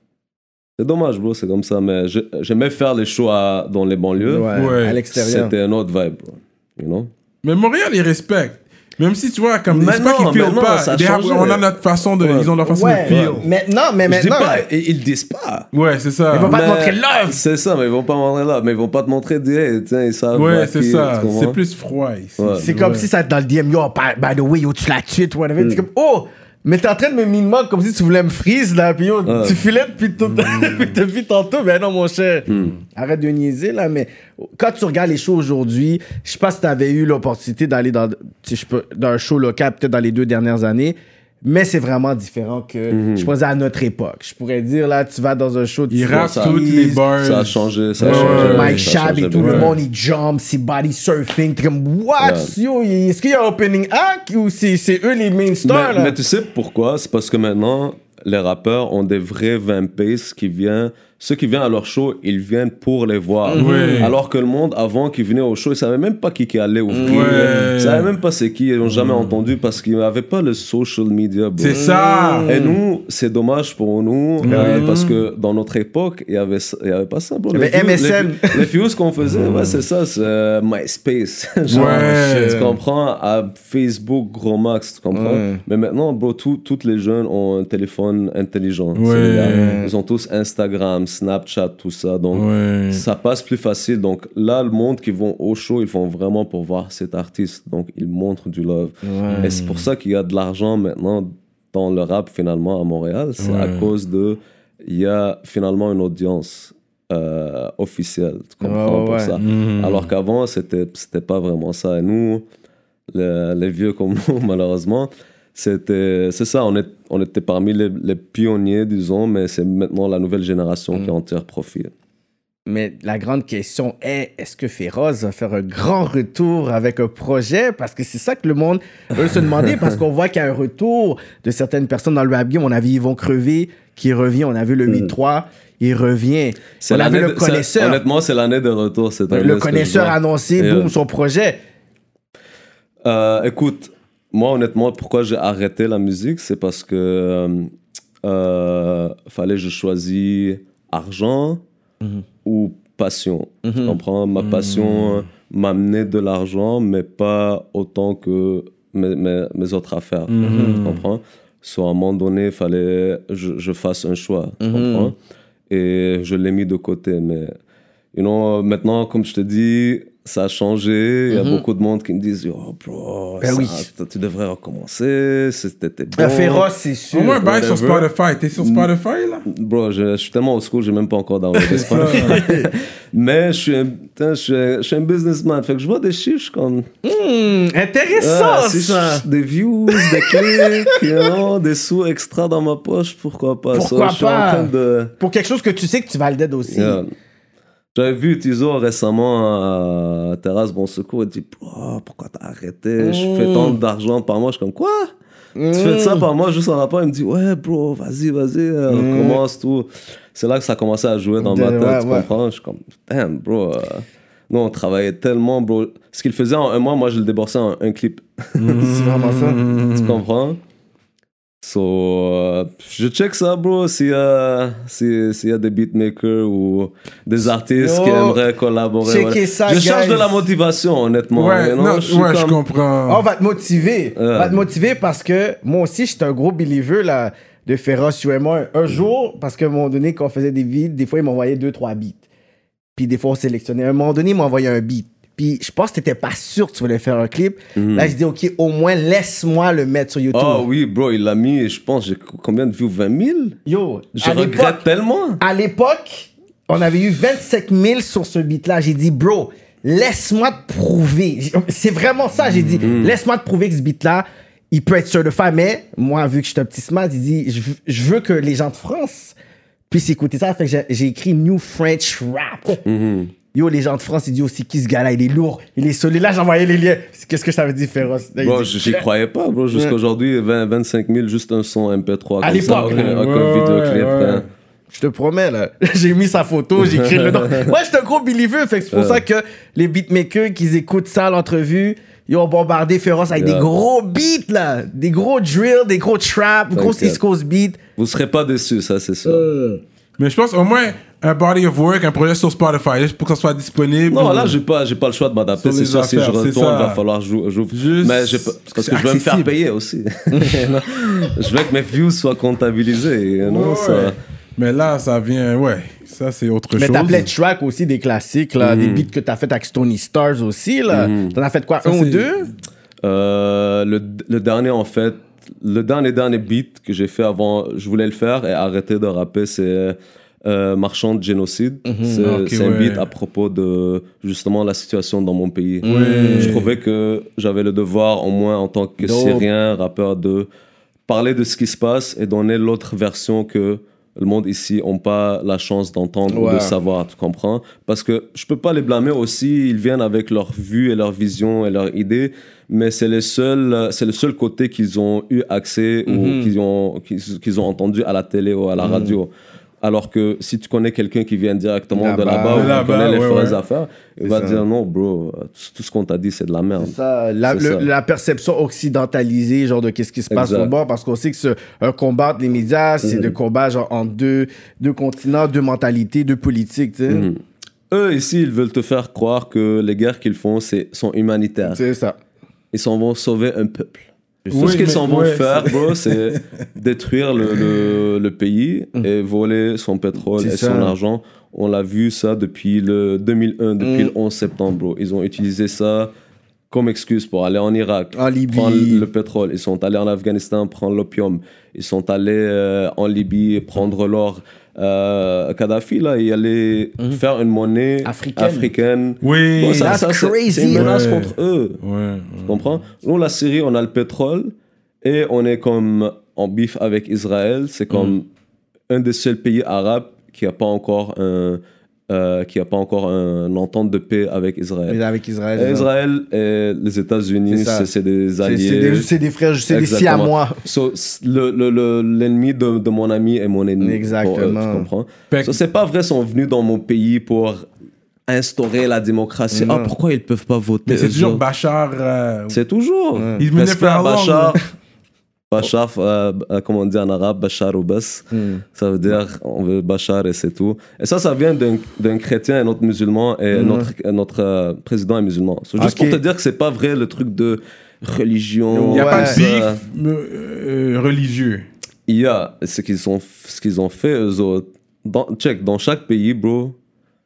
C'est dommage, bro, c'est comme ça. Mais je- j'aimais faire les shows à- dans les banlieues. Ouais, Ouais. à l'extérieur. C'était un autre vibe, bro. You know? Mais Montréal, ils respectent. Même si tu vois, comme Mais c'est pas qu'ils non, filent mais non, pas. ça a They have- changé. on a notre façon de. Ouais. Ils ont leur façon Ouais, de feel. mais non, mais Je dis maintenant. pas, ils, ils le disent pas. Ouais, c'est ça. Ils vont pas te Mais- montrer love. C'est ça, mais ils vont pas montrer là. Mais ils vont pas te montrer des. Hey, tiens, ils savent. Ouais, à c'est qui, ça. tu comprends? C'est plus froid ici. Ouais. C'est comme Ouais. si ça dans le D M, yo, by, by the way, yo, tu la tues, whatever. Mm. T'es comme, oh, mais t'es en train de me mine comme si tu voulais me freeze, là, puis yo, Ouais. tu filais depuis, tout, depuis tantôt. Mais non, mon cher, Mm. arrête de niaiser, là, mais quand tu regardes les shows aujourd'hui, je sais pas si t'avais eu l'opportunité d'aller dans, tu sais, je peux- dans un show local, peut-être dans les deux dernières années, mais c'est vraiment différent que, Mm-hmm. je pensais à notre époque. Je pourrais dire, là, tu vas dans un show de Ils rappent ça- toutes les bars. Ça a changé. Ça a Ouais, changé. ouais, Mike ça a Shab changé et tout, beaucoup. le monde, il jump, c'est body surfing. T'es comme, what? Yo, est-ce qu'il y a un opening act ou c'est, c'est eux les main stars, Mais, là? mais tu sais pourquoi? C'est parce que maintenant, les rappeurs ont des vrais vamp pace qui viennent. Ceux qui viennent à leur show, ils viennent pour les voir. Ouais. Alors que le monde, avant qu'ils venaient au show, ils savaient même pas qui qui allait ouvrir. Ouais. Ils savaient même pas c'est qui. Ils n'ont jamais entendu parce qu'ils n'avaient pas le social media. bro. C'est ça. Et nous, c'est dommage pour nous euh, parce que dans notre époque, il y avait, ça- il y avait pas ça. bro. Il y Les avait views- M S N. Les, les views qu'on faisait, ouais, c'est ça, c'est euh, MySpace. Genre, Ouais. tu comprends, à Facebook, gros max, tu comprends. Ouais. Mais maintenant, bro, tout- toutes les jeunes ont un téléphone intelligent. Ouais. C'est-à-dire, ils ont tous Instagram, Snapchat, tout ça. Donc, Ouais. ça passe plus facile. Donc, là, le monde qui vont au show, ils font vraiment pour voir cet artiste. Donc, ils montrent du love. Et c'est pour ça qu'il y a de l'argent maintenant dans le rap, finalement, à Montréal. C'est à Ouais. cause de. Il y a finalement une audience euh, officielle. Tu comprends Ouais, pour ouais. ça. Mhm. Alors qu'avant, c'était, c'était pas vraiment ça. Et nous, les, les vieux comme nous, malheureusement, c'était, c'est ça, on, est, on était parmi les, les pionniers, disons, mais c'est maintenant la nouvelle génération qui en tire profit. Mais la grande question est, est-ce que Féroz va faire un grand retour avec un projet? Parce que c'est ça que le monde veut se demander, parce qu'on voit qu'il y a un retour de certaines personnes dans le rap game. On a vu Yvon Crevé qui revient, on a vu le huit trois, il revient. C'est on a vu l'année le de- c'est- connaisseur. honnêtement, c'est l'année de retour cette année. Le ce que je connaisseur vois. a annoncé, Et, boum, euh, son projet. Euh, écoute, moi honnêtement, pourquoi j'ai arrêté la musique, c'est parce que euh, euh, fallait que je choisisse argent ou passion. Tu comprends? Ma passion euh, m'amenait de l'argent, mais pas autant que mes, mes, mes autres affaires. Tu comprends? Soit à un moment donné, il fallait que je, je fasse un choix. Tu comprends? Et je l'ai mis de côté. Mais you know, maintenant, comme je te dis, ça a changé. Il y a beaucoup de monde qui me disent Yo, bro, Ben ça, oui. t- tu devrais recommencer. C'était bon. Un Féroz, c'est sûr. Au moins, bail sur whatever. Spotify. T'es sur Spotify, là? Bro, je, je suis tellement old school, j'ai même pas encore downloadé Spotify. Mais je suis, un, putain, je, suis, je suis un businessman. Fait que je vois des chiffres, je suis comme. Hmm, intéressant, Ah, si ça. je- des views, des clics, you know, des sous extra dans ma poche, pourquoi pas? Pourquoi So, je suis en pas? train de. Pour quelque chose que tu sais que tu vas le dead aussi. Yeah. J'avais vu Tizo récemment à Terrasse Bon Secours. Il dit oh, pourquoi t'as arrêté? Je fais tant d'argent par mois. Je suis comme quoi? Tu fais ça par mois juste en rapport? Il me dit ouais, bro, vas-y, vas-y, euh, recommence tout. C'est là que ça a commencé à jouer dans ma Ouais, tête. Tu ouais. comprends? Je suis comme damn, bro. euh, Nous, on travaillait tellement, bro. Ce qu'il faisait en un mois, moi, je le déboursais en un clip. C'est vraiment ça. Tu comprends? So, euh, je check ça, bro, s'il y a, s'il s'il y a des beatmakers ou des artistes Yo, qui aimeraient collaborer. checkez voilà. ça, je cherche guys. de la motivation, honnêtement. Ouais, you know? non, je suis ouais, je comme- comprends. On va te motiver. On Ouais. va te motiver parce que moi aussi, j'étais un gros believer là, de Féroz, you et moi. Un jour, parce qu'à un moment donné, quand on faisait des beats, des fois, il m'envoyait deux, trois beats. Puis des fois, on sélectionnait. À un moment donné, il m'envoyait un beat. Puis je pense que t'étais pas sûr que tu voulais faire un clip. Là, je dis, OK, au moins, laisse-moi le mettre sur YouTube. Oh oui, bro, il l'a mis, je pense, j'ai combien de views? vingt mille? Yo, Je à regrette l'époque, tellement. à l'époque, on avait eu vingt-cinq mille sur ce beat-là. J'ai dit, bro, laisse-moi te prouver. C'est vraiment ça, j'ai dit. Mm. Laisse-moi te prouver que ce beat-là, il peut être certifié. Mais moi, vu que je suis un petit smart, il dit, je, je veux que les gens de France puissent écouter ça. Fait que j'ai, j'ai écrit New French Rap. Mm-hmm. Yo, les gens de France, ils disent aussi qui ce gars-là, il est lourd, il est solide. Là, j'envoyais les liens. Qu'est-ce que ça veut dire, féroce? Là, bro, dit, j'y croyais pas, bro. Jusqu'à ouais. aujourd'hui, vingt, vingt-cinq mille, juste un son M P trois. À comme l'époque, ça, aucun, ouais, aucun ouais, vidéoclip. ouais. Hein. Je te promets, là. J'ai mis sa photo, j'ai écrit le nom. Moi, je suis un gros believer. Fait que c'est pour euh. ça que les beatmakers qui écoutent ça à l'entrevue, ils ont bombardé Féroce avec yeah. des gros beats, là. Des gros drills, des gros trap, des gros East Coast beats. Vous serez pas déçus, ça, c'est sûr. Euh. Mais je pense au moins un body of work, un projet sur Spotify, juste pour que ça soit disponible. Non, là, j'ai pas, j'ai pas le choix de m'adapter. C'est sûr, si je retourne, il va falloir jouer. Mais j'ai pas, parce que je veux me faire payer aussi. Je veux que mes views soient comptabilisés. Ouais, non, ça... Mais là, ça vient, ouais, ça c'est autre mais chose. Mais t'as plein de tracks aussi, des classiques, là, mm. des beats que t'as fait avec Stony Stars aussi, là. Mm. T'en as fait quoi, ça, un ou deux euh, le, le dernier, en fait, le dernier, dernier beat que j'ai fait avant, je voulais le faire et arrêter de rapper, c'est euh, Marchand de génocide. Mm-hmm. C'est, okay, c'est ouais. un beat à propos de, justement, la situation dans mon pays. Ouais. Je trouvais que j'avais le devoir, au moins en tant que Dope. Syrien, rappeur, de parler de ce qui se passe et donner l'autre version que le monde ici n'a pas la chance d'entendre ouais. ou de savoir, tu comprends? Parce que je peux pas les blâmer aussi, ils viennent avec leur vue et leur vision et leurs idées, mais c'est, les seuls, c'est le seul côté qu'ils ont eu accès mm-hmm. ou qu'ils ont, qu'ils, qu'ils ont entendu à la télé ou à la mm-hmm. radio. Alors que si tu connais quelqu'un qui vient directement là-bas, de là-bas, ou qui connaît les ouais, vraies ouais. affaires, il c'est va ça. dire non, bro, tout ce qu'on t'a dit, c'est de la merde. C'est ça. La, c'est le, ça. La perception occidentalisée, genre de qu'est-ce qui se passe exact. Au bord, parce qu'on sait que c'est un combat les médias, c'est mm-hmm. de combat genre en deux, deux continents, deux mentalités, deux politiques, tu sais. Mm-hmm. Eux, ici, ils veulent te faire croire que les guerres qu'ils font c'est, sont humanitaires. C'est ça. Ils s'en vont sauver un peuple. Oui, tout ce qu'ils s'en vont ouais, faire, bro, c'est détruire le, le, le pays et voler son pétrole c'est et ça. Son argent. On l'a vu ça depuis le deux mille un, depuis mm. le onze septembre, bro. Ils ont utilisé ça comme excuse pour aller en Irak, en Libye. Prendre le pétrole. Ils sont allés en Afghanistan prendre l'opium. Ils sont allés euh, en Libye prendre l'or. Euh, Kadhafi, là, il allait mm. faire une monnaie africaine. africaine. Oui, bon, ça, ça, crazy. C'est, c'est une menace ouais. contre eux. Ouais, ouais. Tu comprends? Nous, la Syrie, on a le pétrole et on est comme en bif avec Israël. C'est comme mm. un des seuls pays arabes qui n'a pas encore un... Euh, qui n'a pas encore un, une entente de paix avec Israël. Mais avec Israël. Et Israël et les États-Unis, c'est, c'est, c'est des alliés. C'est, c'est, des, c'est des frères, c'est Exactement. Des siamois. So, le, le, le, l'ennemi de, de mon ami est mon ennemi. Exactement. Pour, euh, tu comprends? So, c'est pas vrai, ils sont venus dans mon pays pour instaurer la démocratie. Ah, pourquoi ils peuvent pas voter? Mais c'est toujours autres? Bachar. Euh... C'est toujours. Ouais. Ils menaient pas Bachar. Bachar, euh, comme on dit en arabe, Bachar ou Bas. Mm. Ça veut dire, on veut Bachar et c'est tout. Et ça, ça vient d'un, d'un chrétien et un autre musulman, et mm. notre, notre euh, président est musulman. So, juste okay. pour te dire que c'est pas vrai le truc de religion. Il n'y a ouais. pas de bif euh, religieux. Il y a ce qu'ils ont, ce qu'ils ont fait, eux autres. Dans, check, dans chaque pays, bro,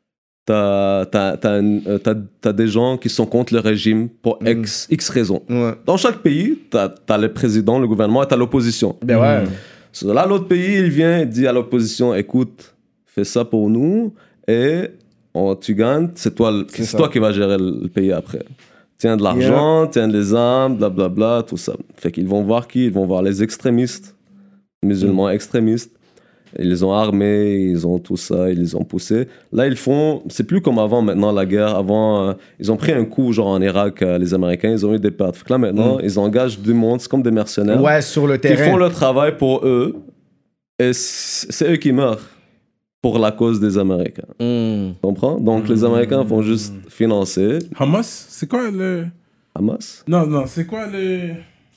T'as, t'as, t'as, euh, t'as, t'as des gens qui sont contre le régime pour X, mm. X raisons. Ouais. Dans chaque pays, t'as, t'as le président, le gouvernement et t'as l'opposition. Ben ouais. Mm. So, là, l'autre pays, il vient et dit à l'opposition, écoute, fais ça pour nous et on, tu gagnes, c'est, toi, c'est, c'est toi qui vas gérer le, le pays après. Tiens de l'argent, yeah. tiens des armes, blablabla, bla, bla, tout ça. Fait qu'ils vont voir qui? Ils vont voir les extrémistes, musulmans mm. extrémistes. Ils les ont armés, ils ont tout ça, ils les ont poussés. Là, ils font... C'est plus comme avant, maintenant, la guerre. Avant, euh, ils ont pris un coup, genre en Irak, euh, les Américains, ils ont eu des pertes. Fait que là, maintenant, mm. ils engagent du monde, c'est comme des mercenaires. Ouais, sur le terrain. Ils font le travail pour eux, et c'est eux qui meurent pour la cause des Américains. Mm. Tu comprends? Donc, mm. les Américains vont juste financer. Hamas? C'est quoi le... Hamas? Non, non, c'est quoi le...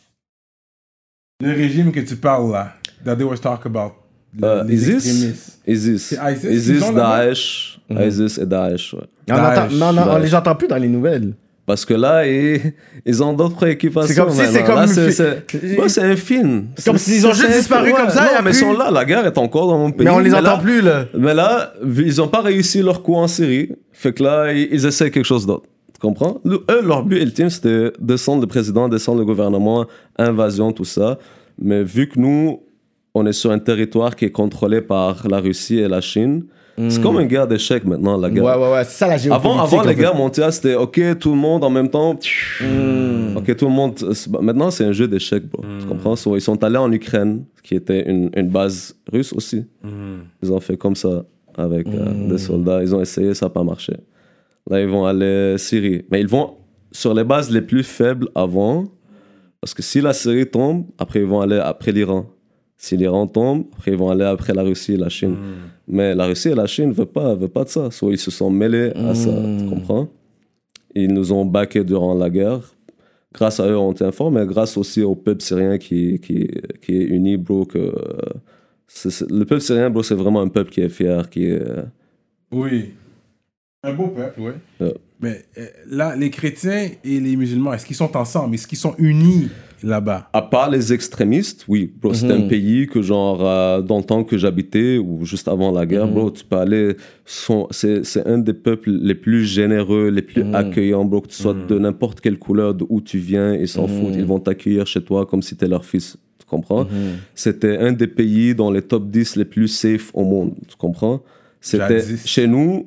Le régime que tu parles, là? That they was talk about? Le, euh, ISIS, ISIS, ISIS, ISIS Daesh, mm-hmm. ISIS et Daesh. Ouais. On Daesh. Entend, non, non, Daesh. On les entend plus dans les nouvelles. Parce que là, ils, ils ont d'autres préoccupations. C'est comme si c'est comme là, c'est, c'est, c'est, ouais, c'est un film. Comme s'ils ont juste disparu comme ça. Non, mais ils sont là. La guerre est encore dans mon pays. Mais on les mais entend là, plus là. Mais là, ils n'ont pas réussi leur coup en Syrie. Fait que là, ils, ils essaient quelque chose d'autre. Tu comprends? Le, eux, leur but ultime, c'était descendre le président, descendre le gouvernement, invasion, tout ça. Mais vu que nous, on est sur un territoire qui est contrôlé par la Russie et la Chine, C'est comme une guerre d'échecs maintenant, la guerre. Ouais, ouais, ouais, c'est ça la géopolitique. Avant, avant en les fait. guerres mondiales, c'était OK, tout le monde en même temps. Mm. OK, tout le monde. Maintenant, c'est un jeu d'échecs, bro. Mm. Tu comprends? So, ils sont allés en Ukraine, qui était une, une base russe aussi. Mm. Ils ont fait comme ça avec euh, Mm. des soldats. Ils ont essayé, ça n'a pas marché. Là, ils vont aller en Syrie. Mais ils vont sur les bases les plus faibles avant. Parce que si la Syrie tombe, après, ils vont aller après l'Iran. Si l'Iran tombe, après, ils vont aller après la Russie et la Chine. Mm. Mais la Russie et la Chine ne veulent pas, veulent pas de ça. Soit ils se sont mêlés à ça, tu comprends? Ils nous ont backés durant la guerre. Grâce à eux, on tient fort, mais grâce aussi au peuple syrien qui, qui, qui est uni, bro. Que, euh, c'est, c'est- le peuple syrien, bro, c'est vraiment un peuple qui est fier, qui est... euh, Oui. Un beau peuple, oui. Ouais. Mais euh, là, les chrétiens et les musulmans, est-ce qu'ils sont ensemble? Est-ce qu'ils sont unis là-bas? À part les extrémistes, oui, bro, c'est un pays que, genre, euh, dans le temps que j'habitais, ou juste avant la guerre, bro, tu peux aller... Sont, c'est, c'est un des peuples les plus généreux, les plus accueillants, bro, que tu sois de n'importe quelle couleur, d'où tu viens, ils s'en foutent. Ils vont t'accueillir chez toi comme si t'es leur fils, tu comprends? C'était un des pays dans les top dix les plus safe au monde, tu comprends? C'était... Jadis. Chez nous,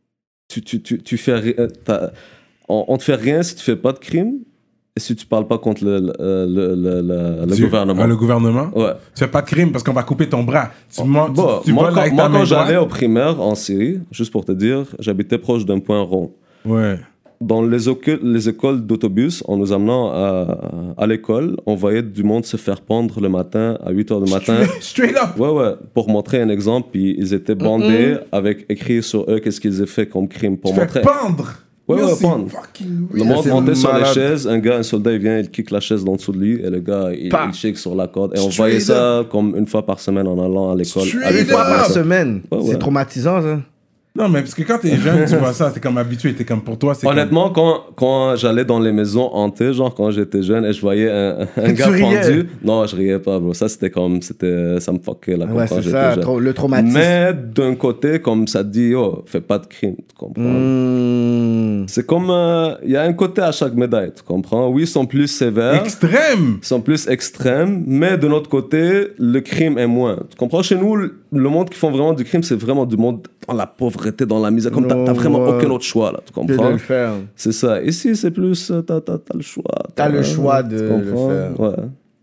tu, tu, tu, tu fais... ri- euh, t'as- on, on te fait rien si tu fais pas de crime, et si tu parles pas contre le, le, le, le, le- le Tu- gouvernement. Ah, le gouvernement? Ouais. Tu fais pas de crime parce qu'on va couper ton bras. Tu, mens- tu- Bon, tu moi, voles quand, avec moi, ta main quand j'allais droite. au primaire en Syrie, juste pour te dire, j'habitais proche d'un point rond. Ouais. Dans les, ocu- les écoles d'autobus, en nous amenant à, à l'école, on voyait du monde se faire pendre le matin à huit heures du matin. Straight up. Ouais, ouais, pour montrer un exemple, puis ils étaient bandés avec écrit sur eux qu'est-ce qu'ils avaient fait comme crime pour Tu fais montrer. pendre. Ouais, Yo, ouais, c'est pendre. fucking Le real. monde c'est montait sur les malade. chaises, un gars, un soldat, il vient, il kick la chaise dans dessous de lui, et le gars, il, Pah. il shake sur la corde. Et on Straight voyait ça comme une fois par semaine en allant à l'école. Straight Avec Une fois up. par semaine. Ouais, ouais. C'est traumatisant, ça. Non, mais parce que quand t'es jeune, tu vois ça, t'es comme habitué, t'es comme pour toi, c'est Honnêtement, quand, quand j'allais dans les maisons hantées, genre quand j'étais jeune et je voyais un, un Tu gars riais. pendu, non, je riais pas, bro. Ça, c'était comme, c'était, ça me fuckait là, Ouais, quand c'est j'étais ça, jeune. tra- le traumatisme. Mais d'un côté, comme ça dit, oh, fais pas de crime, tu comprends? Mm. C'est comme, il y a un côté à chaque médaille, tu comprends? Oui, ils sont plus sévères. extrême. Ils sont plus extrêmes, mais de notre côté, le crime est moins. Tu comprends? Chez nous, le le monde qui font vraiment du crime, c'est vraiment du monde dans la pauvreté, dans la misère. Comme t'as t'as vraiment Ouais. aucun autre choix, là. Tu Que de comprends? le faire. C'est ça. Ici, c'est plus, euh, t'as, t'as, t'as le choix. T'as le choix de tu le comprends? faire. Ouais.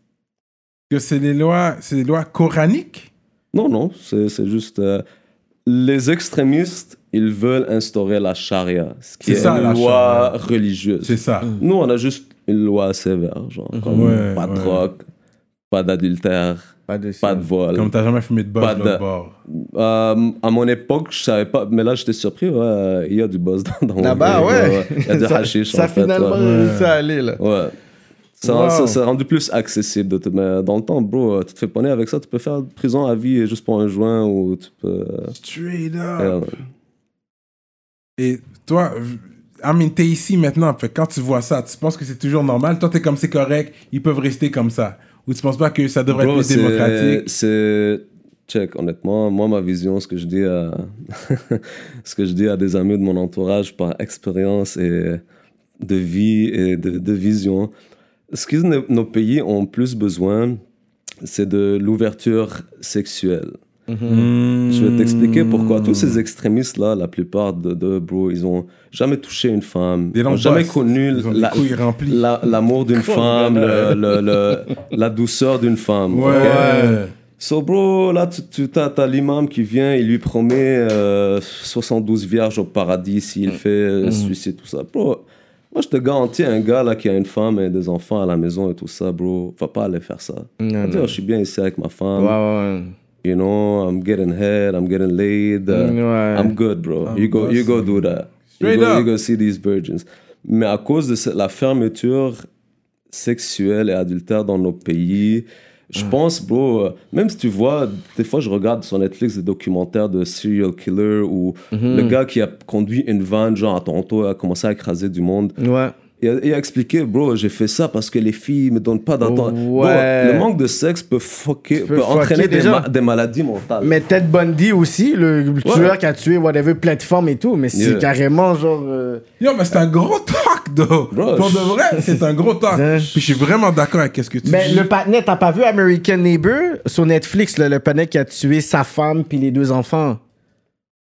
Que c'est les lois, c'est les lois coraniques. Non, non, c'est, c'est juste... euh, les extrémistes, ils veulent instaurer la charia, ce qui C'est est ça, la une loi charia. religieuse. C'est ça. Nous, on a juste une loi sévère, genre, comme Ouais, pas de ouais. drogue, pas d'adultère, Pas de pas de vol. Comme t'as jamais fumé de buzz Pas de de- l'autre bord. Euh, à mon époque, je savais pas, mais là j'étais surpris, ouais, il y a du buzz dans, dans mon Là-bas, vie, ouais. Il y a du Ça- hashish Ça en fait. finalement ouais. réussi à aller, là. Ouais. Ça, Wow. ça, ça a rendu plus accessible. De te, mais dans le temps, bro, tu te fais pogner avec ça, tu peux faire prison à vie juste pour un joint ou tu peux. Straight up. euh, Et toi, v- I mean, t'es ici maintenant. Fait que quand tu vois ça, tu penses que c'est toujours normal? Toi, t'es comme c'est correct, ils peuvent rester comme ça. Ou tu penses pas que ça devrait bro, être plus c'est- démocratique? C'est. Check, honnêtement, moi, ma vision, ce que je dis à, ce que je dis à des amis de mon entourage par expérience et de vie et de, de vision, ce que nos, nos pays ont plus besoin, c'est de l'ouverture sexuelle. Hmm. Je vais t'expliquer pourquoi. Tous ces extrémistes-là, la plupart de, de bro, ils ont jamais touché une femme, Des ils longs ont jamais boss. connu Ils ont des la- couilles remplies. la- l'amour d'une femme, le- le- le- la douceur d'une femme. Ouais. ok? So, bro, là, tu, tu as, t'as l'imam qui vient, il lui promet euh, soixante-douze vierges au paradis s'il fait euh, suicide, tout ça. Bro, moi, je te garantis, un gars là qui a une femme et des enfants à la maison et tout ça, bro, va pas aller faire ça. Non, Va non. dire, je suis bien ici avec ma femme. Ouais, ouais, You know, I'm getting head, I'm getting laid. uh, Ouais. I'm good, bro. you go, you go do that. You Straight go, up. you go see these virgins. Mais à cause de cette- la fermeture sexuelle et adultère dans nos pays, je pense, bro, euh, même si tu vois, des fois je regarde sur Netflix des documentaires de serial killer où le gars qui a conduit une van, genre à Toronto, a commencé à écraser du monde. ouais. Ouais. Il a, il a expliqué, bro, j'ai fait ça parce que les filles me donnent pas d'attention. Bro, Ouais. le manque de sexe peut, fucker, Peut peut entraîner fucker des, déjà. ma- des maladies mentales. Mais Ted Bundy aussi, le tueur qui a tué whatever plateforme et tout, mais c'est Yeah. carrément genre. euh, Yo, mais c'est un gros talk, though. Bro, Pour de je- vrai, c'est un gros talk. Hein. Puis je suis vraiment d'accord avec ce que tu Mais dis. le patinet, t'as pas vu American Neighbor sur Netflix, là, le patinet qui a tué sa femme puis les deux enfants?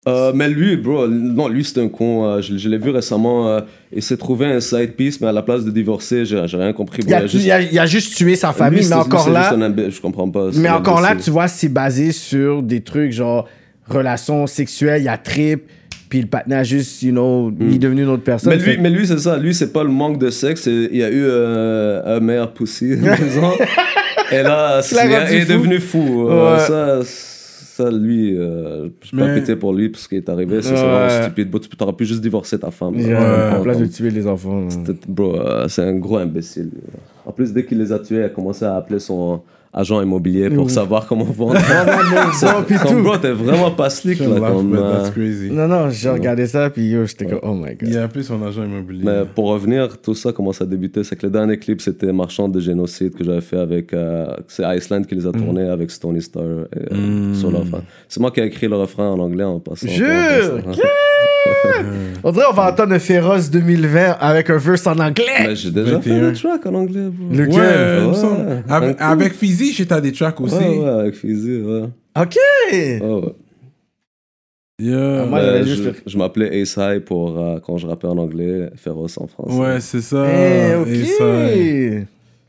Euh, mais lui, bro, non, lui c'est un con. Euh, je, je l'ai vu récemment. Euh, il s'est trouvé un side piece, mais à la place de divorcer, j'ai, j'ai rien compris. Bro, Il a, il a juste, il a- il a juste tué sa famille, lui, mais c'est- encore lui, c'est là. juste un imbe- je comprends pas. c'est Mais un encore là, imbécile. tu vois, c'est basé sur des trucs genre relations sexuelles, il y a trip, puis le partenaire a juste, you know, il est devenu une autre personne. Mais lui, Fait- mais lui c'est ça. Lui, c'est pas le manque de sexe. c'est- Il y a eu euh, un meilleur pussy, disons. Et là, c'est- l'a il rendu est fou. devenu fou. Euh, Ouais. Ça, ça, lui, euh, je peux pas Mais- péter pour lui parce qu'il est arrivé. C'est Ouais. c'est vraiment stupide. Bro, tu t'aurais pu juste divorcer ta femme. Yeah, là. en place de Comme- tuer les enfants. là. C'était- Bro, euh, c'est un gros imbécile. lui. En plus, dès qu'il les a tués, il a commencé à appeler son agent immobilier pour Ouh. savoir comment vendre. maison, puis Comme, tout. bro, t'es vraiment pas slick, Je là. laugh, Comme, but euh, that's crazy. Non, non, j'ai regardé ça, puis yo, j'étais comme, oh my god. Il a appelé son agent immobilier. Mais pour revenir, tout ça, comment ça a débuté, c'est que le dernier clip, c'était Marchand de génocide que j'avais fait avec. Euh, c'est Iceland qui les a tournés avec Stony Star et, euh, sur le refrain. C'est moi qui ai écrit le refrain en anglais en passant. Jure! On dirait qu'on va entendre un Féroce deux mille vingt avec un verse en anglais. Mais j'ai déjà fait vingt et un. le track en anglais, bro. Le- Ouais, Lequel? il me Ouais, semble. un Avec, coup. avec Fizzy, j'étais à des tracks aussi. Ouais, ouais, avec Fizzy, ouais. Ok! Ouais, ouais. Yeah. Ah, moi, Euh, j'avais je, juste le- je m'appelais Ace High pour euh, quand je rappais en anglais, Féroce en français. Ouais, c'est ça. Eh, Et ça. ok!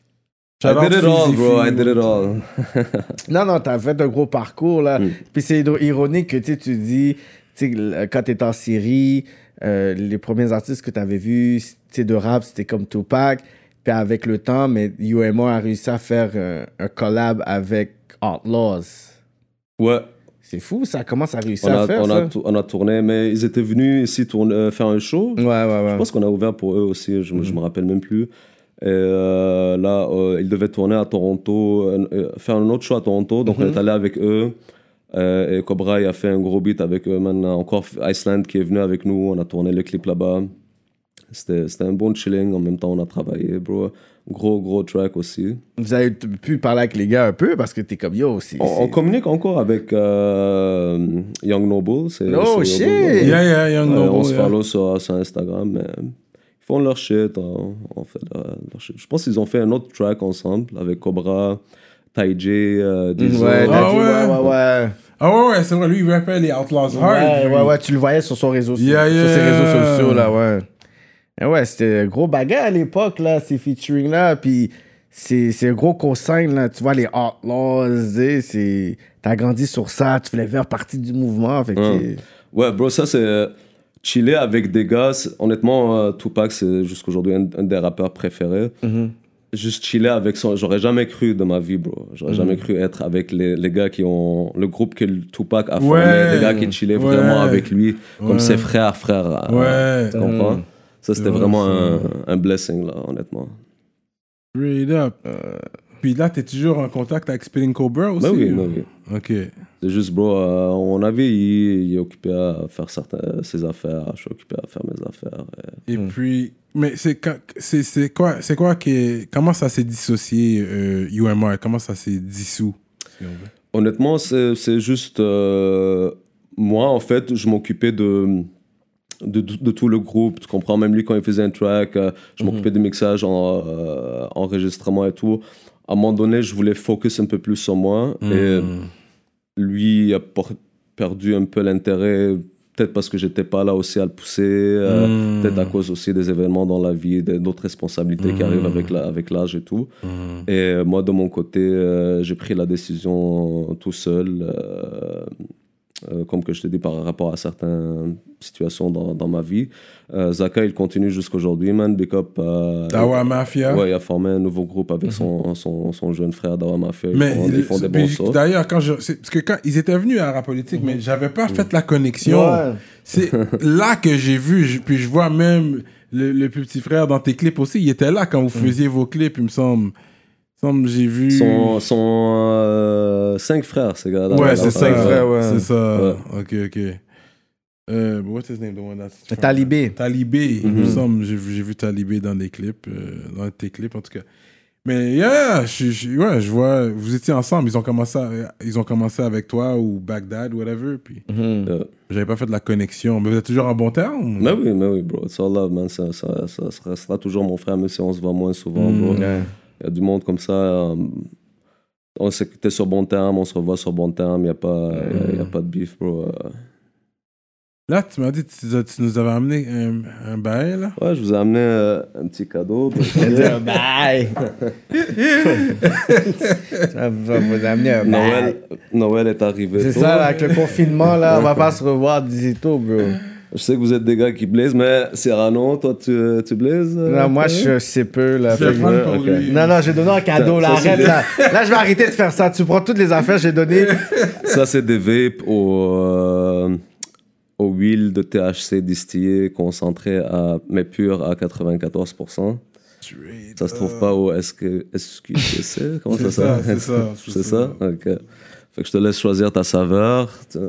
I Shout out did it all, Fizzy bro. Fizzy. I did it all. Non, non, t'as fait un gros parcours, là. Mm. Puis c'est hydro- ironique que tu sais, tu dis, tu sais, le- quand t'étais en Syrie, euh, les premiers artistes que t'avais vus, tu sais, de rap, c'était comme Tupac. Puis avec le temps, mais U M A a réussi à faire euh, un collab avec Outlaws. Ouais. C'est fou, ça. Comment ça a réussi On à a, faire, on, ça? a, tou- on a tourné, mais ils étaient venus ici tourner, euh, faire un show. Ouais, ouais, ouais. Je pense qu'on a ouvert pour eux aussi, je, je me rappelle même plus. Et euh, là, euh, ils devaient tourner à Toronto, euh, euh, faire un autre show à Toronto, donc on est allé avec eux. Euh, et Cobra, il a fait un gros beat avec eux. Maintenant, encore Iceland qui est venu avec nous, on a tourné le clip là-bas. C'était, c'était un bon chilling, en même temps on a travaillé, bro. Gros, gros track aussi. Vous avez t- pu parler avec les gars un peu parce que t'es comme yo. C'est, On, on c'est- communique encore avec euh, Young Noble. C'est, Oh, c'est shit! Noble, ouais. Yeah, yeah, Young Ouais, Noble. on se yeah. follow sur, sur Instagram, mais ils font leur shit. On, on fait leur, leur shit. Je pense qu'ils ont fait un autre track ensemble avec Cobra, Ty J, euh, Dizzo. Ouais, t'as Ah dit, ouais. ouais, ouais, ouais. Ah ouais, ouais, c'est vrai, lui, il rappelle les Outlaws Hard. Ouais, lui. ouais, ouais, tu le voyais sur son réseau, Yeah, sur ses yeah. réseaux sociaux, là, ouais. Et ouais, c'était un gros bagarre à l'époque, là, ces featuring-là, puis c'est, c'est un gros consigne, là, tu vois, les Outlaws, tu sais, c'est... T'as grandi sur ça, tu voulais faire partie du mouvement, fait que... Hum. Ouais, bro, ça c'est euh, chiller avec des gars. c'est- Honnêtement, euh, Tupac, c'est jusqu'aujourd'hui un, un des rappeurs préférés. Mhm. Juste chiller avec son. J'aurais jamais cru de ma vie, bro. J'aurais Mm. jamais cru être avec les, les gars qui ont. Le groupe que le Tupac a formé. Ouais. Les gars qui chillaient Ouais. vraiment avec lui, Ouais. comme ses frères, frères. euh, Ouais. Tu comprends? Mm. Ça, c'était Ouais, vraiment ça. un, un blessing, là, honnêtement. Straight up. Euh. Puis là, t'es toujours en contact avec Spilling Cobra aussi? Mais oui, ou- mais oui. Ok. C'est juste, bro, euh, on avait, il, il est occupé à faire certains, ses affaires, je suis occupé à faire mes affaires. et- Et puis, mais c'est quand- c'est c'est quoi, c'est quoi qui est- comment ça s'est dissocié euh, U M R, comment ça s'est dissous? Si on veut. Honnêtement, c'est c'est juste. euh, moi, en fait, je m'occupais de, de, de, de tout le groupe. Tu comprends? Même lui, quand il faisait un track, euh, je m'occupais du mixage, en, euh, enregistrement et tout. À un moment donné, je voulais focus un peu plus sur moi. Et Mm. lui a por- perdu un peu l'intérêt. Peut-être parce que j'étais pas là aussi à le pousser. euh, Mm. Peut-être à cause aussi des événements dans la vie, des- d'autres responsabilités qui Mm. arrivent avec la- avec l'âge et tout. Mm. Et euh, moi, de mon côté, euh, j'ai pris la décision tout seul, euh, euh, comme que je te dis, par rapport à certaines situations dans, dans ma vie. Euh, Zaka, il continue jusqu'aujourd'hui, man. Big up. euh, Dawa Mafia. Ouais, il a formé un nouveau groupe avec son, son, son jeune frère, Dawa Mafia. Ils Mais font, il- ils font des puis bons sauts. d'ailleurs, quand je, c'est- parce que quand ils étaient venus à Rap Politique, mais j'avais pas fait la connexion. Ouais. C'est là que j'ai vu, je- puis je vois même le, le plus petit frère dans tes clips aussi. Il était là quand vous faisiez vos clips, il me semble. Il me semble, j'ai vu. Son, son euh, cinq frères, ces gars-là. Ouais, Là, c'est là, ça. cinq frères, ouais. C'est ça. Ouais. Ok, ok. Euh, what's his name, the one that's Talibé. Talibé, il me Mhm. semble. J'ai vu, j'ai vu Talibé dans des clips, euh, dans tes clips en tout cas. Mais yeah, je, je- ouais, je vois, vous étiez ensemble, ils ont commencé, à- ils ont commencé avec toi ou Baghdad, whatever, puis Mhm. Euh, j'avais pas fait de la connexion. Mais vous êtes toujours en bon terme? mais oui, mais oui, bro. It's all love, man. Ça, ça, ça, ça restera toujours mon frère, même si on se voit moins souvent, Mm. bro. Ouais. Il y a du monde comme ça. euh, on sait que t'es sur bon terme, on se revoit sur bon terme. Il n'y a, pas- y a, y a pas de beef, bro. euh. Là, tu m'as dit que tu, tu nous avais amené un, un bail, là. Ouais, je vous ai amené euh, un petit cadeau. Un bail. Ça va vous amener un bail. Noël, Noël est arrivé. C'est tôt. ça, là, avec le confinement, là, on va pas se revoir d'ici tôt, bro. Je sais que vous êtes des gars qui blaisent, mais Cyrano, toi, tu, tu blaises euh, Non, moi, ouais? je sais peu, là. Je vais Fait que- prendre pour ok. lui. Non, non, j'ai donné un cadeau, là, Ça, c'est arrête, bien. là. Là, je vais arrêter de faire ça. Tu prends toutes les affaires, j'ai donné. Ça, c'est des vapes au, euh, aux huiles de T H C distillées concentrées, à, mais pures à quatre-vingt-quatorze pour cent. Straight Ça se trouve up. pas au S Q C. Comment C'est ça ça, s'appelle? c'est ça, c'est C'est ça. ça? Ok. Fait que je te laisse choisir ta saveur. Tiens.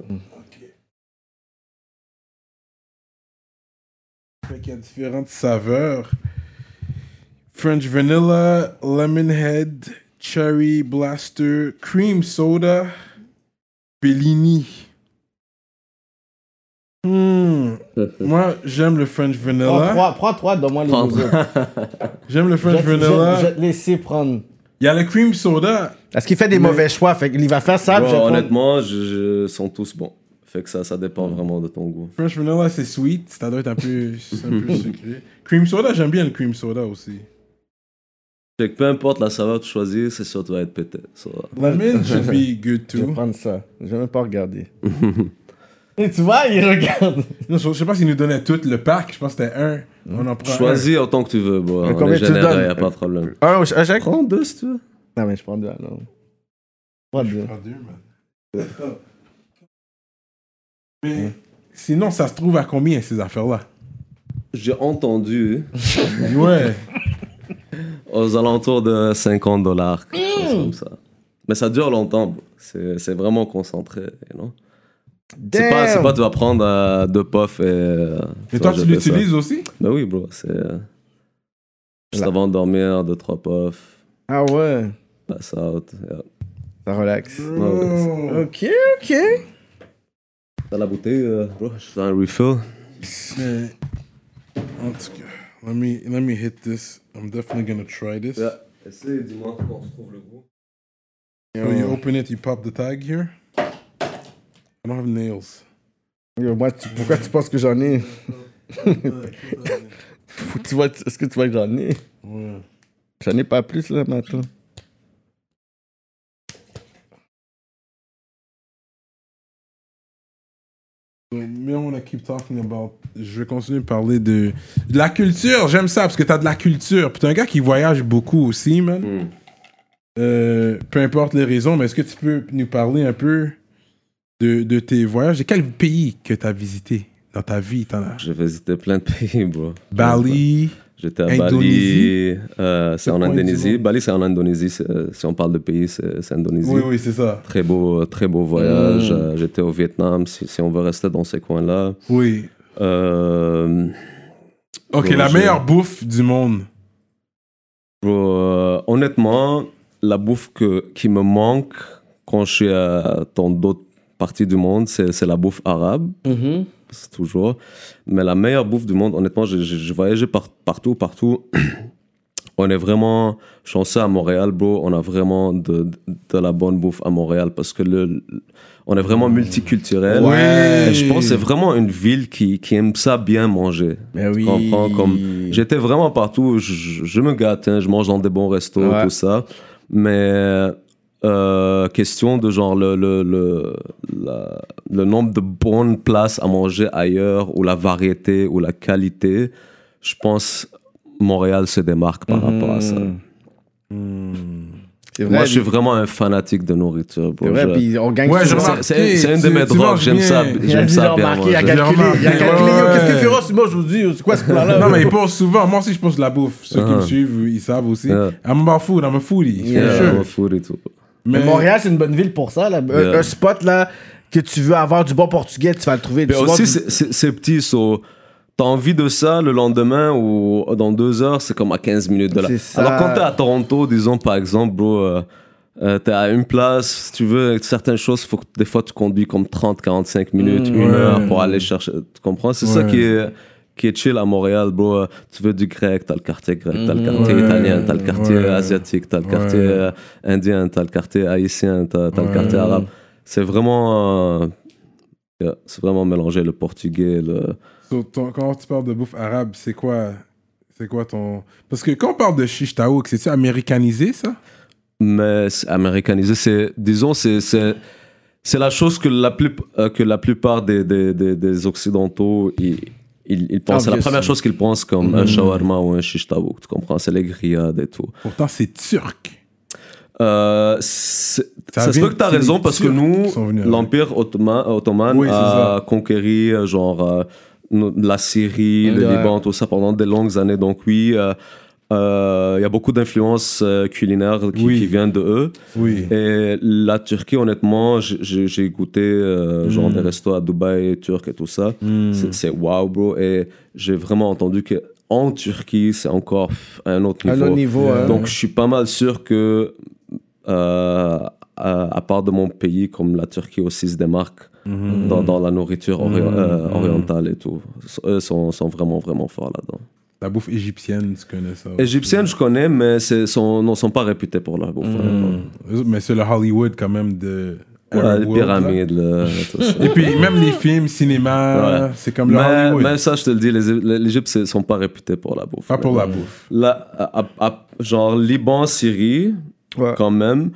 Fait qu'il y a différentes saveurs. French Vanilla, Lemonhead, Cherry Blaster, Cream Soda, Bellini. Hmm. Moi, j'aime le French Prends Vanilla. trois, prends trois, donne-moi les Prends autres. J'aime le Je French vais te- je vais- Vanilla. je vais te laisser prendre. Il y a le Cream Soda. Est-ce qu'il fait des Mais- mauvais choix? Fait qu'il va faire ça, Bro, puis je vais prendre- honnêtement, je, je- sont tous bons. Fait que ça, ça dépend vraiment de ton goût. French Vanilla, c'est sweet. Ça doit être un peu, c'est un peu sucré. Cream Soda, j'aime bien le Cream Soda aussi. Fait que peu importe la saveur que tu choisis, c'est sûr que tu vas être pété. Ça va. Lemon should be good Je vais too. prendre ça. Je vais même pas regarder. Et tu vois, il regarde. Non, je je sais pas s'ils nous donnaient tout le pack. Je pense que c'était un. On en prend Choisis autant que tu veux, bro. Mais On combien est tu généreux, donnes? y a pas de problème. Un, à chaque. Prends deux si tu veux. Non, mais je prends deux, alors. Prends un. deux. Je prends deux, man. Mais sinon, ça se trouve à combien ces affaires-là? J'ai entendu Ouais. aux alentours de cinquante dollars, quelque chose comme ça. Mais ça dure longtemps, bro. C'est c'est vraiment concentré, non? C'est pas, c'est pas tu vas prendre euh, deux puffs et... euh, Et vas toi, tu jeter ça. l'utilises aussi? Ben oui, bro. C'est... euh, Juste Là. avant de dormir, deux, trois puffs, Ah ouais. pass out. Yeah. Ça relaxe. Oh. Ok, ok. Dans la bouteille, euh, bro, je fais un refill. Mais, en tout cas, let me, let me hit this. I'm definitely gonna try this. Yeah. Essaye, dis-moi comment tu trouves le goût. So you open it, you pop the tag here. I don't have nails. Yo, moi, tu- pourquoi tu penses que j'en ai? Tu vois, est-ce que tu vois que j'en ai? Ouais. J'en ai pas plus, là, maintenant. So, me, I want to keep talking about. Je vais continuer de parler de, de la culture. J'aime ça parce que t'as de la culture. Puis t'es un gars qui voyage beaucoup aussi, man. Mm. Euh, peu importe les raisons, mais est-ce que tu peux nous parler un peu de, de tes voyages? De quel pays que t'as visité dans ta vie? T'en as... J'ai visité plein de pays, bro. Bali. J'étais à Indonésie. Bali, euh, c'est C'est en quoi, Indonésie. dis-moi? Bali, c'est en Indonésie. c'est- Si on parle de pays, c'est c'est Indonésie. Oui, oui, c'est ça. Très beau, très beau voyage. Mm. Euh, J'étais au Vietnam, si, si on veut rester dans ces coins-là. Oui. Euh, Ok, Bon, la je- meilleure bouffe du monde. bro, euh, honnêtement, la bouffe que, qui me manque quand je suis euh, dans d'autres parties du monde, c'est c'est la bouffe arabe. Mhm. C'est toujours. Mais la meilleure bouffe du monde, honnêtement, j'ai- j'ai j'ai voyagé par- partout, partout. On est vraiment chanceux à Montréal, bro. On a vraiment de, de la bonne bouffe à Montréal parce que le, on est vraiment multiculturel. Ouais. Et je pense que c'est vraiment une ville qui, qui aime ça bien manger. Ben oui. Tu comprends? Comme, j'étais vraiment partout. Je, je- je me gâte, hein, je mange dans des bons restos, Ouais. tout ça. Mais euh, question de genre le, le, le, la- le nombre de bonnes places à manger ailleurs, ou la variété, ou la qualité, je pense Montréal se démarque par rapport à ça. C'est vrai. Moi, je suis puis- vraiment un fanatique de nourriture. bro. C'est vrai, Je- puis on gagne Ouais, sur j'ai ça. remarqué. c'est c'est une de tu- mes tu drogues, manges j'aime ça, bien. Il a j'aime dit, ça j'ai bien remarqué, il a manger. J'ai calculé, il a remarqué, calculé. ouais, Yo, Qu'est-ce que ouais. Féroce mange aujourd'hui? C'est quoi ce plan-là? Non, mais il pose souvent. Moi aussi, je pose de la bouffe. Ceux qui Ah. me suivent, ils savent aussi. Yeah. I'm about food, I'm a foodie. for Yeah, sure. I'm a food et tout. Mais Mais Montréal, c'est une bonne ville pour ça. Là. Un- Yeah. Un spot là, que tu veux avoir du bon portugais, tu vas le trouver. Mais Tu vois, aussi, du- c'est- c'est c'est petit, so, t'as envie de ça le lendemain ou dans deux heures, c'est comme à quinze minutes de là. C'est ça. Alors quand t'es à Toronto, disons par exemple, bro, euh, euh, t'es à une place, si tu veux certaines choses, faut que des fois tu conduis comme trente, quarante-cinq minutes, Mm, une ouais. heure pour aller chercher, tu comprends? C'est ça Ouais. qui est, qui est chill à Montréal, bro. Euh, Tu veux du grec, t'as le quartier grec, t'as le Mhm. quartier Ouais. italien, t'as le quartier Ouais. asiatique, t'as le Ouais. quartier euh, indien, t'as le quartier haïtien, t'as t'as le Ouais. quartier arabe. C'est vraiment... euh, Yeah, c'est vraiment mélangé le portugais, le... So, ton- quand tu parles de bouffe arabe, c'est quoi, c'est quoi ton... Parce que quand on parle de shish taouk, c'est-tu américanisé, ça? Mais c'est américanisé, c'est, disons, c'est, c'est, c'est la chose que la, plus, euh, que la plupart des, des, des, des Occidentaux, ils, ils, ils pensent. C'est la première chose qu'ils pensent comme un shawarma ou un shish taouk, tu comprends? C'est les grillades et tout. Pourtant, c'est turc. Euh, c'est- Ça ça se vient- peut que t'as c'est raison les parce que Turcs nous, qui sont venus avec. l'Empire ottoman, ottoman Oui, c'est a ça. conquéri euh, genre euh, no- la Syrie, le Ouais. Liban, tout ça pendant des longues années. Donc oui, il euh, euh, y a beaucoup d'influences euh, culinaires qui, Oui. qui viennent de eux. Oui. Et la Turquie, honnêtement, j'ai- j'ai j'ai goûté euh, genre Mm. des restos à Dubaï, turcs et tout ça. Mm. C'est- C'est wow, bro. Et j'ai vraiment entendu que en Turquie, c'est encore pff, un autre À niveau. notre niveau, Yeah. hein. Donc, je suis pas mal sûr que, euh, à, à part de mon pays, comme la Turquie aussi se démarque Mhm. dans, dans la nourriture ori- Mhm. euh, orientale et tout. Eux sont, sont vraiment, vraiment forts là-dedans. La bouffe égyptienne, tu connais ça? Égyptiennes, je connais, mais c'est, sont, ne sont pas réputés pour leur bouffe. honnêtement. Mm. Eux autres, mais c'est le Hollywood quand même de... Ouais, Arab les world, là. pyramides, là, tout ça. Et puis même les films, cinéma, Ouais. c'est comme le Mais, Hollywood. mais ça, je te le dis, les- l'Égypte ne sont pas réputés pour la bouffe. Pas pour la Mais- bouffe. Là, à- à- à- genre Liban, Syrie, Ouais. quand même.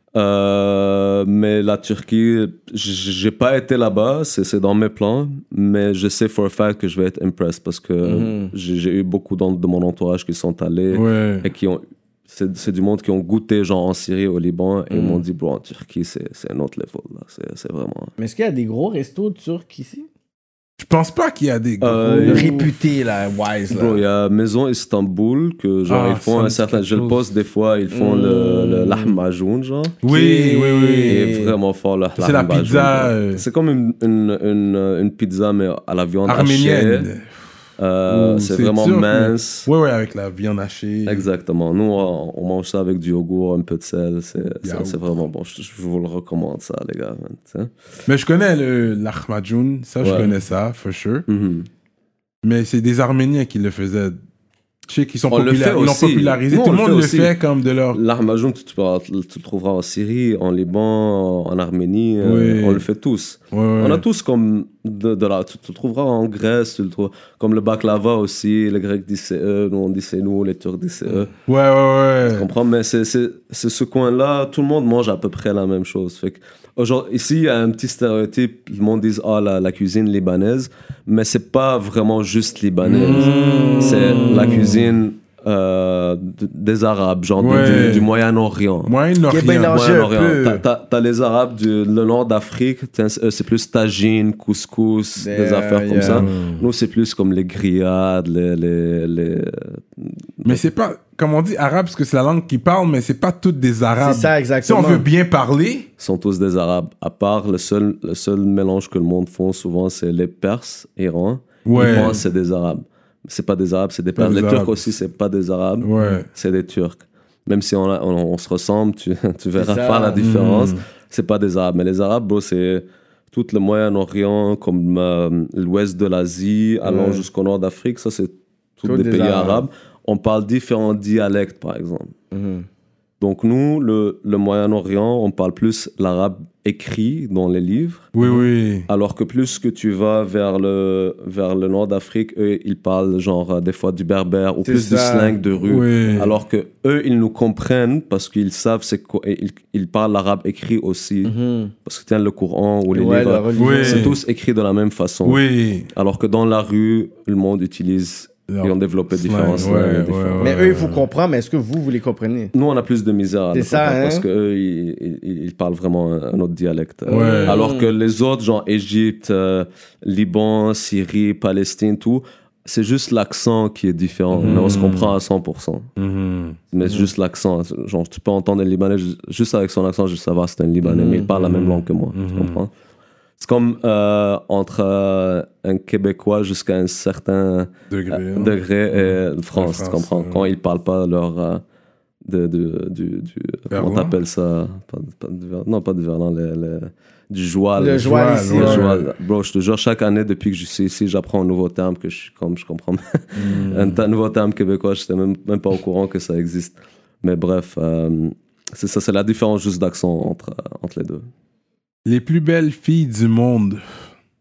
Euh, mais la Turquie, j- j'ai pas été là-bas, c'est c'est dans mes plans, mais je sais for a fact que je vais être impressed parce que Mhm. j'ai j'ai eu beaucoup d'en- de mon entourage qui sont allés Ouais. et qui ont. C'est c'est du monde qui ont goûté genre en Syrie, au Liban, et ils Mhm. m'ont dit, bro, en Turquie, c'est c'est un autre level. là. C'est c'est vraiment. Mais est-ce qu'il y a des gros restos turcs ici? Je pense pas qu'il y a des gros... Euh, Réputés, là, wise, là. Bro, il y a Maison Istanbul, que genre, Ah, ils font ça me un dit certain. quelque Je le chose. poste des fois, ils font Mm. le, le lahmajoun, genre. Oui, oui, oui. Il est vraiment fort, le C'est la lahmajoun, pizza, genre. euh, C'est comme une, une, une, une pizza, mais à la viande hachée. arménienne. Euh, Ouh, c'est c'est vraiment turc, mais- mince. Ouais, ouais, avec la viande hachée. Exactement. Nous, on, on mange ça avec du yogourt, un peu de sel. C'est c'est- Yaourt. c'est vraiment bon. Je, je vous le recommande, ça, les gars. man, tu sais. Mais je connais le l'Ahmadjoun, ça, je Ouais. connais ça, for sure. Mhm. Mais c'est des Arméniens qui le faisaient. Je sais qu'ils sont On le populaires, fait ils l'ont aussi. popularisé. Nous, Tout on le le monde fait le aussi. fait comme de leur... Lahmajoun, tu, tu, peux- tu le trouveras en Syrie, en Liban, en Arménie. euh, Oui. on le fait tous. Ouais, ouais. On a tous comme de, de la, tu, tu le trouveras en Grèce, tu le trouves comme le baklava aussi. Les Grecs disent c'est eux, nous on dit c'est nous, les Turcs disent c'est eux. Ouais, ouais, Tu ouais. comprends? Mais c'est, c'est, c'est ce coin-là, tout le monde mange à peu près la même chose. Fait que, aujourd'hui, ici, il y a un petit stéréotype. Le monde dit ah, la, la cuisine libanaise, mais c'est pas vraiment juste libanaise. Mmh. C'est la cuisine euh, d- des Arabes, genre du- Ouais. du, du Moyen-Orient. Moyen-Orient. Qui est mélangé. Moyen-Orient. un peu. T'as, t'as- t'as les Arabes du le nord d'Afrique, t'as- eux, c'est plus tagine, couscous, des Yeah, affaires comme yeah. ça. Nous, c'est plus comme les grillades, les. les, les... Mais c'est pas, comme on dit, arabe, parce que c'est la langue qu'ils parlent, mais c'est pas toutes des arabes. C'est ça, Si exactement. on veut bien parler, sont tous des Arabes. À part le seul, le seul mélange que le monde font souvent, c'est les Perses, Iran. Ouais. Ils pensent que c'est des Arabes. C'est pas des Arabes, c'est des Pas Perses. des Les Arabes. Turcs aussi, c'est pas des Arabes. ouais. C'est des Turcs. Même si on, a- on, on se ressemble, tu, tu verras ça. pas la différence. Mm. C'est pas des Arabes. Mais les Arabes, bro, c'est tout le Moyen-Orient, comme euh, l'ouest de l'Asie, allant Ouais. jusqu'au nord d'Afrique. Ça, c'est tous Tous des, des pays Arabes. arabes. On parle différents dialectes, par exemple. Mhm. Donc nous, le, le Moyen-Orient, on parle plus l'arabe écrit dans les livres, Oui, oui. alors que plus que tu vas vers le, vers le nord d'Afrique, eux, ils parlent genre euh, des fois du berbère ou C'est plus du ça. slang de rue. Oui. Alors que eux, ils nous comprennent parce qu'ils savent c'est quoi, et ils, ils parlent l'arabe écrit aussi, Mhm. parce que tiens, le Coran ou les Ouais, la livres, religion. Oui. c'est tous écrits de la même façon. Oui. Alors que dans la rue, le monde utilise, ils ont développé Slang, différents ouais, slangs, ouais, différents- ouais. Mais eux, il faut comprendre, mais est-ce que vous, vous les comprenez? Nous, on a plus de misère à C'est le ça, comprendre hein? parce qu'eux, ils, ils, ils parlent vraiment un, un autre dialecte. Ouais. Alors que les autres, genre Égypte, euh, Liban, Syrie, Palestine, tout, c'est juste l'accent qui est différent. Mhm. Mais on se comprend à cent pour cent. Mhm. Mais c'est juste l'accent. Genre, tu peux entendre un Libanais, ju- juste avec son accent, je sais savoir c'est un Libanais, Mhm. mais il parle la même langue que moi. Tu Mhm. comprends? C'est comme euh, entre euh, un Québécois jusqu'à un certain Degré. euh, hein. degré et de France, La tu France, comprends? ouais. Quand ils parlent pas leur... euh, de, de, du, du, comment Verlan? t'appelles ça? Pas, de- pas de ver- non, pas du verlan, le, le- du joual. Le joual joual, ici. ouais. Le là. joual. Bro, je te jure, chaque année, depuis que je suis ici, j'apprends un nouveau terme que je, suis comme, je comprends. Mm. un, ta- nouveau terme québécois, je n'étais même, même pas au courant que ça existe. Mais bref, euh, c'est ça, c'est la différence juste d'accent entre, entre les deux. Les plus belles filles du monde.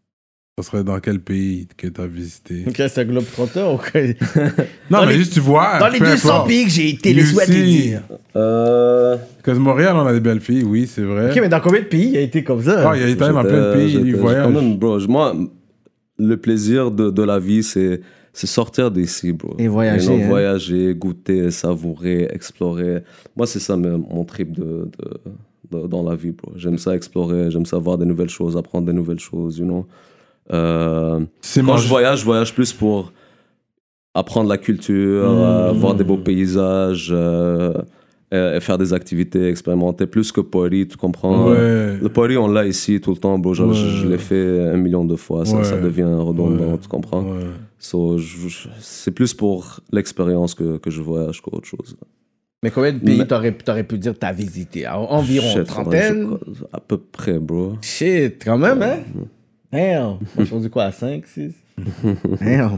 Ça serait dans quel pays que t'as visité? Ok, c'est un globe-trotteur ou quoi? Non, Dans mais les- juste tu vois. Dans les peu deux cents importe. pays que j'ai été, Lui les souhaits les aussi. dire. Euh, Parce que Montréal, on a des belles filles, oui, c'est vrai. Ok, mais dans combien de pays il a été comme ça? Ah, il y a été dans plein de j'étais- pays, j'étais- il j'ai voyage. quand même, bro, je- moi, le plaisir de, de la vie, c'est, c'est sortir d'ici, bro. Et voyager, non, hein. Voyager, goûter, savourer, explorer. Moi, c'est ça mon mon trip de, de, de- dans la vie, bro. J'aime ça explorer, j'aime ça voir des nouvelles choses, apprendre des nouvelles choses, you know. Euh, C'est quand manger- je voyage, je voyage plus pour apprendre la culture, euh, voir des beaux paysages, euh, et, et faire des activités, expérimenter, plus que party, tu comprends? Ouais. Le party, on l'a ici tout le temps, bro. Je, Ouais. je, je l'ai fait un million de fois, ça, Ouais. ça devient redondant, Ouais. tu comprends? Ouais. So, je- je- c'est plus pour l'expérience que, que je voyage qu'autre chose. Mais combien de pays Mais- t'aurais, t'aurais pu dire que t'as visité? Environ Shit, trentaine? faudrait que je- À peu près, bro. Shit, quand même, hein? Damn. Moi, je dis quoi, à cinq, six? Damn.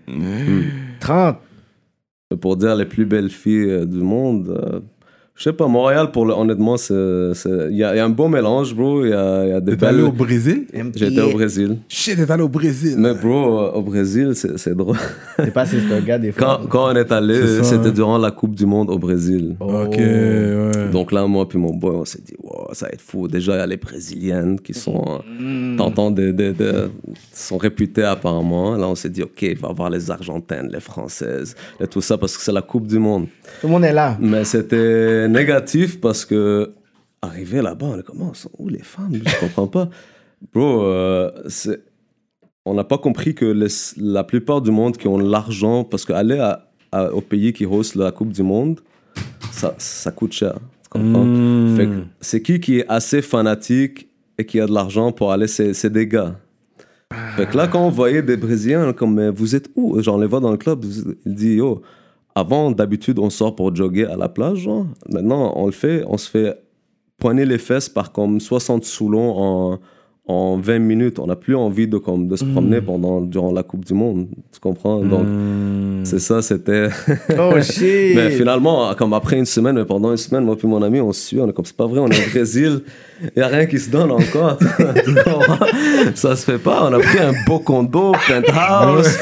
trente. Pour dire les plus belles filles euh, du monde, euh, je sais pas, Montréal, pour le, honnêtement, c'est- c'est- il y, a il y a un beau mélange, bro. Il y a, il y a des T'es allé belles... au Brésil? J'étais au Brésil. Shit, t'es allé au Brésil. Mais bro, euh, au Brésil, c'est c'est drôle. C'est pas si c'est un gars des fois. Quand, quand on est allé, C'est ça, c'était hein. durant la Coupe du Monde au Brésil. Oh. Ok, ouais. Donc là, moi puis mon boy, on s'est dit, wow, ça va être fou. Déjà, il y a les Brésiliennes qui sont, euh, t'entends, des- des- des- sont réputées apparemment. Là, on s'est dit, ok, il va y avoir les Argentines, les Françaises, et tout ça, parce que c'est la Coupe du Monde. Tout le monde est là. Mais c'était négatif parce que, arrivé là-bas, on est comme, oh, sont où les femmes? Je comprends pas. Bro, euh, c'est... on n'a pas compris que les- la plupart du monde qui ont l'argent, parce qu'aller à, à, au pays qui host la Coupe du Monde, ça, ça coûte cher. Tu comprends? Mm. Fait que c'est qui qui est assez fanatique et qui a de l'argent pour aller, c'est, c'est des gars. Fait que là, quand on voyait des Brésiliens, comme, mais vous êtes où? Genre, on les voit dans le club, il dit, yo, avant, d'habitude, on sort pour jogger à la plage, genre. Maintenant, on le fait, on se fait poigner les fesses par comme soixante soulons en, en vingt minutes. On n'a plus envie de, comme, de se promener pendant, durant la Coupe du Monde. Tu comprends? Donc, c'est ça, c'était... Oh shit. Mais finalement, comme après une semaine, mais pendant une semaine, moi puis mon ami, on se suit, on est comme, c'est pas vrai, on est au Brésil, il n'y a rien qui se donne encore. Tu comprends? Ça se fait pas. On a pris un beau condo, penthouse,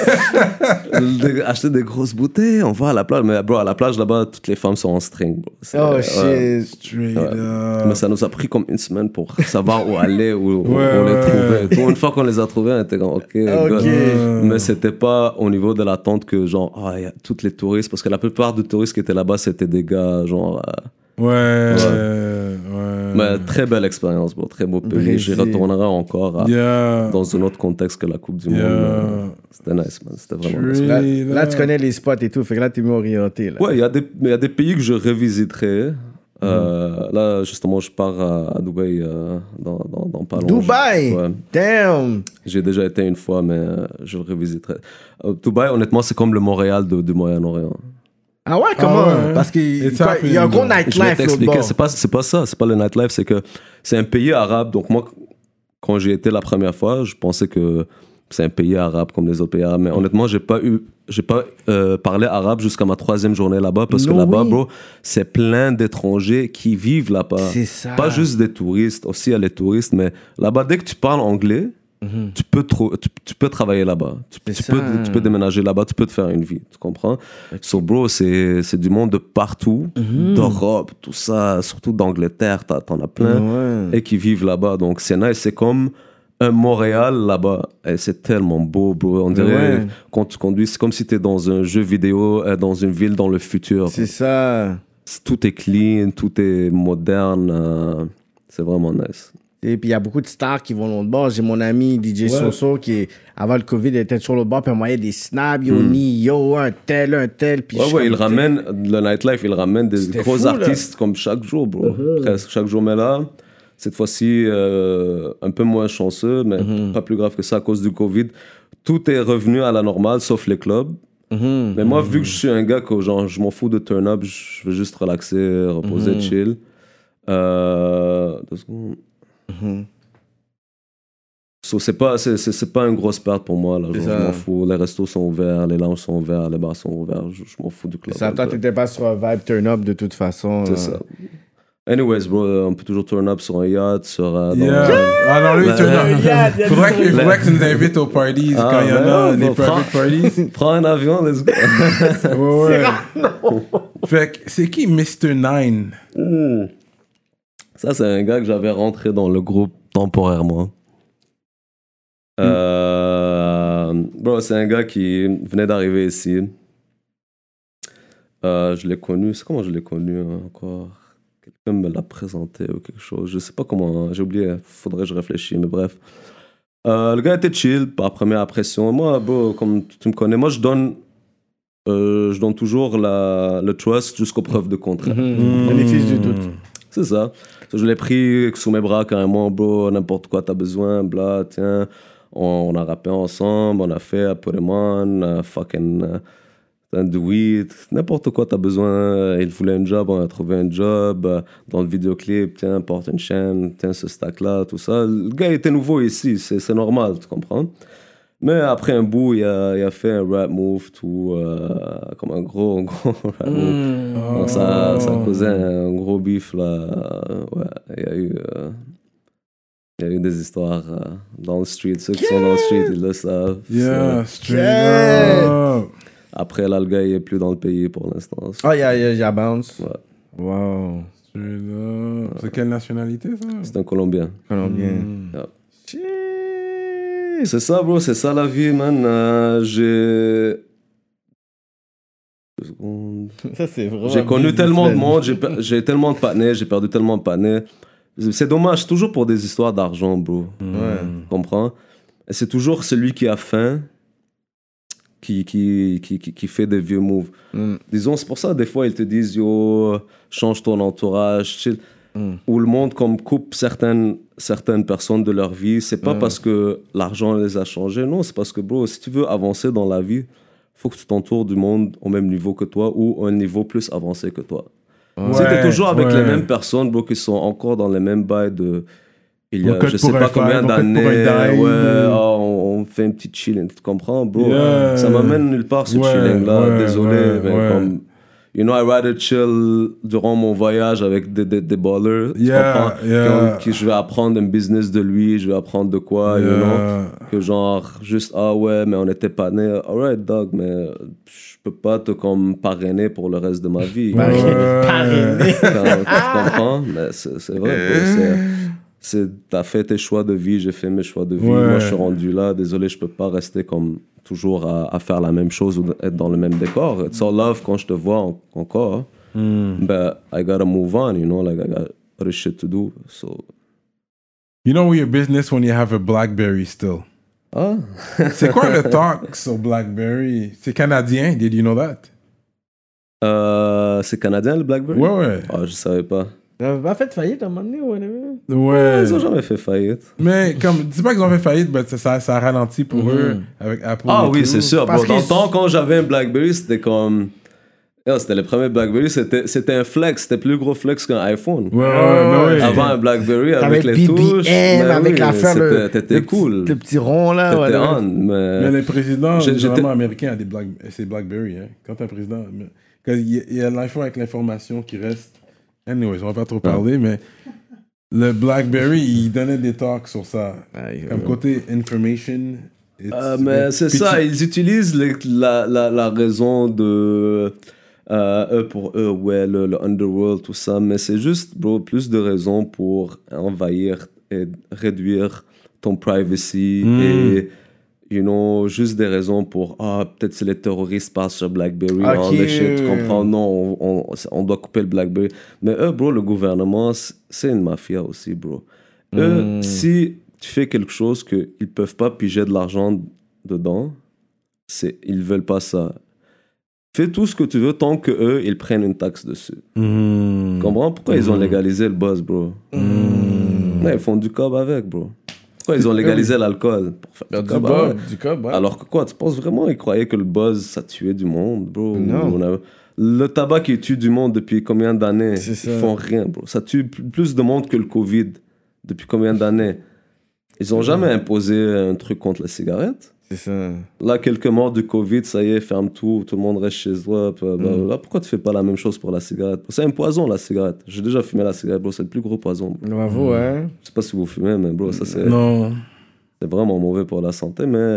des- acheté des grosses bouteilles, on va à la plage. Mais bro, à la plage là-bas, toutes les femmes sont en string. Bro. C'est- Oh ouais. shit. Straight Ouais. up. Mais ça nous a pris comme une semaine pour savoir où aller, où, où Ouais, on les ouais. trouvait. Tout, une fois qu'on les a trouvés, on était comme, ok, good. Ouais. Mais c'était pas au niveau de l'attente que, genre, ah, il y a tous les touristes, parce que la plupart des touristes qui étaient là-bas, c'était des gars, genre. euh, Ouais, Ouais. ouais. Mais très belle expérience, bro, très beau pays. Brésil. J'y retournerai encore à- Yeah. dans un autre contexte que la Coupe du Yeah. Monde. euh, C'était nice, man. C'était vraiment nice. Là, Straight là, up. tu connais les spots et tout. Fait que là, t'es mieux orienté. Là. Ouais, il y, a des- il y a des pays que je revisiterai. Euh, Là, justement, je pars à, à Dubaï euh, dans, dans, dans pas longtemps. Dubaï! Ouais. Damn! J'ai déjà été une fois, mais euh, je le revisiterai. Euh, Dubaï, honnêtement, c'est comme le Montréal de- du Moyen-Orient. Ah ouais, comment? ouais. Parce qu'il It's il y a un gros happening. Je vais nightlife l'autre t'expliquer. bord. C'est pas, c'est pas ça, c'est pas le nightlife, c'est que c'est un pays arabe. Donc, moi, quand j'y étais la première fois, je pensais que c'est un pays arabe comme les autres pays arabes. Mais honnêtement, j'ai pas eu, j'ai pas euh, parlé arabe jusqu'à ma troisième journée là-bas parce que No là-bas, way. bro, c'est plein d'étrangers qui vivent là-bas. C'est ça. Pas juste des touristes, aussi il y a les touristes, mais là-bas, dès que tu parles anglais, tu, peux trou- tu, tu peux travailler là-bas. Tu, C'est tu ça. peux, tu peux déménager là-bas, tu peux te faire une vie, tu comprends? So, bro, c'est c'est du monde de partout, d'Europe, tout ça, surtout d'Angleterre, t'as- t'en as plein, Ouais. et qui vivent là-bas. Donc, c'est nice, c'est comme un Montréal là-bas. Et c'est tellement beau, bro. On dirait, Ouais. quand tu conduis, c'est comme si t'es dans un jeu vidéo, euh, dans une ville dans le futur. C'est ça. Tout est clean, tout est moderne. euh, c'est vraiment nice. Et puis il y a beaucoup de stars qui vont l'autre bord. J'ai mon ami D J Soso qui, est, avant le COVID, il était sur l'autre bord. Puis il m'envoyait des snaps. Yo, ni, yo, un tel, un tel. Puis je Ouais, suis ouais, il comme, ramène, le nightlife, il ramène des C'était gros fou, là. artistes comme chaque jour, bro. Presque chaque jour, mais là, cette fois-ci, euh, un peu moins chanceux, mais pas plus grave que ça à cause du Covid. Tout est revenu à la normale, sauf les clubs. Mhm. Mais moi, vu que je suis un gars que genre, je m'en fous de turn up, je veux juste relaxer, reposer, chill. Euh, deux secondes. So, c'est pas, c'est, c'est, c'est pas une grosse perte pour moi. Là. Genre, C'est je ça. m'en fous. Les restos sont ouverts, les lounges sont ouverts, les bars sont ouverts. Je, je m'en fous du club. Ça, toi, un peu. t'étais pas sur un vibe turn-up de toute façon. C'est euh. ça. Anyways, bro, on peut toujours turn up sur un yacht, sur. Euh, dans- Yeah. Ah non, lui, Ben, turn up. il y a- il y a Faudrait des que, trucs. faudrait que tu nous invites aux parties Ah, quand il y en ben a, ouais, des bon, private prends- parties. Prends un avion, let's go. Ouais, ouais. Fait que c'est qui mister Nine? Hmm. Ça, c'est un gars que j'avais rentré dans le groupe temporairement. Euh, bro, c'est un gars qui venait d'arriver ici. Euh, je l'ai connu. C'est comment je l'ai connu hein, encore? Quelqu'un me l'a présenté ou quelque chose. Je sais pas comment. J'ai oublié. Faudrait que je réfléchisse, mais bref. Euh, le gars était chill, par première impression. Moi, bro, comme tu me connais, moi, je donne, euh, je donne toujours la, le trust jusqu'aux preuves de contraire. Mhm. Bénéfice du doute. C'est ça. Je l'ai pris sous mes bras carrément, bro, n'importe quoi t'as besoin, bla, tiens. On, on a rappé ensemble, on a fait à Pokémon, uh, fucking uh, do weed, n'importe quoi t'as besoin. Il voulait un job, on a trouvé un job. Uh, dans le vidéoclip, tiens, porte une chaîne, tiens, ce stack-là, tout ça. Le gars était nouveau ici, c'est, c'est normal, tu comprends? Mais après un bout, il a, il a fait un rap move, tout, euh, comme un gros, gros rap move. Donc ça, ça causait un gros bif là. Ouais, il y a eu, euh, il y a eu des histoires euh, dans le street. Ceux qui sont dans le street, ils le savent. Yeah, C'est- straight Yeah. up. Après, là, le gars, il est plus dans le pays pour l'instant. Oh, il y a, il y a, il y a Bounce. Ouais. Wow. Straight up. C'est quelle nationalité, ça? C'est un Colombien. Colombien. Yeah. Shit. C'est ça, bro, c'est ça la vie, man. Euh, j'ai. Deux secondes. Ça, c'est vraiment. J'ai connu businessman. tellement de monde, j'ai, per- j'ai tellement de partenaires, j'ai perdu tellement de partenaires. C'est dommage, toujours pour des histoires d'argent, bro. Ouais. Tu comprends? Et c'est toujours celui qui a faim qui, qui, qui, qui, qui fait des vieux moves. Mm. Disons, c'est pour ça, des fois, ils te disent, yo, change ton entourage, chill. Mm. Où le monde comme coupe certaines, certaines personnes de leur vie, c'est pas Mm. parce que l'argent les a changés, non, c'est parce que, bro, si tu veux avancer dans la vie, faut que tu t'entoures du monde au même niveau que toi ou à un niveau plus avancé que toi. Si t'es toujours avec ouais. les mêmes personnes, bro, qui sont encore dans les mêmes bails de... Il y a, On cote je sais pour pas un combien five, on cote pour d'années, un dime. ouais, oh, on, on fait une petite chilling, tu comprends, bro? Yeah. Ça m'amène nulle part, ce Ouais, chilling-là, ouais, désolé, ouais, mais ouais. comme... You know, I rather chill durant mon voyage avec des, des, des ballers, tu Yeah, comprends? yeah. Comme que je vais apprendre un business de lui, je vais apprendre de quoi, you know? Yeah. Que genre, juste, ah ouais, mais on était pas nés. Alright, dog, mais je peux pas te comme parrainer pour le reste de ma vie. Ouais. Parrainé. Quand- tu comprends? Mais c'est, c'est vrai, bro, c'est, c'est, t'as fait tes choix de vie, j'ai fait mes choix de vie. Ouais. Moi, je suis rendu là. Désolé, je peux pas rester comme toujours à, à faire la même chose ou être dans le même décor. It's all love quand je te vois en- encore. Mm. But I gotta move on, you know? Like, I got other shit to do. So, You know your business when you have a BlackBerry still. ah. C'est quoi le talk sur BlackBerry? C'est canadien, did you know that? Euh, c'est canadien, le BlackBerry? Ouais, ouais. Ah, je savais pas. Ça n'a pas fait faillite à un moment donné, ouais. Ouais. Ils ont jamais fait faillite. Mais comme, dis pas qu'ils ont fait faillite, mais ça, ça, ça a ralenti pour eux avec Apple. Ah et oui, tout. c'est sûr. Parce Bro. Dans le qu'ils- temps, quand j'avais un BlackBerry, c'était comme... Yo, c'était le premier BlackBerry, c'était, c'était un flex. C'était plus gros flex qu'un iPhone. Ouais, ouais, ouais. ouais. Avant un BlackBerry, T'avais avec le les B B touches... M, ben avec oui, l'affaire, le, c'était- T'étais le petit- cool. le petit rond, là. T'étais ouais, on, Mais mais... les présidents, J'ai- j'étais- généralement américains, ont des Black, c'est BlackBerry. Hein. Quand t'es un président, mais- quand il y a- il y a l'iPhone avec l'information qui reste. Anyways, on va pas trop parler, mais le BlackBerry, il donnait des talks sur ça. Ouais, Comme ouais. côté information. it's- Euh, mais c'est Puis ça, tu- ils utilisent les- la, la, la raison de... Euh, eux pour eux, ouais, le, le underworld, tout ça, mais c'est juste, bro, plus de raisons pour envahir et réduire ton privacy Mm. et, you know, juste des raisons pour, ah, peut-être si les terroristes passent sur BlackBerry, Ok. all the shit, tu comprends? Non, on, on, on doit couper le BlackBerry. Mais eux, bro, le gouvernement, c- c'est une mafia aussi, bro. Eux, Mm. si tu fais quelque chose qu'ils peuvent pas piger de l'argent dedans, c'est, ils veulent pas ça. Fais tout ce que tu veux tant que eux ils prennent une taxe dessus. Mm. Tu comprends? Pourquoi ils ont légalisé le buzz, bro? Mm. Ouais, ils font du cob avec, bro. Pourquoi ils ont légalisé l'alcool? Pour faire du Du cob cob, avec. du cob, ouais. Alors que quoi? Tu penses vraiment qu'ils croyaient que le buzz ça tuait du monde, bro? Non. On a- Le tabac qui tue du monde depuis combien d'années? C'est ça. Ils font rien, bro. Ça tue p- plus de monde que le Covid. Depuis combien d'années? Ils ont jamais imposé un truc contre la cigarette. C'est ça. Là, quelques morts du Covid, ça y est, ferme tout, tout le monde reste chez soi. Blablabla. Pourquoi tu fais pas la même chose pour la cigarette? C'est un poison, la cigarette. J'ai déjà fumé la cigarette, bro. C'est le plus gros poison. Bro. Bravo, hein. Je sais pas si vous fumez, mais bro, ça c'est... Non. C'est vraiment mauvais pour la santé, mais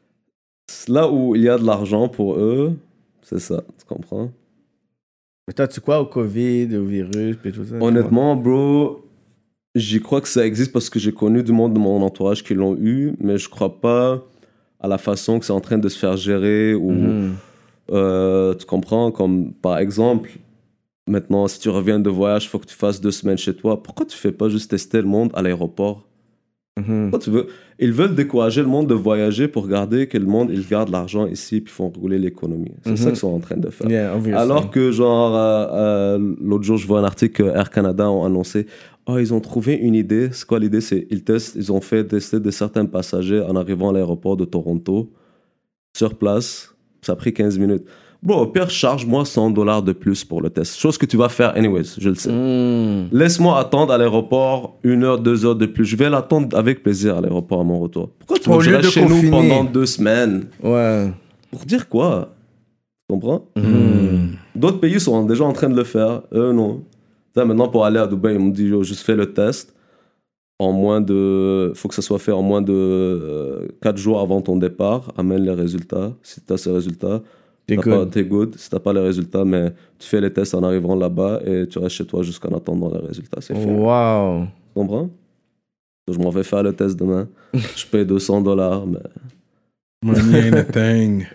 là où il y a de l'argent pour eux, c'est ça, tu comprends? Mais toi, tu crois au Covid, au virus, et tout ça? Honnêtement, bro, j'y crois que ça existe parce que j'ai connu du monde de mon entourage qui l'ont eu, mais je crois pas à la façon que c'est en train de se faire gérer ou... Mm. Euh, tu comprends? Comme par exemple, maintenant, si tu reviens de voyage, il faut que tu fasses deux semaines chez toi. Pourquoi tu fais pas juste tester le monde à l'aéroport? Mm-hmm. Pourquoi tu veux? Ils veulent décourager le monde de voyager pour garder que le monde, ils gardent l'argent ici puis font rouler l'économie. C'est Mm-hmm. ça qu'ils sont en train de faire. Yeah, obviously. Alors que, genre, euh, euh, l'autre jour, je vois un article que Air Canada ont annoncé. Oh, ils ont trouvé une idée. C'est quoi l'idée? C'est ils testent, ils ont fait tester de certains passagers en arrivant à l'aéroport de Toronto. Sur place, ça a pris quinze minutes. Bon, au pire, charge-moi cent dollars de plus pour le test. Chose que tu vas faire anyways, je le sais. Mm. Laisse-moi attendre à l'aéroport une heure, deux heures de plus. Je vais l'attendre avec plaisir à l'aéroport à mon retour. Pourquoi tu veux Au que je lieu reste de chez confiner. nous pendant deux semaines? Ouais. Pour dire quoi? Tu comprends? Mm. D'autres pays sont déjà en train de le faire. Eux, non. Là, maintenant, pour aller à Dubaï, ils m'ont dit, yo, juste fais le test. En moins de... faut que ça soit fait en moins de euh, quatre jours avant ton départ. Amène les résultats. Si tu as ces résultats, T'es t'as good. pas- t'es good. Si tu n'as pas les résultats, mais tu fais les tests en arrivant là-bas et tu restes chez toi jusqu'en attendant les résultats. C'est fini. Wow. Tu comprends? Je m'en vais faire le test demain. Je paye deux cents dollars, mais... Money ain't a thing.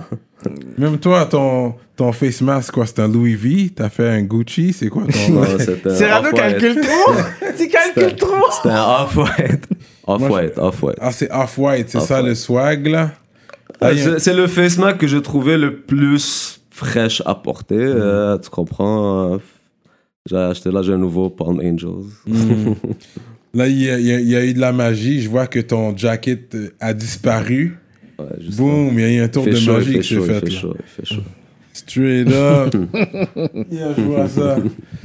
Même toi, ton, ton face mask, quoi, c'est un Louis V? T'as fait un Gucci? C'est quoi ton... Non, c'était un Cyrano Off-White. calcule trop. Tu calcules trop. C'était un Off-White. Off-White, Off-White. Ah, c'est Off-White, c'est ça Off-White. le swag, là? Ah, Ah, il y a- c'est c'est le face mask que j'ai trouvé le plus fraîche à porter. euh, tu comprends? euh, J'ai acheté là, j'ai un nouveau Palm Angels. Mm. Là, il y, a, il y a- il y a eu de la magie. Je vois que ton jacket euh, a disparu. Ouais, juste Boum, il y a eu un là. tour Il de fait chaud, il magie fait qui s'est chaud, il fait. fait là. chaud, il fait chaud. Straight up. Yeah, je vois ça.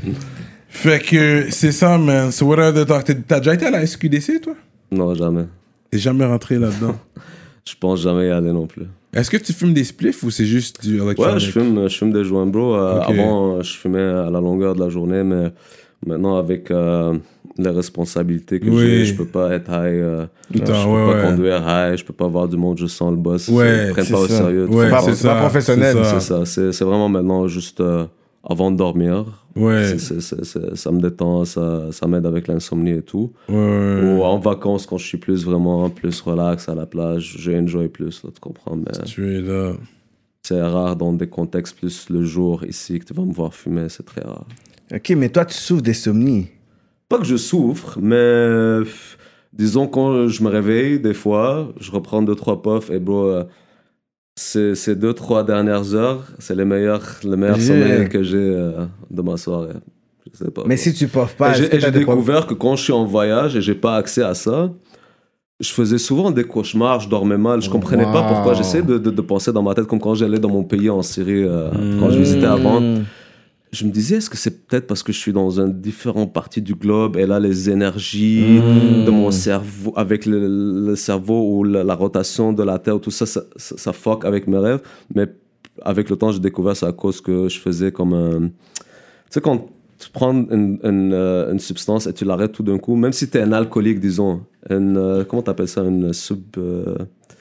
Fait que c'est ça, man. So what are the talk? T'as- T'as déjà été à la S Q D C, toi? Non, jamais. T'es jamais rentré là-dedans. Je pense jamais y aller non plus. Est-ce que tu fumes des spliffs ou c'est juste du Ouais, electronic? je fume, je fume des joints, bro. Euh, Ok. Avant, je fumais à la longueur de la journée, mais maintenant, avec euh, les responsabilités que Oui. j'ai, je peux pas être high. euh, Tout le je temps, peux ouais, pas ouais. conduire high, je peux pas voir du monde, je sens le boss. Ouais, Ils prennent c'est pas au ça. sérieux. tu Ouais, C'est pas- comprends? c'est c'est pas ça, professionnel. c'est C'est ça. ça, c'est c'est vraiment maintenant juste euh, avant de dormir. Ouais. C'est- c'est- c'est- c'est- ça me détend, ça, ça m'aide avec l'insomnie et tout. Ouais, ouais, Ou ouais. en vacances, quand je suis plus vraiment plus relax à la plage, j'ai enjoy plus, là, tu comprends? Mais Straight up. c'est rare dans des contextes plus le jour ici que tu vas me voir fumer, c'est très rare. Ok, mais toi, tu souffres d'insomnie. Pas que je souffre, mais pff, disons quand je me réveille, des fois, je reprends deux, trois puffs et bro, euh, ces, ces deux, trois dernières heures, c'est les meilleurs, le meilleur Yeah. sommeil que j'ai euh, de ma soirée. Je sais pas. Mais bro. si tu puffes Et pas, est-ce j'ai que et t'as j'ai des problèmes? découvert que quand je suis en voyage et j'ai pas accès à ça, je faisais souvent des cauchemars, je dormais mal, je comprenais pas Wow. pourquoi. J'essayais de, de, de penser dans ma tête comme quand j'allais dans mon pays en Syrie, euh, quand je visitais avant. Mm. Je me disais, est-ce que c'est peut-être parce que je suis dans une différente partie du globe et là, les énergies Mm. de mon cerveau, avec le, le cerveau ou la, la rotation de la Terre, tout ça, ça, ça, ça fuck avec mes rêves. Mais avec le temps, j'ai découvert ça à cause que je faisais comme un... Tu sais, quand tu prends une, une, euh, une substance et tu l'arrêtes tout d'un coup, même si tu es un alcoolique, disons, une, euh, comment tu appelles ça, une sub... euh,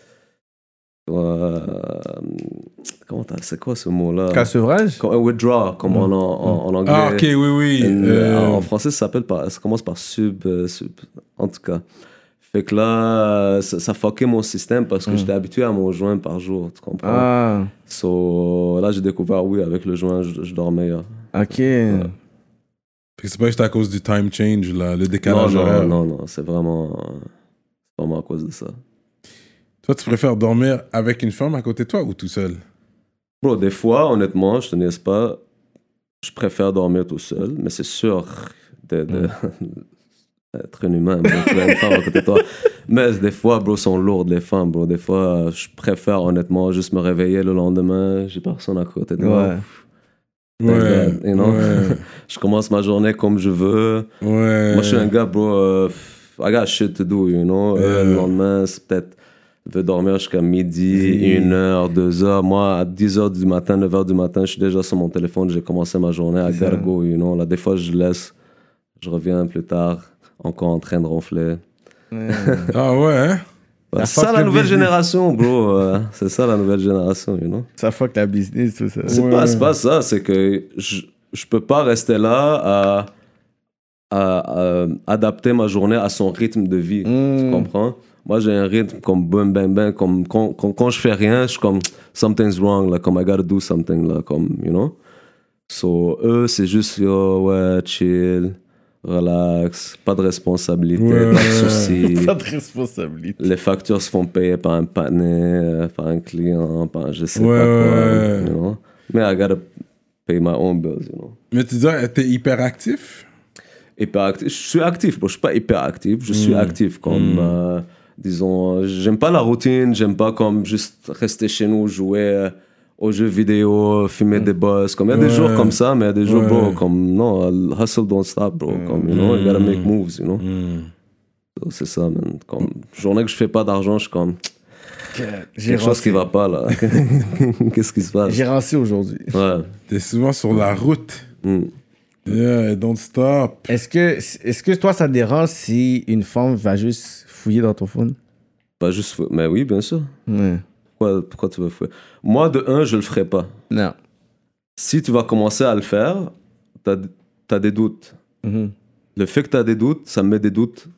euh, comment t'as- c'est quoi ce mot-là? Casse-ouvrage? Comme un withdraw, comme en, en, en anglais. Ah, ok, oui, oui. Une- Euh, En français, ça s'appelle par, ça commence par sub, euh, sub, en tout cas. Fait que là, ça, ça fuckait mon système parce que j'étais habitué à mon joint par jour, tu comprends? Ah, So, là, j'ai découvert, oui, avec le joint, je, je dors meilleur. ok. fait que c'est pas juste à cause du time change, là, le Non, décalage non, horaire. non, non, c'est vraiment, c'est vraiment à cause de ça. Toi, tu préfères dormir avec une femme à côté de toi ou tout seul? Bro, des fois, honnêtement, je te niaise pas, je préfère dormir tout seul, mais c'est sûr de, de- d'être un humain, bro, tu as une femme à côté de toi. Mais des fois, bro, sont lourdes les femmes, bro. Des fois, je préfère honnêtement juste me réveiller le lendemain, j'ai personne à côté de moi. Ouais. Ouais, You know? ouais, Je commence ma journée comme je veux. ouais. Moi, je suis un gars, bro, euh, I got shit to do, you know. Euh, Yeah. le lendemain, c'est peut-être veut dormir jusqu'à midi, une heure, deux heures. Moi, à dix heures du matin, neuf heures du matin, je suis déjà sur mon téléphone, j'ai commencé ma journée à Gargo, you know. Là, des fois, je laisse, je reviens plus tard, encore en train de ronfler. Ah ouais, hein? Bah, c'est ça la nouvelle business. génération, bro. Euh, c'est ça la nouvelle génération, you know. Ça fuck la business, tout ça. C'est, ouais. pas, c'est pas ça, c'est que je, je peux pas rester là à, à, à adapter ma journée à son rythme de vie. Mm. Tu comprends? Moi, j'ai un rythme comme bam, bam, bam. Comme quand, quand, quand je fais rien, je suis comme something's wrong, là, comme I gotta do something, là, comme, you know. So, eux, c'est juste, yo, ouais, chill. Relax, pas de responsabilité, ouais, pas de soucis. Pas de responsabilité. Les factures se font payer par un partenaire, par un client, par je sais ouais, pas quoi. Ouais. You know? Mais I gotta pay my own bills, you know. Mais tu dis, t'es hyper actif? Hyper actif. Je suis actif, bon, je suis pas hyper actif, je suis mm. actif comme, mm. euh, disons, j'aime pas la routine, j'aime pas comme juste rester chez nous, jouer aux jeux vidéo, fumer mm. des boss. Comme il y a ouais. des jours comme ça, mais il y a des jours, ouais. bro, comme non, hustle don't stop, bro. Mm. Comme, you know, you gotta make moves, you know. Mm. So, c'est ça, man. Comme, journée que je fais pas d'argent, je suis comme. J'ai quelque chose qui va pas, là. Qu'est-ce qui se passe? J'ai rancé aujourd'hui. Ouais. T'es souvent sur la route. Mm. Yeah, don't stop. Est-ce que, est-ce que toi, ça te dérange si une femme va juste fouiller dans ton phone? Pas juste fouiller. Mais oui, bien sûr. Ouais. Pourquoi, pourquoi tu veux fouiller? Moi, de un, je le ferai pas. Non. Si tu vas commencer à le faire, t'as, t'as des doutes. Mm-hmm. Le fait que t'as des doutes, ça me met des doutes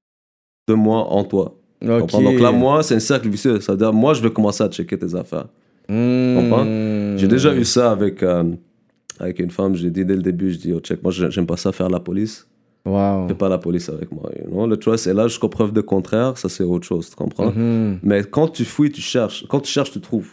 de moi en toi. Okay. Donc là, moi, c'est un cercle vicieux. C'est-à-dire, moi, je vais commencer à checker tes affaires. Mm. Tu comprends? J'ai déjà eu ça avec, euh, avec une femme. J'ai dit dès le début, je dis, oh, check, moi, j'aime pas ça faire la police. Wow. Fais pas la police avec moi. You know? Le trust est là jusqu'aux preuves de contraire, ça c'est autre chose, tu comprends? Mm-hmm. Mais quand tu fouilles, tu cherches. Quand tu cherches, tu trouves.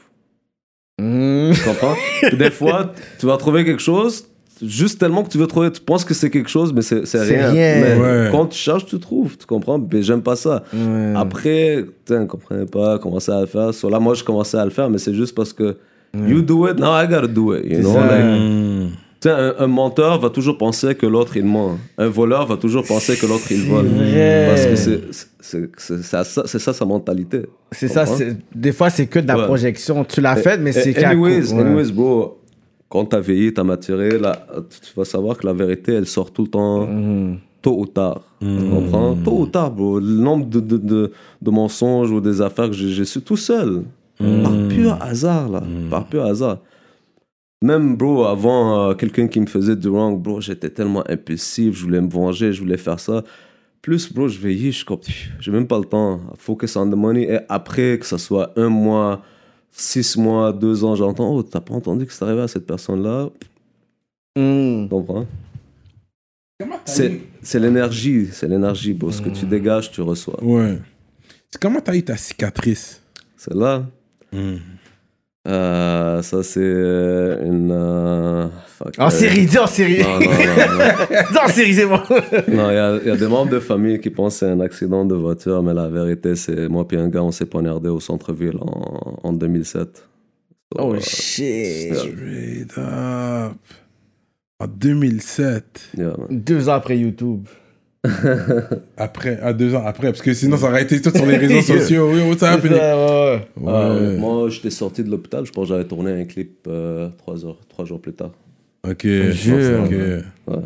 Mm. Tu comprends? Des fois, tu vas trouver quelque chose, juste tellement que tu veux trouver, tu penses que c'est quelque chose, mais c'est, c'est, c'est rien. rien. Mais ouais. quand tu cherches, tu trouves, tu comprends? Mais j'aime pas ça. Ouais. Après, tu ne comprenais pas, commencer à le faire. So là, moi, je commençais à le faire, mais c'est juste parce que mm. you do it, now I gotta do it. You know? Like, mm. Un, un menteur va toujours penser que l'autre il ment. Un voleur va toujours penser que l'autre il vole. Vrai. Parce que c'est, c'est, c'est, c'est, ça, c'est ça sa mentalité. C'est ça, c'est, des fois c'est que de la ouais. projection. Tu l'as faite, mais c'est qu'à anyways, ouais. anyways, bro, quand t'as vieilli, t'as maturé, là, tu vas savoir que la vérité elle sort tout le temps, mm. tôt ou tard. Mm. Tu comprends? Tôt ou tard, bro. Le nombre de, de, de, de mensonges ou des affaires que j'ai, j'ai su tout seul. Mm. Par pur hasard, là. Mm. Par pur hasard. Même, bro, avant, euh, quelqu'un qui me faisait du wrong, bro, j'étais tellement impulsif, je voulais me venger, je voulais faire ça. Plus, bro, je veillais, je comme, j'ai même pas le temps. Focus on the money. Et après, que ça soit un mois, six mois, deux ans, j'entends, oh, t'as pas entendu que c'est arrivé à cette personne-là? Mm. Tu comprends? C'est, c'est l'énergie, c'est l'énergie, bro. Ce que tu dégages, tu reçois. Ouais. C'est comment t'as eu ta cicatrice? C'est là. Mm. Euh, ça c'est une euh, fuck, en euh, série, dis en série. Non, non, non, non. dis en série, c'est bon. Non, il y, y a des membres de famille qui pensent que c'est un accident de voiture, mais la vérité, c'est moi et un gars, on s'est poignardé au centre-ville en, en deux mille sept. So, oh euh, shit. Straight up. En deux mille sept. Yeah, deux ans après YouTube. Après, à deux ans après, parce que sinon ça aurait été tout sur les réseaux sociaux. Oui, what's happening? Ouais. Ouais. Euh, moi, j'étais sorti de l'hôpital, je pense que j'avais tourné un clip euh, trois heures, trois jours plus tard. Ok, je ok. Ouais.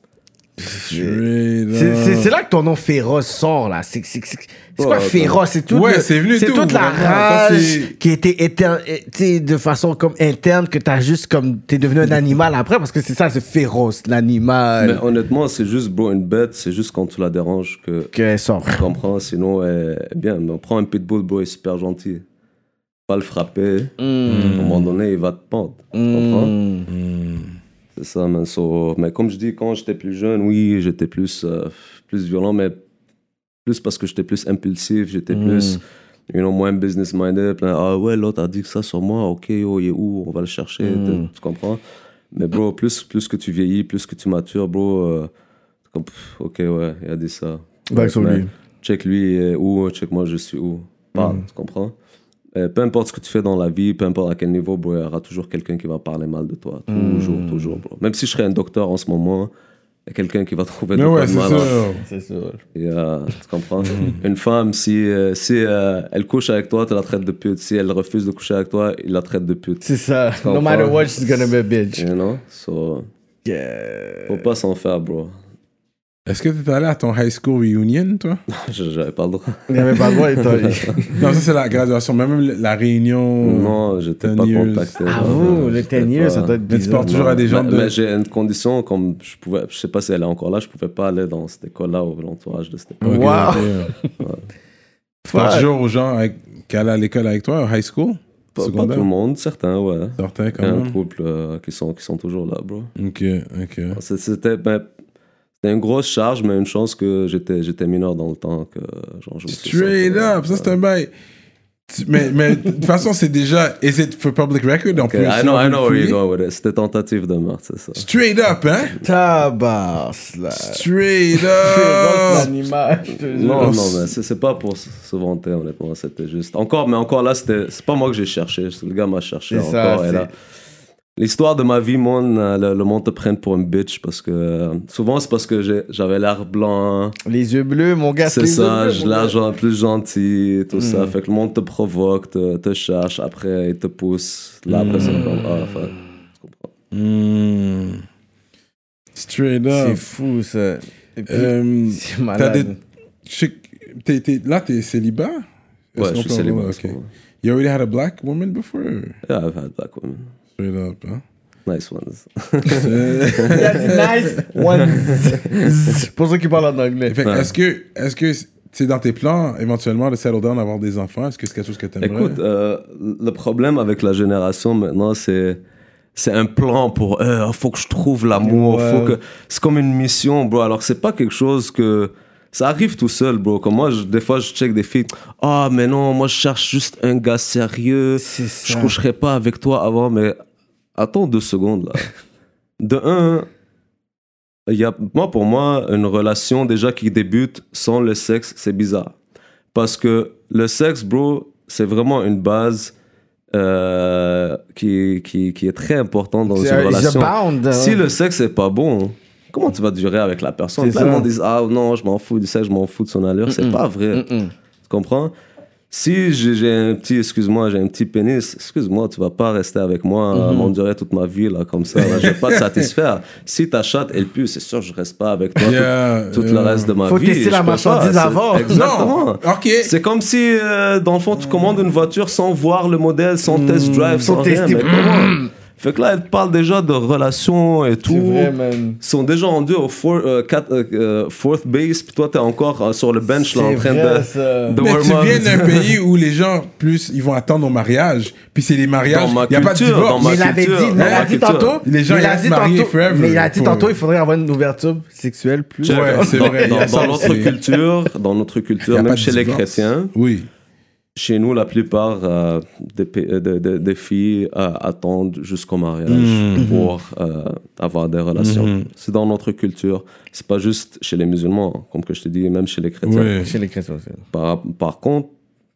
C'est, c'est, c'est là que ton nom Féroce sort, là. C'est, c'est, c'est, c'est quoi ouais, Féroce? C'est, tout ouais, le, c'est, venu c'est tout, toute la vraiment, rage ça, c'est... qui était éterne, de façon comme interne que t'as juste comme... T'es devenu un animal après, parce que c'est ça, c'est féroce, l'animal. Mais honnêtement, c'est juste, bro, une bête, c'est juste quand tu la déranges que... Qu'elle sort. Tu comprends, sinon, elle... bien, mais on prend un pitbull, bro, il est super gentil. Pas le frapper, mm. à un moment donné, il va te pendre. Tu mm. comprends? Mm. C'est ça, man. So, mais comme je dis, quand j'étais plus jeune, oui, j'étais plus, euh, plus violent, mais plus parce que j'étais plus impulsif, j'étais mm. plus, you know, moins business-minded. Plein, ah ouais, l'autre a dit que ça sur moi, ok, oh, il est où? On va le chercher, mm. tu comprends? Mais bro, plus, plus que tu vieillis, plus que tu matures, bro, euh, comme, ok, ouais, il a dit ça. Back ouais, sur lui. Check lui est où, check moi je suis où. Parle, mm. tu comprends? Euh, peu importe ce que tu fais dans la vie, peu importe à quel niveau, bro, il y aura toujours quelqu'un qui va parler mal de toi. Toujours, mmh. toujours, bro. Même si je serais un docteur en ce moment, y a quelqu'un qui va trouver Mais de ouais, quoi de c'est mal. sûr. C'est sûr. Et, euh, tu comprends? Une femme, si, euh, si euh, elle couche avec toi, tu la traites de pute. Si elle refuse de coucher avec toi, il la traite de pute. C'est ça. No comprends? matter what, she's gonna be a bitch. You know? So, Yeah. faut pas s'en faire, bro. Est-ce que t'es allé à ton high school reunion, toi? J'avais pas le droit. Il n'y avait pas le droit d'être. Non, ça c'est la graduation, mais même la réunion. Non, j'étais pas ten years. contacté. Ah, non, vous, non, le j'étais ten years, pas- ça doit être Mais tu bizarre. portes toujours à des gens mais, de. mais j'ai une condition, comme je pouvais, je sais pas si elle est encore là, je pouvais pas aller dans cette école-là ou l'entourage de cette école. Ok, Wow. ok. Tu parles toujours aux gens avec... qui allaient à l'école avec toi, au high school? Pas, pas Secondaire? tout le monde, certains, ouais. Certains, Il y quand a un même. couple euh, qui, sont, qui sont toujours là, bro. Ok, ok. C'est- C'était ben, c'était une grosse charge, mais une chance que j'étais j'étais mineur dans le temps. Que, genre, je me suis Straight sorti, up, ça c'est un bail. Tu- Mais, mais de toute façon, c'est déjà. Is it for public record? On Ok, peut- I si know, on I veut know where fouiller. you go with it. C'était tentative de meurtre, c'est ça. Straight up, hein? Tabasse, là. Straight C'est up! une image, je te jure. Non, non, mais c'est c'est pas pour se se vanter, honnêtement. C'était juste. Encore, mais encore là, c'était- c'est pas moi que j'ai cherché. c'est Le gars m'a cherché C'est ça, encore. et c'est- là, l'histoire de ma vie, mon, euh, le, le monde te prenne pour une bitch parce que euh, souvent c'est parce que j'ai- j'avais l'air blanc. Les yeux bleus, mon gars. C'est les ça, yeux bleus, j'ai mon l'air gars. genre plus gentil, tout ça. Mm. Fait que le monde te provoque, te, te cherche, après il te pousse. Là, après, c'est comme. Ah, fait, tu comprends. Hmm. Straight C'est up. fou, ça. Et puis, Euh, c'est t'as malade. des- je sais que t'es- t'es- là, t'es célibat? Est-ce Ouais, qu'on je suis peut- célibataire. ok. You already had a black woman before? Yeah, I've had black women. Straight up, hein? Nice ones. Il a dit nice one. Pour ceux qui parlent en anglais. Fait que Ouais. est-ce que est-ce que c'est dans tes plans éventuellement de settle down, d'avoir des enfants? Est-ce que c'est quelque chose que t'aimerais? Écoute, euh, le problème avec la génération maintenant, c'est c'est un plan pour euh, faut que je trouve l'amour, Ouais. faut que c'est comme une mission, bro. Alors c'est pas quelque chose que ça arrive tout seul, bro. Comme moi, je- des fois, je check des filles. Ah, mais non, moi, je cherche juste un gars sérieux. C'est Je ça. coucherai pas avec toi avant, mais attends deux secondes là. De un, il y a, moi pour moi, une relation déjà qui débute sans le sexe, c'est bizarre. Parce que le sexe, bro, c'est vraiment une base euh, qui, qui, qui est très importante dans C'est une un- relation. it's a bound, Si ouais. le sexe est pas bon, comment tu vas durer avec la personne? C'est Plein de ça. monde disent, ah non, je m'en fous du sexe, je m'en fous de son allure. C'est Mm-mm. pas vrai. Mm-mm. Tu comprends? Si j'ai j'ai un petit, excuse-moi, j'ai un petit pénis, excuse-moi, tu vas pas rester avec moi, Mm-hmm. à m'endurer toute ma vie, là, comme ça. Là, je vais pas te satisfaire. Si ta chatte, elle pue, c'est sûr, je reste pas avec toi Yeah, tout, tout le yeah. reste de ma Faut vie. tester Je la peux pas, marchandise c'est- avant. Exactement. Non. Ok. C'est comme si, euh, dans le fond, tu commandes une voiture sans voir le modèle, sans test drive, sans Faut rien. tester. Mais comment? Fait que là, elle te parle déjà de relations et tout. C'est vrai, man. Ils sont déjà rendus au four, euh, quatre- euh, euh, fourth base, puis toi, t'es encore euh, sur le bench là, en C'est train vrai, de, ça. de Mais tu warm up. viens d'un pays où les gens, plus, ils vont attendre au mariage. Puis c'est les mariages. Dans ma Il n'y a pas de culture, divorce. dans ma Mais il avait dit, culture, il dans a ma dit culture. tantôt. Les gens, mais ils il a restent dit mariés tantôt- forever. Mais il a dit Faut- tantôt, il faudrait avoir une ouverture sexuelle plus. Check. Ouais, c'est dans, vrai, il y a dans- ça dans notre aussi. culture, dans notre Il y culture, a pas même de chez les divorce. chrétiens, Oui. chez nous, la plupart euh, des, pa- euh, de- de- des filles euh, attendent jusqu'au mariage Mhm. pour euh, avoir des relations. Mhm. C'est dans notre culture. C'est pas juste chez les musulmans, comme que je te dis, même chez les chrétiens. Ouais. Chez les chrétiens aussi. Par, par contre,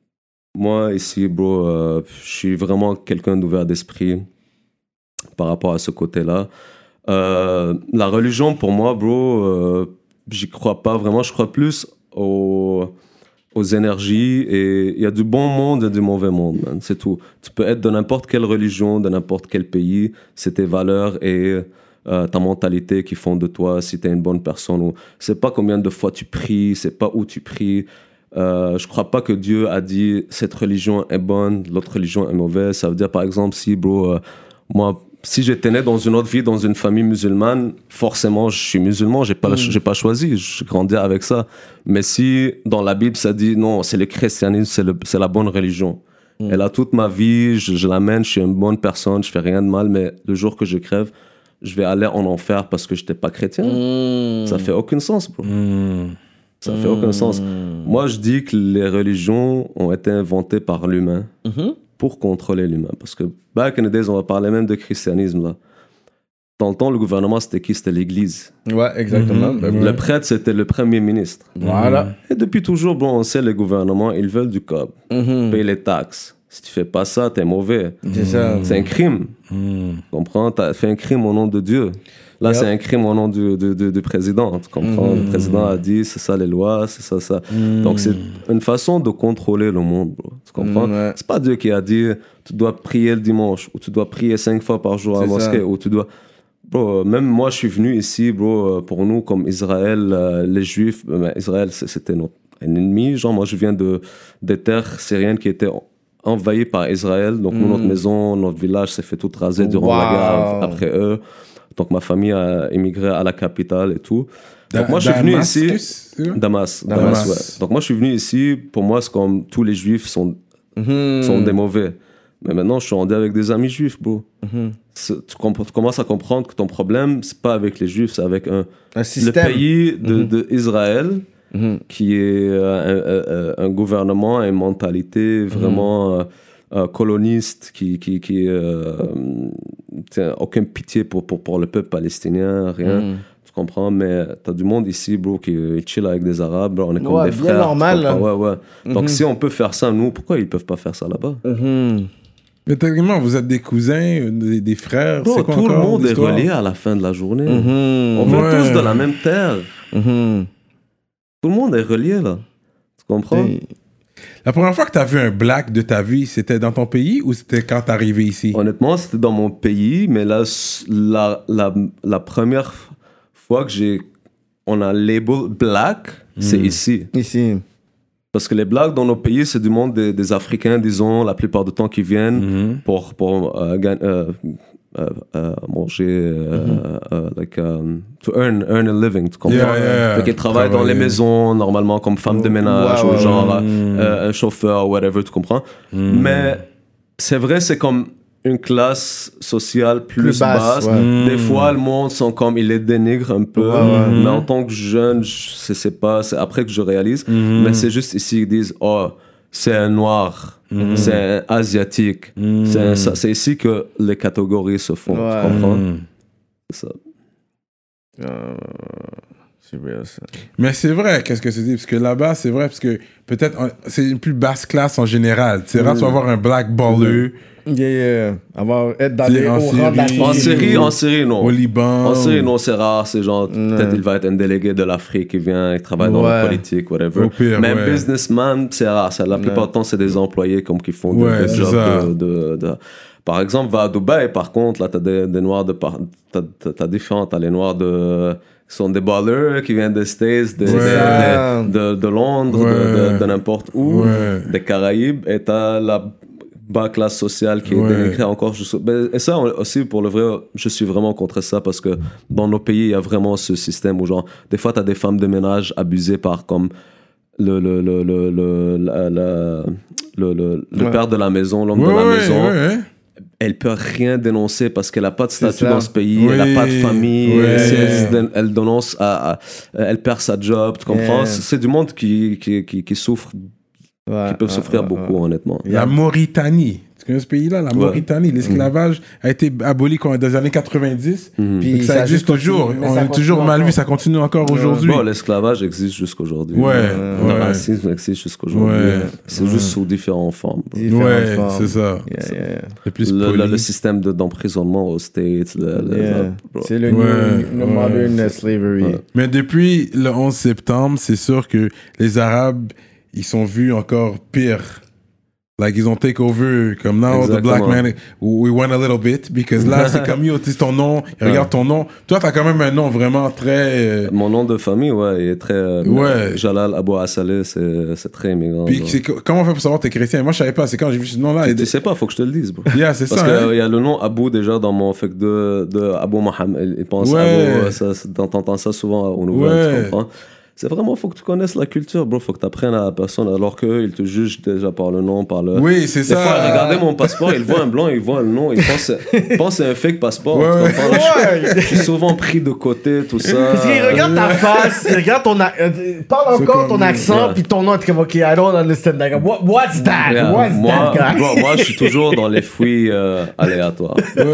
moi ici, bro, euh, je suis vraiment quelqu'un d'ouvert d'esprit par rapport à ce côté-là. Euh, la religion, pour moi, bro, euh, j'y crois pas vraiment. Je crois plus aux, aux énergies, et il y a du bon monde et du mauvais monde, man. C'est tout. Tu peux être de n'importe quelle religion, de n'importe quel pays. C'est tes valeurs et euh, ta mentalité qui font de toi si tu es une bonne personne. Ou c'est pas combien de fois tu pries, c'est pas où tu pries. Euh, je crois pas que Dieu a dit cette religion est bonne, l'autre religion est mauvaise. Ça veut dire, par exemple, si, bro, euh, moi, si j'étais né dans une autre vie, dans une famille musulmane, forcément, je suis musulman, j'ai pas, Mm. j'ai pas choisi, je grandis avec ça. Mais si dans la Bible, ça dit non, c'est le christianisme, c'est, le, c'est la bonne religion. Mm. Et là, toute ma vie, je, je l'amène, je suis une bonne personne, je fais rien de mal, mais le jour que je crève, je vais aller en enfer parce que j'étais pas chrétien. Mm. Ça fait aucun sens, bro. Hmm. Ça fait aucun sens. Moi, je dis que les religions ont été inventées par l'humain Mhm. pour contrôler l'humain. Parce que back in the days, on va parler même de christianisme, là. Dans le temps, le gouvernement, c'était qui? C'était l'Église. Ouais, exactement. Mhm. Ben, Ouais. Le prêtre, c'était le premier ministre. Voilà. Et depuis toujours, bon, on sait, les gouvernements, ils veulent du cob. Mhm. Payer les taxes. Si tu fais pas ça, t'es mauvais. C'est ça. C'est un crime. Mm. Tu comprends? T'as fait un crime au nom de Dieu. Là, Yep. c'est un crime au nom du, du, du, du président. Tu comprends? Mm. Le président a dit, c'est ça les lois, c'est ça, ça. Mm. Donc, c'est une façon de contrôler le monde, bro. Tu comprends? Mm, ouais. C'est pas Dieu qui a dit, tu dois prier le dimanche, ou tu dois prier cinq fois par jour à la C'est mosquée, ça. ou tu dois... Bro, même moi, je suis venu ici, bro, pour nous, comme Israël, euh, les Juifs, euh, ben, Israël, c'est- c'était notre un ennemi. Genre, moi, je viens de, des terres syriennes qui étaient envahies par Israël. Donc, nous, Mm. notre maison, notre village s'est fait tout raser durant Wow. la guerre après eux. Donc, ma famille a émigré à la capitale et tout. Donc, moi, je suis venu ici... Damascus, c'est ça? Damas. Damas. Damas, ouais. Donc, moi, je suis venu ici, pour moi, c'est comme tous les Juifs sont, Mhm. sont des mauvais. Mais maintenant, je suis rendu avec des amis juifs, bro. Mhm. C'est- Tu, comp- tu commences à comprendre que ton problème, c'est pas avec les Juifs, c'est avec un, Un le système. pays de, Mhm. de Israël, Mhm. qui est euh, un, un- un gouvernement, une mentalité vraiment euh, euh, coloniste, qui, qui, qui euh, tient aucune pitié pour, pour, pour le peuple palestinien, rien. Mhm. Tu comprends? Mais t'as du monde ici, bro, qui qui chill avec des Arabes, bro, on est comme Ouais, des bien frères. tu normal, comprends? là. Ouais, ouais. Donc Mhm. si on peut faire ça, nous, pourquoi ils peuvent pas faire ça là-bas? Mhm. Mais techniquement, vous êtes des cousins, des, des frères. Bro, c'est quoi tout le encore monde est l'histoire? relié à la fin de la journée. Mhm. On vient Ouais. tous de la même terre. Mhm. Tout le monde est relié, là. Tu comprends? Et- La première fois que tu as vu un black de ta vie, c'était dans ton pays ou c'était quand t'es arrivé ici? Honnêtement, c'était dans mon pays, mais là, s- la, la, la première fois que j'ai... On a label black, c'est Mm. ici. Ici. Parce que les blacks dans nos pays, c'est du monde des, des Africains, disons, la plupart du temps qui viennent Mhm. pour, pour euh, gan- euh, euh, euh, manger, euh, euh, like, um, to earn, earn a living, tu comprends? Yeah, yeah. Fait qu'ils travaillent dans les Travailler. maisons, normalement, comme femme de ménage, Ouais, ou ouais, genre ouais. euh, un chauffeur, whatever, tu comprends? Mm. Mais c'est vrai, c'est comme une classe sociale plus, Plus basse, basse. ouais. Mm. Des fois, le monde sont comme, il les dénigre un peu. Ouais, ouais. Mais en tant que jeune, je sais c'est pas, c'est après que je réalise. Mhm. Mais c'est juste ici, ils disent, oh, c'est un noir, Mhm. c'est un asiatique. Mhm. C'est un ça. C'est ici que les catégories se font, Ouais. tu comprends? Mm. C'est ça. Euh, C'est real, ça. Mais c'est vrai, qu'est-ce que tu dis? Parce que là-bas, c'est vrai, parce que peut-être on- c'est une plus basse classe en général. C'est rare, tu vas avoir un black baller Yeah, yeah. Avoir, être dans T'sais, les en hauts rangs de la Syrie. En société. Syrie, en Syrie, non. au Liban. En Syrie, non, c'est rare. C'est genre, Ouais. peut-être il va être un délégué de l'Afrique qui vient, il travaille dans Ouais. la politique, whatever. Au pire, Mais un ouais. businessman, c'est rare. C'est- La plupart Ouais. du temps, c'est des employés comme qui font Ouais, des c'est jobs ça. de, de, de- Par exemple, va à Dubaï, par contre, là, t'as des, des noirs de... Par... T'as, t'as, t'as différents. T'as les noirs de... qui sont des ballers, qui viennent des States, des- Ouais. des- de, de Londres, de- Ouais. de, de n'importe où, Ouais. des Caraïbes, et t'as la bas classe sociale qui est Ouais. dénigrée encore. jusqu'au- Ben, et ça on- aussi, pour le vrai, je suis vraiment contre ça parce que dans nos pays, il y a vraiment ce système où, genre, des fois, t'as des femmes de ménage abusées par comme le, le, le, le, le, la- la- le, le- le Ouais. père de la maison, l'homme Ouais, de la ouais, maison. ouais, ouais. Elle peut rien dénoncer parce qu'elle n'a pas de statut ça. dans ce pays, elle Oui, n'a pas de famille, ouais. si elle, se dé- elle dénonce, à, à- elle perd sa job, tu comprends? Yeah. C'est c'est du monde qui, qui, qui, qui souffre, Ouais, qui peuvent ouais, souffrir ouais, beaucoup, ouais. honnêtement. La Mauritanie. Tu connais ce pays-là? La Mauritanie. L'esclavage a été aboli quand- dans les années quatre-vingt-dix. Mhm. Puis Et que ça, a existe juste continué, toujours. mais On ça est toujours continue mal vu, encore. ça continue encore aujourd'hui. Bon, l'esclavage existe jusqu'aujourd'hui. Ouais, Le ouais. racisme existe jusqu'aujourd'hui. Ouais, C'est ouais. juste sous différentes formes. Différentes Ouais, formes. c'est ça. Yeah, yeah, yeah. C'est plus Le, poli. le- le système de- d'emprisonnement aux States. le- le- Yeah. le- C'est le Ouais, new, le ouais. modern slavery. Ouais. Mais depuis le onze septembre, c'est sûr que les Arabes, ils sont vus encore pires. Like, ils ont take over, comme now, the black Exactement. man, we went a little bit, because là, c'est comme, yo, tu sais, ton nom, regarde ton nom. Toi, t'as quand même un nom vraiment très... euh, Mon nom de famille, ouais, il est très. euh, Ouais. Jalal Abou Assaleh, c'est c'est très immigrant. Puis, genre. c'est co- comment on fait pour savoir que t'es chrétien? Moi, je savais pas, c'est quand j'ai vu ce nom-là. et- Tu sais pas, faut que je te le dise, bro. Yeah, c'est Parce ça, qu'il hein? y a le nom Abou déjà dans mon. Fait que de, de Abou Mohamed, il pense Ouais. Abou, ça, c'est- t'entends ça souvent au nouvelles, Ouais. tu comprends? C'est vraiment, faut que tu connaisses la culture, bro. Faut que tu apprennes à la personne, alors qu'eux, ils te jugent déjà par le nom, par le. Oui, c'est Des ça. fois, regardez mon passeport, ils voient un blanc, ils voient le nom, ils pensent, ils pensent que c'est un fake passeport. Ouais, tu ouais. comprends? Là, je, Ouais. je suis souvent pris de côté, tout ça. Parce qu'il regarde ta face, il regarde ton a- euh, parle C'est encore comme- ton accent, Ouais. puis ton nom est comme ok, I don't understand that. What, what's that? Yeah, What's moi, that guy? bro, moi, je suis toujours dans les fouilles euh, aléatoires. Ouais.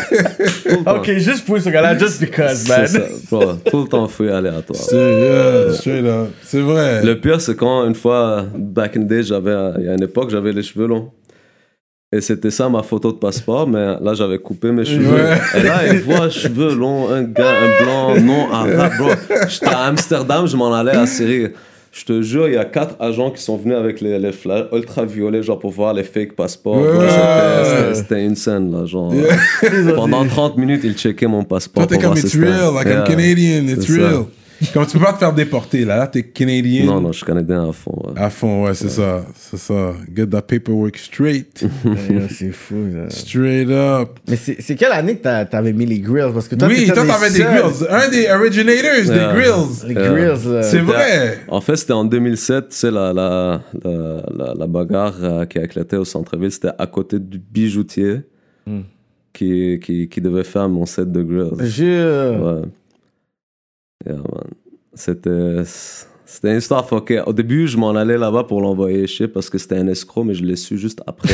Tout le temps. Ok, juste pour ce gars-là, just because, C'est man. ça, bro, tout le temps fouille aléatoire. C'est yeah, straight up. C'est vrai. Le pire, c'est quand une fois, back in the day, j'avais, il y a une époque, j'avais les cheveux longs. Et c'était ça ma photo de passeport, mais là j'avais coupé mes cheveux. Ouais. Et là, il voit cheveux longs, un gars, un blanc, non arabe, bro. J'étais à Amsterdam, je m'en allais à Syrie. Je te jure, il y a quatre agents qui sont venus avec les, les flashs ultraviolets, genre pour voir les fake passeports. Ouais. Bro, c'était, c'était, c'était une scène, là, genre. Yeah. Pendant trente minutes, ils checkaient mon passeport. Toi, t'es pour comme, voir it's si c'était- real, like I'm Yeah. Canadian, it's C'est ça. real. Comme tu peux pas te faire déporter, là. Là, t'es Canadian. Non, non, je suis canadien à fond. Ouais. À fond, ouais, c'est ça. C'est ça. Get that paperwork straight. Ouais, c'est fou. Ça. Straight up. Mais c'est c'est quelle année que t'as- t'avais mis les grills? Parce que toi, Oui, t'étais toi, des t'avais des seuls- grills. Un des originators Yeah. des grills. Les Yeah. grills. là. C'est vrai. En fait, c'était en deux mille sept, c'est la, la, la, la, la bagarre euh, qui a éclaté au centre-ville. C'était à côté du bijoutier Mm. qui, qui, qui devait faire mon set de grills. Jure. Ouais. Yeah, man. C'était, c'était une histoire fuckée. Au début, je m'en allais là-bas pour l'envoyer chez parce que c'était un escroc, mais je l'ai su juste après.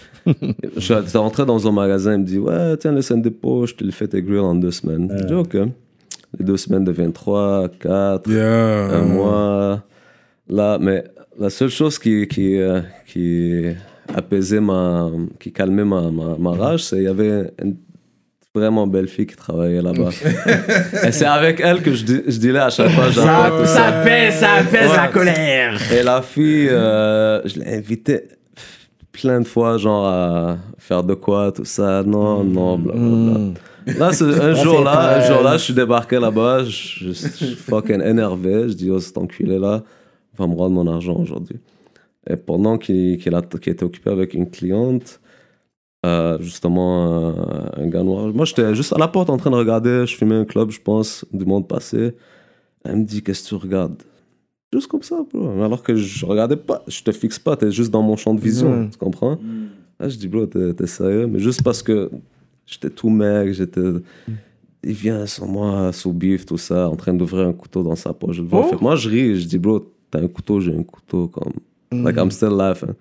Je suis rentré dans un magasin, il me dit ouais, tiens, laisse un dépôt, je te le fais tes grills en deux semaines. Je dis ok. Les deux semaines deviennent trois, quatre, Yeah. un mois. Là, mais la seule chose qui, qui, euh, qui apaisait ma. qui calmait ma, ma, ma rage, c'est qu'il y avait une vraiment belle fille qui travaillait là-bas. Et c'est avec elle que je, dis- je disais à chaque fois, Ça, j'apporte tout ça ça. pèse, ça pèse Ouais. la colère. Et la fille, euh, je l'ai invitée plein de fois, genre à faire de quoi, tout ça. Non, non, blablabla. Là, c'est un Ça jour fait là, un peur. jour là, je suis débarqué là-bas, je je- je suis fucking énervé. Je dis, oh, cet enculé là va me rendre mon argent aujourd'hui. Et pendant qu'il qu'il a- qu'il était occupé avec une cliente, euh, justement, euh, un gars noir, moi j'étais juste à la porte en train de regarder, je fumais un club, je pense, du monde passé. Elle me dit, qu'est-ce que tu regardes? Juste comme ça, bro. Alors que je regardais pas, je te fixe pas, t'es juste dans mon champ de vision, Mm. tu comprends? Là, je dis, bro, t'es t'es sérieux? Mais juste parce que j'étais tout mec, j'étais. Il vient sur moi, sous bif, tout ça, en train d'ouvrir un couteau dans sa poche. Je le vois. Oh. Fait que moi, je ris, je dis, bro, t'as un couteau, j'ai un couteau, comme. Like, I'm still laughing.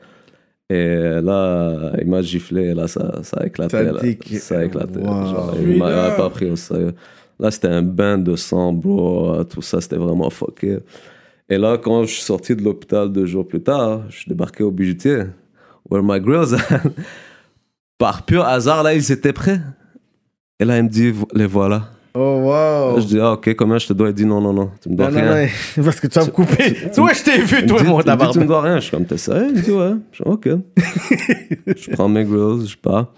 Et là, il m'a giflé, et là, ça, ça a éclaté. Ça là. dit que- Ça a éclaté. Wow. Genre, il m'a il m'a pas pris au sérieux. Là, c'était un bain de sang, bro, tout ça, c'était vraiment fucké. Et là, quand je suis sorti de l'hôpital deux jours plus tard, je suis débarqué au bijoutier. Where my grills are. Par pur hasard, là, ils étaient prêts. Et là, il me dit, les voilà. Oh, wow. Là, je dis, ah, ok, combien je te dois? Il dit, non, non, non, tu me dois Non, non, rien. non, parce que tu vas me couper. Tu vois, je t'ai vu, Il me toi, dit, mon il me dit, tu me tabarnak. dois rien. Je suis comme, t'es sérieux? Il me dit, ouais. Je dis, ok. Je prends mes grills, je pars.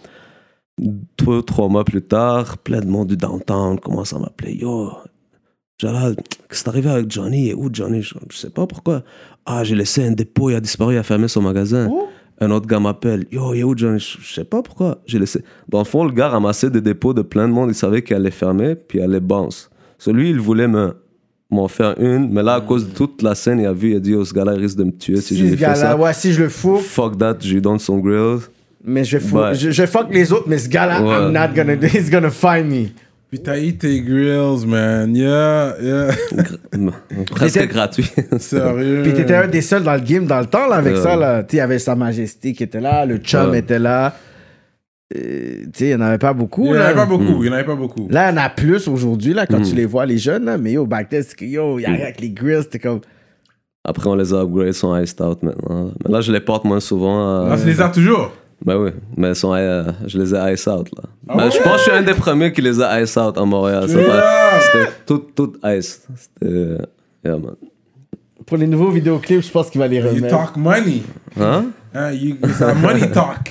Deux, trois mois plus tard, plein de monde du downtown commence à m'appeler. Yo, Jalal, qu'est-ce qui est arrivé avec Johnny? Et où Johnny? Je, je sais pas pourquoi. Ah, j'ai laissé un dépôt, il a disparu, il a fermé son magasin. Oh. Un autre gars m'appelle. Yo, il est où Johnny? Je, je sais pas pourquoi. J'ai laissé. Dans le fond, le gars ramassait des dépôts de plein de monde. Il savait qu'il allait fermer, puis il allait bounce. Celui, il voulait me m'en faire une, mais là, à cause de toute la scène, il a vu, il a dit, oh, ce gars-là, il risque de me tuer si, Si je ce lui fais gars-là, ça. ouais, si je le fous, Fuck that, je lui donne son grill. mais je, fous, Ouais. je, je fuck les autres, mais ce gars-là, Ouais. I'm not gonna, he's gonna find me. Puis t'as eu tes grills, man. Yeah, yeah. Presque T'étais- gratuit. Sérieux. Puis t'étais un des seuls dans le game dans le temps, là, avec Ouais. ça, là. Tu sais, il y avait Sa Majesté qui était là, le chum Ouais. était là. Euh, tu sais, il n'y en avait pas beaucoup, Il n'y en là. avait pas beaucoup. Mm. Il n'y en avait pas beaucoup. Là, il y en a plus aujourd'hui, là, quand Mm. tu les vois, les jeunes, là. Mais yo, back then, c'est que yo, il y a rien avec les grills, c'était comme. Après, on les a upgradés, ils sont iced out maintenant. Mais là, je les porte moins souvent. Ah, euh, tu les as toujours. Ben oui, mais ils sont, euh, je les ai ice out là. Ah Ben, ouais? Je pense que je suis un des premiers qui les a ice out à Montréal. Ça Yeah. va- C'était tout, tout ice. C'était. Yeah, man. Pour les nouveaux vidéoclips, je pense qu'il va les You remettre. talk money. Hein? Hein, you, it's a money talk.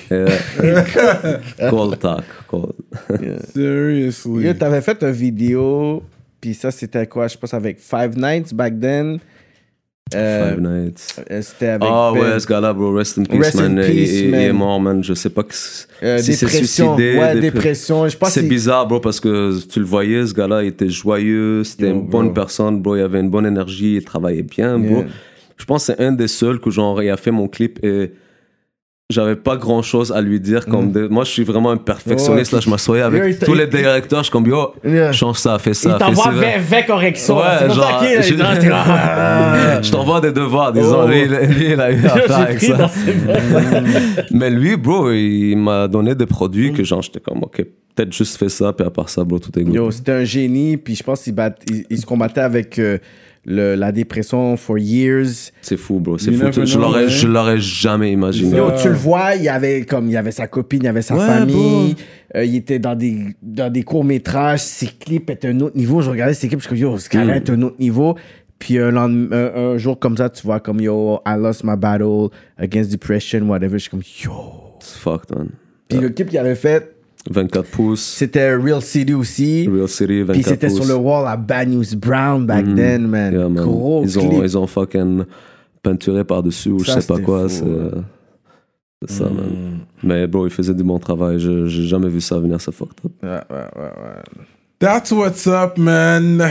Yeah. Cold talk. Cold. Seriously. Yo, t'avais fait une vidéo, puis ça, c'était quoi? Je pense avec Five Nights back then. Euh, Five Nights. euh, C'était avec. Ah Ben- ouais, ce gars-là, bro, rest in peace, Rest in man. peace, il, il- il man. est mort, man. Je sais pas que si Euh, si c'est dépression. suicidé. Ouais, dépre- dépression. Je pense C'est qu'il- bizarre, bro, parce que tu le voyais, ce gars-là, il était joyeux, c'était Yo, une bonne bro. personne, bro. Il avait une bonne énergie, il travaillait bien, bro. Yeah. Je pense que c'est un des seuls que, genre, il a fait mon clip et j'avais pas grand chose à lui dire. Comme Mm. de- Moi, je suis vraiment un perfectionniste. Ouais, là, je m'assoyais avec Yo, il t'a- tous les il- directeurs. Je suis comme, yo, Yeah. change ça, fais ça. Il fais t'envoie ça. vingt, vingt corrections. Ouais, C'est pour ça genre, qu'il est je- là, t'es là, ah. Je t'envoie des devoirs, disons. Oh. Lui, il- lui, il a eu à faire J'ai avec pris ça. dans ses mains. Mais lui, bro, il m'a donné des produits que, genre, j'étais comme, ok, peut-être juste fais ça, puis à part ça, bro, tout est good. Yo, c'était un génie, puis je pense qu'il bat- il, il se combattait avec euh, le, la dépression for years. C'est fou, bro. C'est You fou. never Je know, l'aurais, ouais. je l'aurais jamais imaginé. Yo, tu le vois, il y avait comme il y avait sa copine, il y avait sa Ouais, famille, euh, il était dans des dans des courts métrages, ses clips étaient un autre niveau. Je regardais ses clips, je me suis dit yo, ce gars-là est un autre niveau. Puis un, lendemain, un, un jour comme ça, tu vois comme yo, I lost my battle against depression, whatever. Je suis comme yo. C'est fucked, man. Puis le clip qu'il avait fait, vingt-quatre pouces. c'était Real City aussi. Real City, vingt-quatre Puis c'était pouces. sur le wall à Bad News Brown back Mm. then, man. Yeah, man. Gros Ils ont, clip. ils ont fucking peinturé par-dessus ou je Ça, sais pas c'était quoi. fou, C'est ouais. c'est ça, man. Mais bro, il faisait du bon travail. Je- J'ai jamais vu ça venir, ça fucked up. Ouais, ouais, ouais, ouais. That's what's up, man.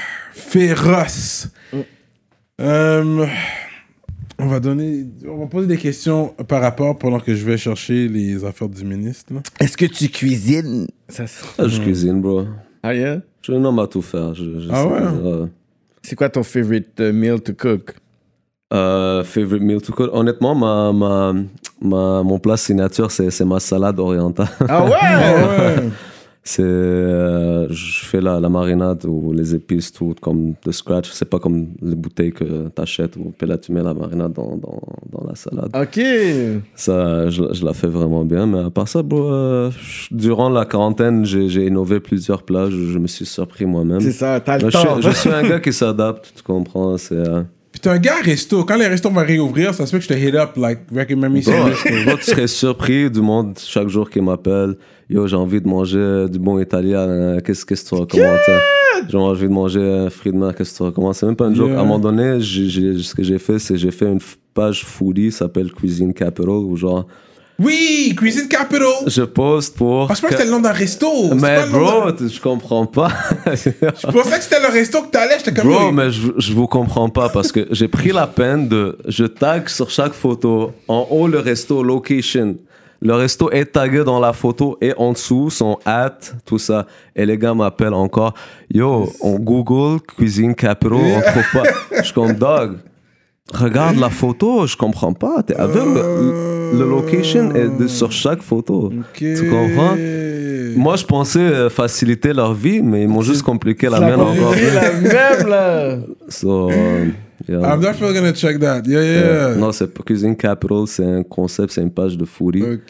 Féroce. Euh, on va donner, on va poser des questions par rapport pendant que je vais chercher les affaires du ministre. Là. Est-ce que tu cuisines? Ça, c'est- Ah, je cuisine, bro. Ah, yeah? Je suis un homme à tout faire. Je, je Ah sais, ouais? euh, C'est quoi ton favorite uh, meal to cook? Euh, favorite meal to cook. Honnêtement, ma, ma, ma, mon plat signature, c'est, c'est ma salade orientale. Ah ouais? Ouais. C'est, euh, je fais la, la marinade ou les épices, tout comme de scratch. C'est pas comme les bouteilles que t'achètes ou puis là tu mets la marinade dans, dans, dans la salade. OK. Ça, je, je la fais vraiment bien. Mais à part ça, bro, euh, je- durant la quarantaine, j'ai, j'ai innové plusieurs plats. Je, je me suis surpris moi-même. C'est ça, t'as Je le suis, temps. je suis un gars qui s'adapte, tu comprends. C'est, euh, Puis t'es un gars à resto. Quand les restos vont réouvrir, ça se fait que je te hit up, like, recommend me some Bro, resto. bro, tu serais surpris du monde chaque jour qui m'appelle. Yo, j'ai envie de manger du bon italien. euh, Qu'est-ce, qu'est-ce que tu recommandes? hein? J'ai envie de manger un fruit de mer. Qu'est-ce que tu recommandes? C'est même pas un joke. Yeah. À un moment donné, j'ai, j'ai- ce que j'ai fait, c'est j'ai fait une f- page foodie, ça s'appelle Cuisine Capital, où genre, Oui, Cuisine Capital. je poste pour. Parce que je pensais que que- c'était le nom d'un resto. C'est Mais pas le nom bro, d'un- tu- je comprends pas. Je pensais que c'était le resto que t'allais. J'étais comme. Bro, oui. mais je, je vous comprends pas parce que j'ai pris la peine de. Je tag sur chaque photo, en haut le resto, location. Le resto est tagué dans la photo et en dessous son at, tout ça. Et les gars m'appellent encore. Yo, on Google Cuisine Capital, on trouve pas. Je suis comme dog. Regarde la photo, je comprends pas. T'es avec le, le location est de- sur chaque photo. Ok. Tu comprends? Moi, je pensais euh, faciliter leur vie, mais ils m'ont juste compliqué la mienne encore. C'est la même, là. So, euh, yeah. I'm definitely gonna check that. Yeah, yeah. Euh, non, c'est pas Cuisine Capital, c'est un concept, c'est une page de foodie. Ok.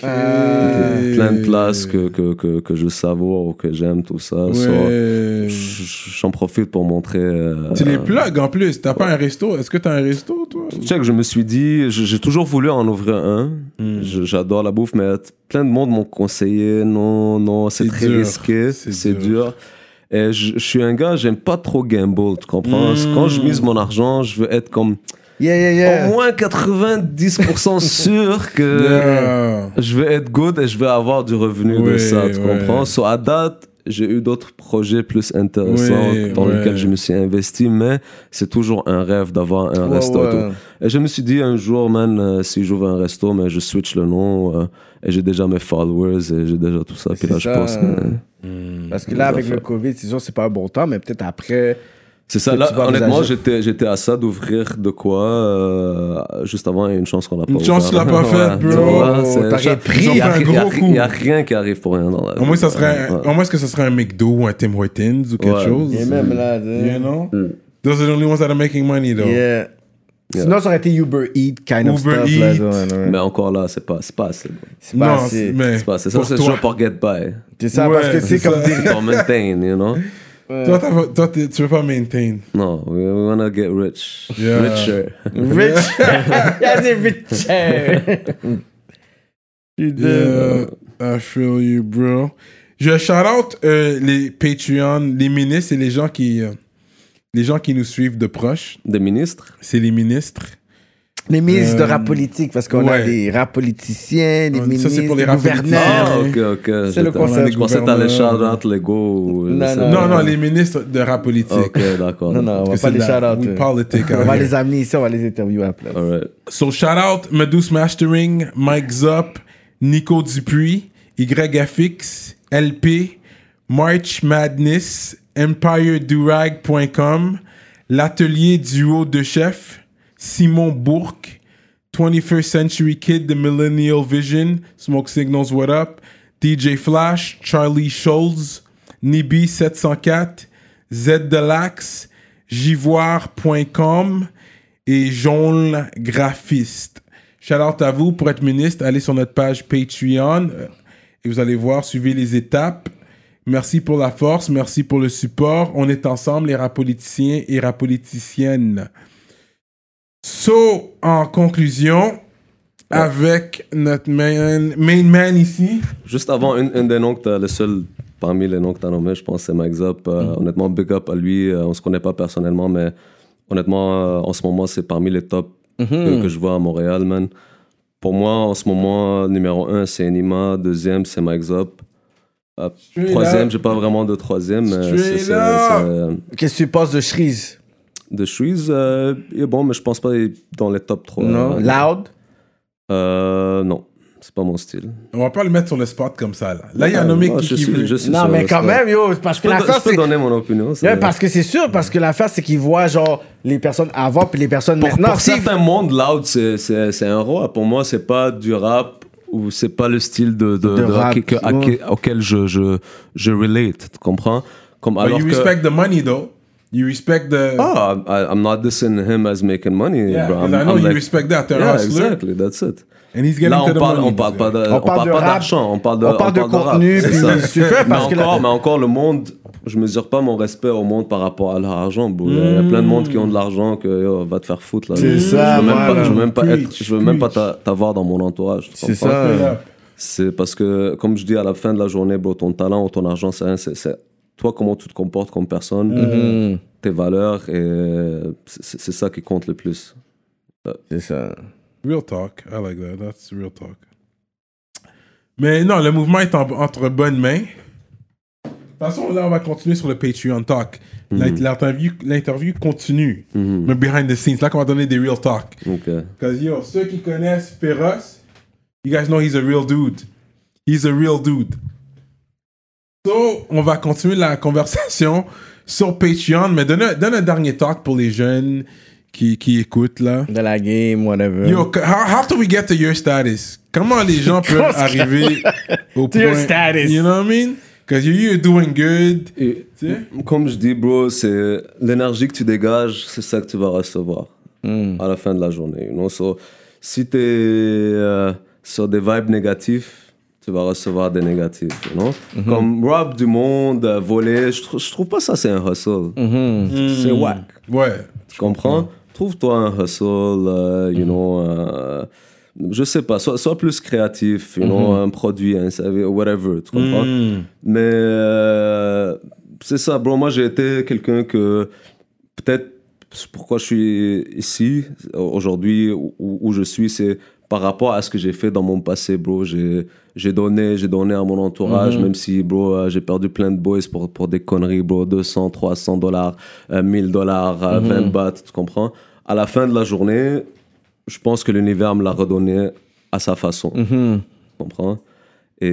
Plein de places que, que, que, que je savoure ou que j'aime, tout ça. Ouais. So, j- j'en profite pour montrer. euh, Tu les plugs en plus. T'as pas un resto? Est-ce que t'as un resto, toi? Check, je me suis dit, je- j'ai toujours voulu en ouvrir un. Je- J'adore la bouffe, mais t- plein de monde m'ont conseillé, non, non, c'est C'est très dur. risqué, C'est c'est dur. dur. Et je, je suis un gars, j'aime pas trop gamble, tu comprends? Mm. Quand je mise mon argent, je veux être comme Yeah, yeah, yeah. au moins quatre-vingt-dix pour cent sûr que Yeah. je vais être good et je vais avoir du revenu de Ouais, ça, tu ouais. comprends? So, à date, j'ai eu d'autres projets plus intéressants Ouais, dans ouais. lesquels je me suis investi, mais c'est toujours un rêve d'avoir un Ouais, resto et ouais. tout. Et je me suis dit un jour, man, euh, si j'ouvre un resto, mais je switch le nom euh, et j'ai déjà mes followers et j'ai déjà tout ça. Puis C'est là, je ça. pense que Parce que là, avec Tout à le fait. COVID, c'est sûr, c'est pas un bon temps, mais peut-être après. c'est ça. que Là, tu vas honnêtement, envisager. j'étais, j'étais à ça d'ouvrir de quoi euh, juste avant. Il y a une chance qu'on l'a pas Une chance ouvert. tu l'as pas Ouais, faite, tu bro. vois, c'est- T'aurais j'a- pris. Il y a, Ils ont pris un il y a- gros coup. il y a rien qui arrive pour rien dans la vie. Au moins, ça serait, Ouais. au moins, est-ce que ça serait un McDo ou un Tim Hortons ou quelque Ouais. chose? Et même là, You know? Mm. Those are the only ones that are making money, though. Yeah. Yeah. Sinon, ça aurait été Uber Eat kind of Uber stuff. Là, Eat. ouais, ouais. Mais encore là, c'est pas, c'est pas assez. bro. C'est pas Non, assez. mais C'est pas assez. Ça, pour c'est toi, toujours pour get by. C'est ça, Ouais, parce que c'est c'est comme ça. des. Pour maintain, you know? toi, t'as- toi, t'es- tu veux pas maintain. Non, we, we wanna get rich. Yeah. Richer. Rich. Il a dit rich. Yeah, I feel you, bro. Je shout out euh, les Patreon, les ministres et les gens qui, euh, les gens qui nous suivent de proche. Des ministres? C'est les ministres. Les ministres de Euh, rap politique, parce qu'on ouais. a des rap politiciens, des Ça, ministres, c'est pour les des rap politiciens. gouverneurs. Ah, ok, ok. C'est le J'étais- concept. Je pensais que t'allais Gouverneur. shout out Lego. ou- Non, je sais non, pas. Non, non, les ministres de rap politique. Ok, d'accord. Non, non, on va Parce pas que les c'est de la- shout-out. we euh. politic On out va here. les amener ici, on va les interviewer à la place. Alright. So, shout out Medus Mastering, Mike Zop, Nico Dupuis, Y F X, L P, March Madness, Empire Durag point com, l'atelier duo de chef, Simon Bourque, twenty-first Century Kid, The Millennial Vision, Smoke Signals, What Up, D J Flash, Charlie Scholes, Nibi sept cent quatre, Z Delax, jivoire point com et Jonle Graphiste. Shout out à vous. Pour être ministre, allez sur notre page Patreon euh, et vous allez voir, suivez les étapes. Merci pour la force, merci pour le support. On est ensemble, les rapoliticiens et rapoliticiennes. So, en conclusion, ouais. avec notre main, main man ici. Juste avant, une, une des noms que t'as, le seul parmi les noms que tu as nommés, je pense, c'est Mike Zop. Euh, mm. Honnêtement, big up à lui. Euh, on se connaît pas personnellement, mais honnêtement, euh, en ce moment, c'est parmi les tops mm-hmm. que, que je vois à Montréal, man. Pour moi, en ce moment, numéro un, c'est Enima. Deuxième, c'est Mike Zop. Euh, troisième, j'ai pas vraiment de troisième. Mais c'est, c'est, c'est, Qu'est-ce que tu penses de Shreeze? De Shreeze, euh, il est bon, mais je pense pas qu'il est dans les top trois. Non. Euh, Loud? Euh, non. C'est pas mon style. On va pas le mettre sur le spot comme ça, là. Là, il y a un nommé oh, qui, qui suis, veut... Je suis non, mais quand spot. Même, yo, parce que l'affaire, c'est... Je peux donner mon opinion. C'est... Ouais, parce que c'est sûr, parce que l'affaire, c'est qu'ils voient, genre, les personnes avant puis les personnes pour, maintenant. Pour certains mondes, Loud, c'est, c'est, c'est un roi. Pour moi, c'est pas du rap ou c'est pas le style de, de, de, de rap que, que, ouais. à, auquel je, je, je relate, tu comprends? Comme, But alors you que... respect the money, though. You respect the... Oh, I, I'm not dissing him as making money, yeah, bro. I'm, I know I'm you like, respect that. They're yeah, hustler. exactly, that's it. And he's getting Là, on to the parle, money. on parle pas, de, on on parle parle de pas rap, d'argent, on parle de, on parle de on parle contenu, de rap, puis c'est super, parce mais que encore, la... mais encore, le monde, je mesure pas mon respect au monde par rapport à leur argent, bro. Mm. Il y a plein de monde qui ont de l'argent que yo, va te faire foutre là. C'est je ça, veux même voilà. pas, je veux même pas Preach, être, je veux même pas t'a, t'avoir dans mon entourage. C'est ça. C'est parce que, comme je dis à la fin de la journée, bro, ton talent ou ton argent, c'est rien, c'est, c'est toi comment tu te comportes comme personne, mm-hmm. tes valeurs, et c'est, c'est ça qui compte le plus. C'est ça. Real talk. I like that. That's real talk. Mais non, le mouvement est en, entre bonnes mains. De toute façon, là, on va continuer sur le Patreon Talk. Mm-hmm. L'interview, l'interview continue. Mm-hmm. Mais behind the scenes, là qu'on va donner des real talk. Okay. Parce que, yo, ceux qui connaissent Féroce, you guys know he's a real dude. He's a real dude. So, on va continuer la conversation sur Patreon, mais donne, donne un dernier talk pour les jeunes qui, qui écoutent, là. De la game, whatever. Yo, how, how do we get to your status? Comment les gens peuvent arriver au point... Your status. You know what I mean? Because you're doing good. Et, comme je dis, bro, c'est l'énergie que tu dégages, c'est ça que tu vas recevoir mm. à la fin de la journée. You know? So, si tu es euh, sur des vibes négatifs, tu vas recevoir des négatifs. You know? Mm-hmm. Comme rap du monde, euh, voler, je, tr- je trouve pas ça c'est un hustle. Mm-hmm. Mm. C'est whack. Ouais. Tu comprends? Mm. Trouve-toi un hustle, uh, you mm. know, uh, je sais pas, sois, sois plus créatif, you mm-hmm. know, un produit, un whatever, tu comprends? Mm. Mais euh, c'est ça, bro, moi j'ai été quelqu'un que, peut-être, pourquoi je suis ici, aujourd'hui, où, où je suis, c'est par rapport à ce que j'ai fait dans mon passé, bro. J'ai, j'ai donné, j'ai donné à mon entourage, mm-hmm. même si, bro, j'ai perdu plein de boys pour, pour des conneries, bro, deux cents, trois cents dollars, mille dollars, mm-hmm. vingt bahts, tu comprends? À la fin de la journée, je pense que l'univers me l'a redonné à sa façon. Mm-hmm. Tu comprends? Et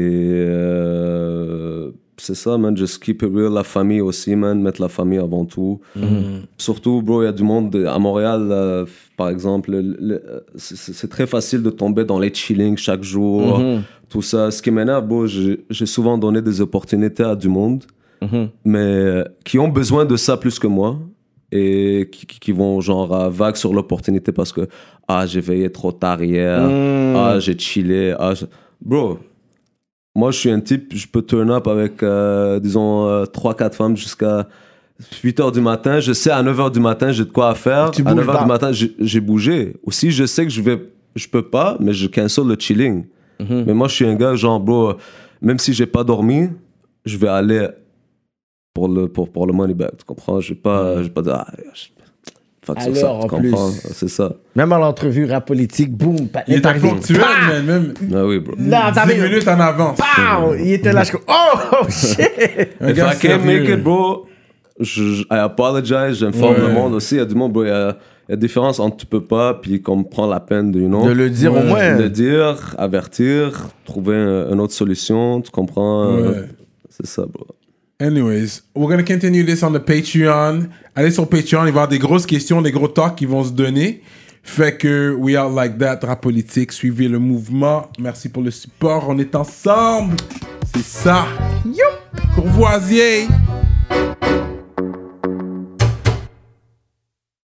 euh, c'est ça, man. Just keep it real. La famille aussi, man. Mettre la famille avant tout. Mm-hmm. Surtout, bro, il y a du monde à Montréal, euh, par exemple. Le, le, c'est, c'est très facile de tomber dans les chillings chaque jour. Mm-hmm. Tout ça. Ce qui m'énerve, bro, j'ai, j'ai souvent donné des opportunités à du monde, mm-hmm. mais qui ont besoin de ça plus que moi. Et qui, qui vont genre à vague sur l'opportunité parce que ah j'ai veillé trop tard hier, mm. ah j'ai chillé, ah je... bro, moi je suis un type, je peux turn up avec euh, disons euh, trois quatre femmes jusqu'à huit heures du matin, je sais à neuf heures du matin j'ai de quoi faire, à neuf heures du matin j'ai, j'ai bougé. Aussi je sais que je vais, je peux pas, mais je cancel le chilling. Mm-hmm. Mais moi je suis un gars genre bro, même si j'ai pas dormi, je vais aller pour le, pour, pour le money back, tu comprends? Je vais pas, je vais pas dire, ah, fuck sur ça, tu comprends? C'est ça. Même à l'entrevue rap politique, boum, il était ponctuel, mais même. Ah oui, bro. Là, dix minutes en avance. Pow! Il était là, je suis comme, oh, shit! If I can't make it, bro, je, je, I apologize, j'informe ouais. le monde aussi. Il y a du monde, bro, il y a, il y a différence entre tu peux pas, puis qu'on prend la peine de, you know, de le dire ouais. au moins. De le dire, avertir, trouver un, une autre solution, tu comprends? Ouais. C'est ça, bro. Anyways, we're going to continue this on the Patreon. Allez sur Patreon, il va y avoir des grosses questions, des gros talks qui vont se donner. Fait que we are like that, rap politique. Suivez le mouvement. Merci pour le support. On est ensemble. C'est ça. Youp. Courvoisier.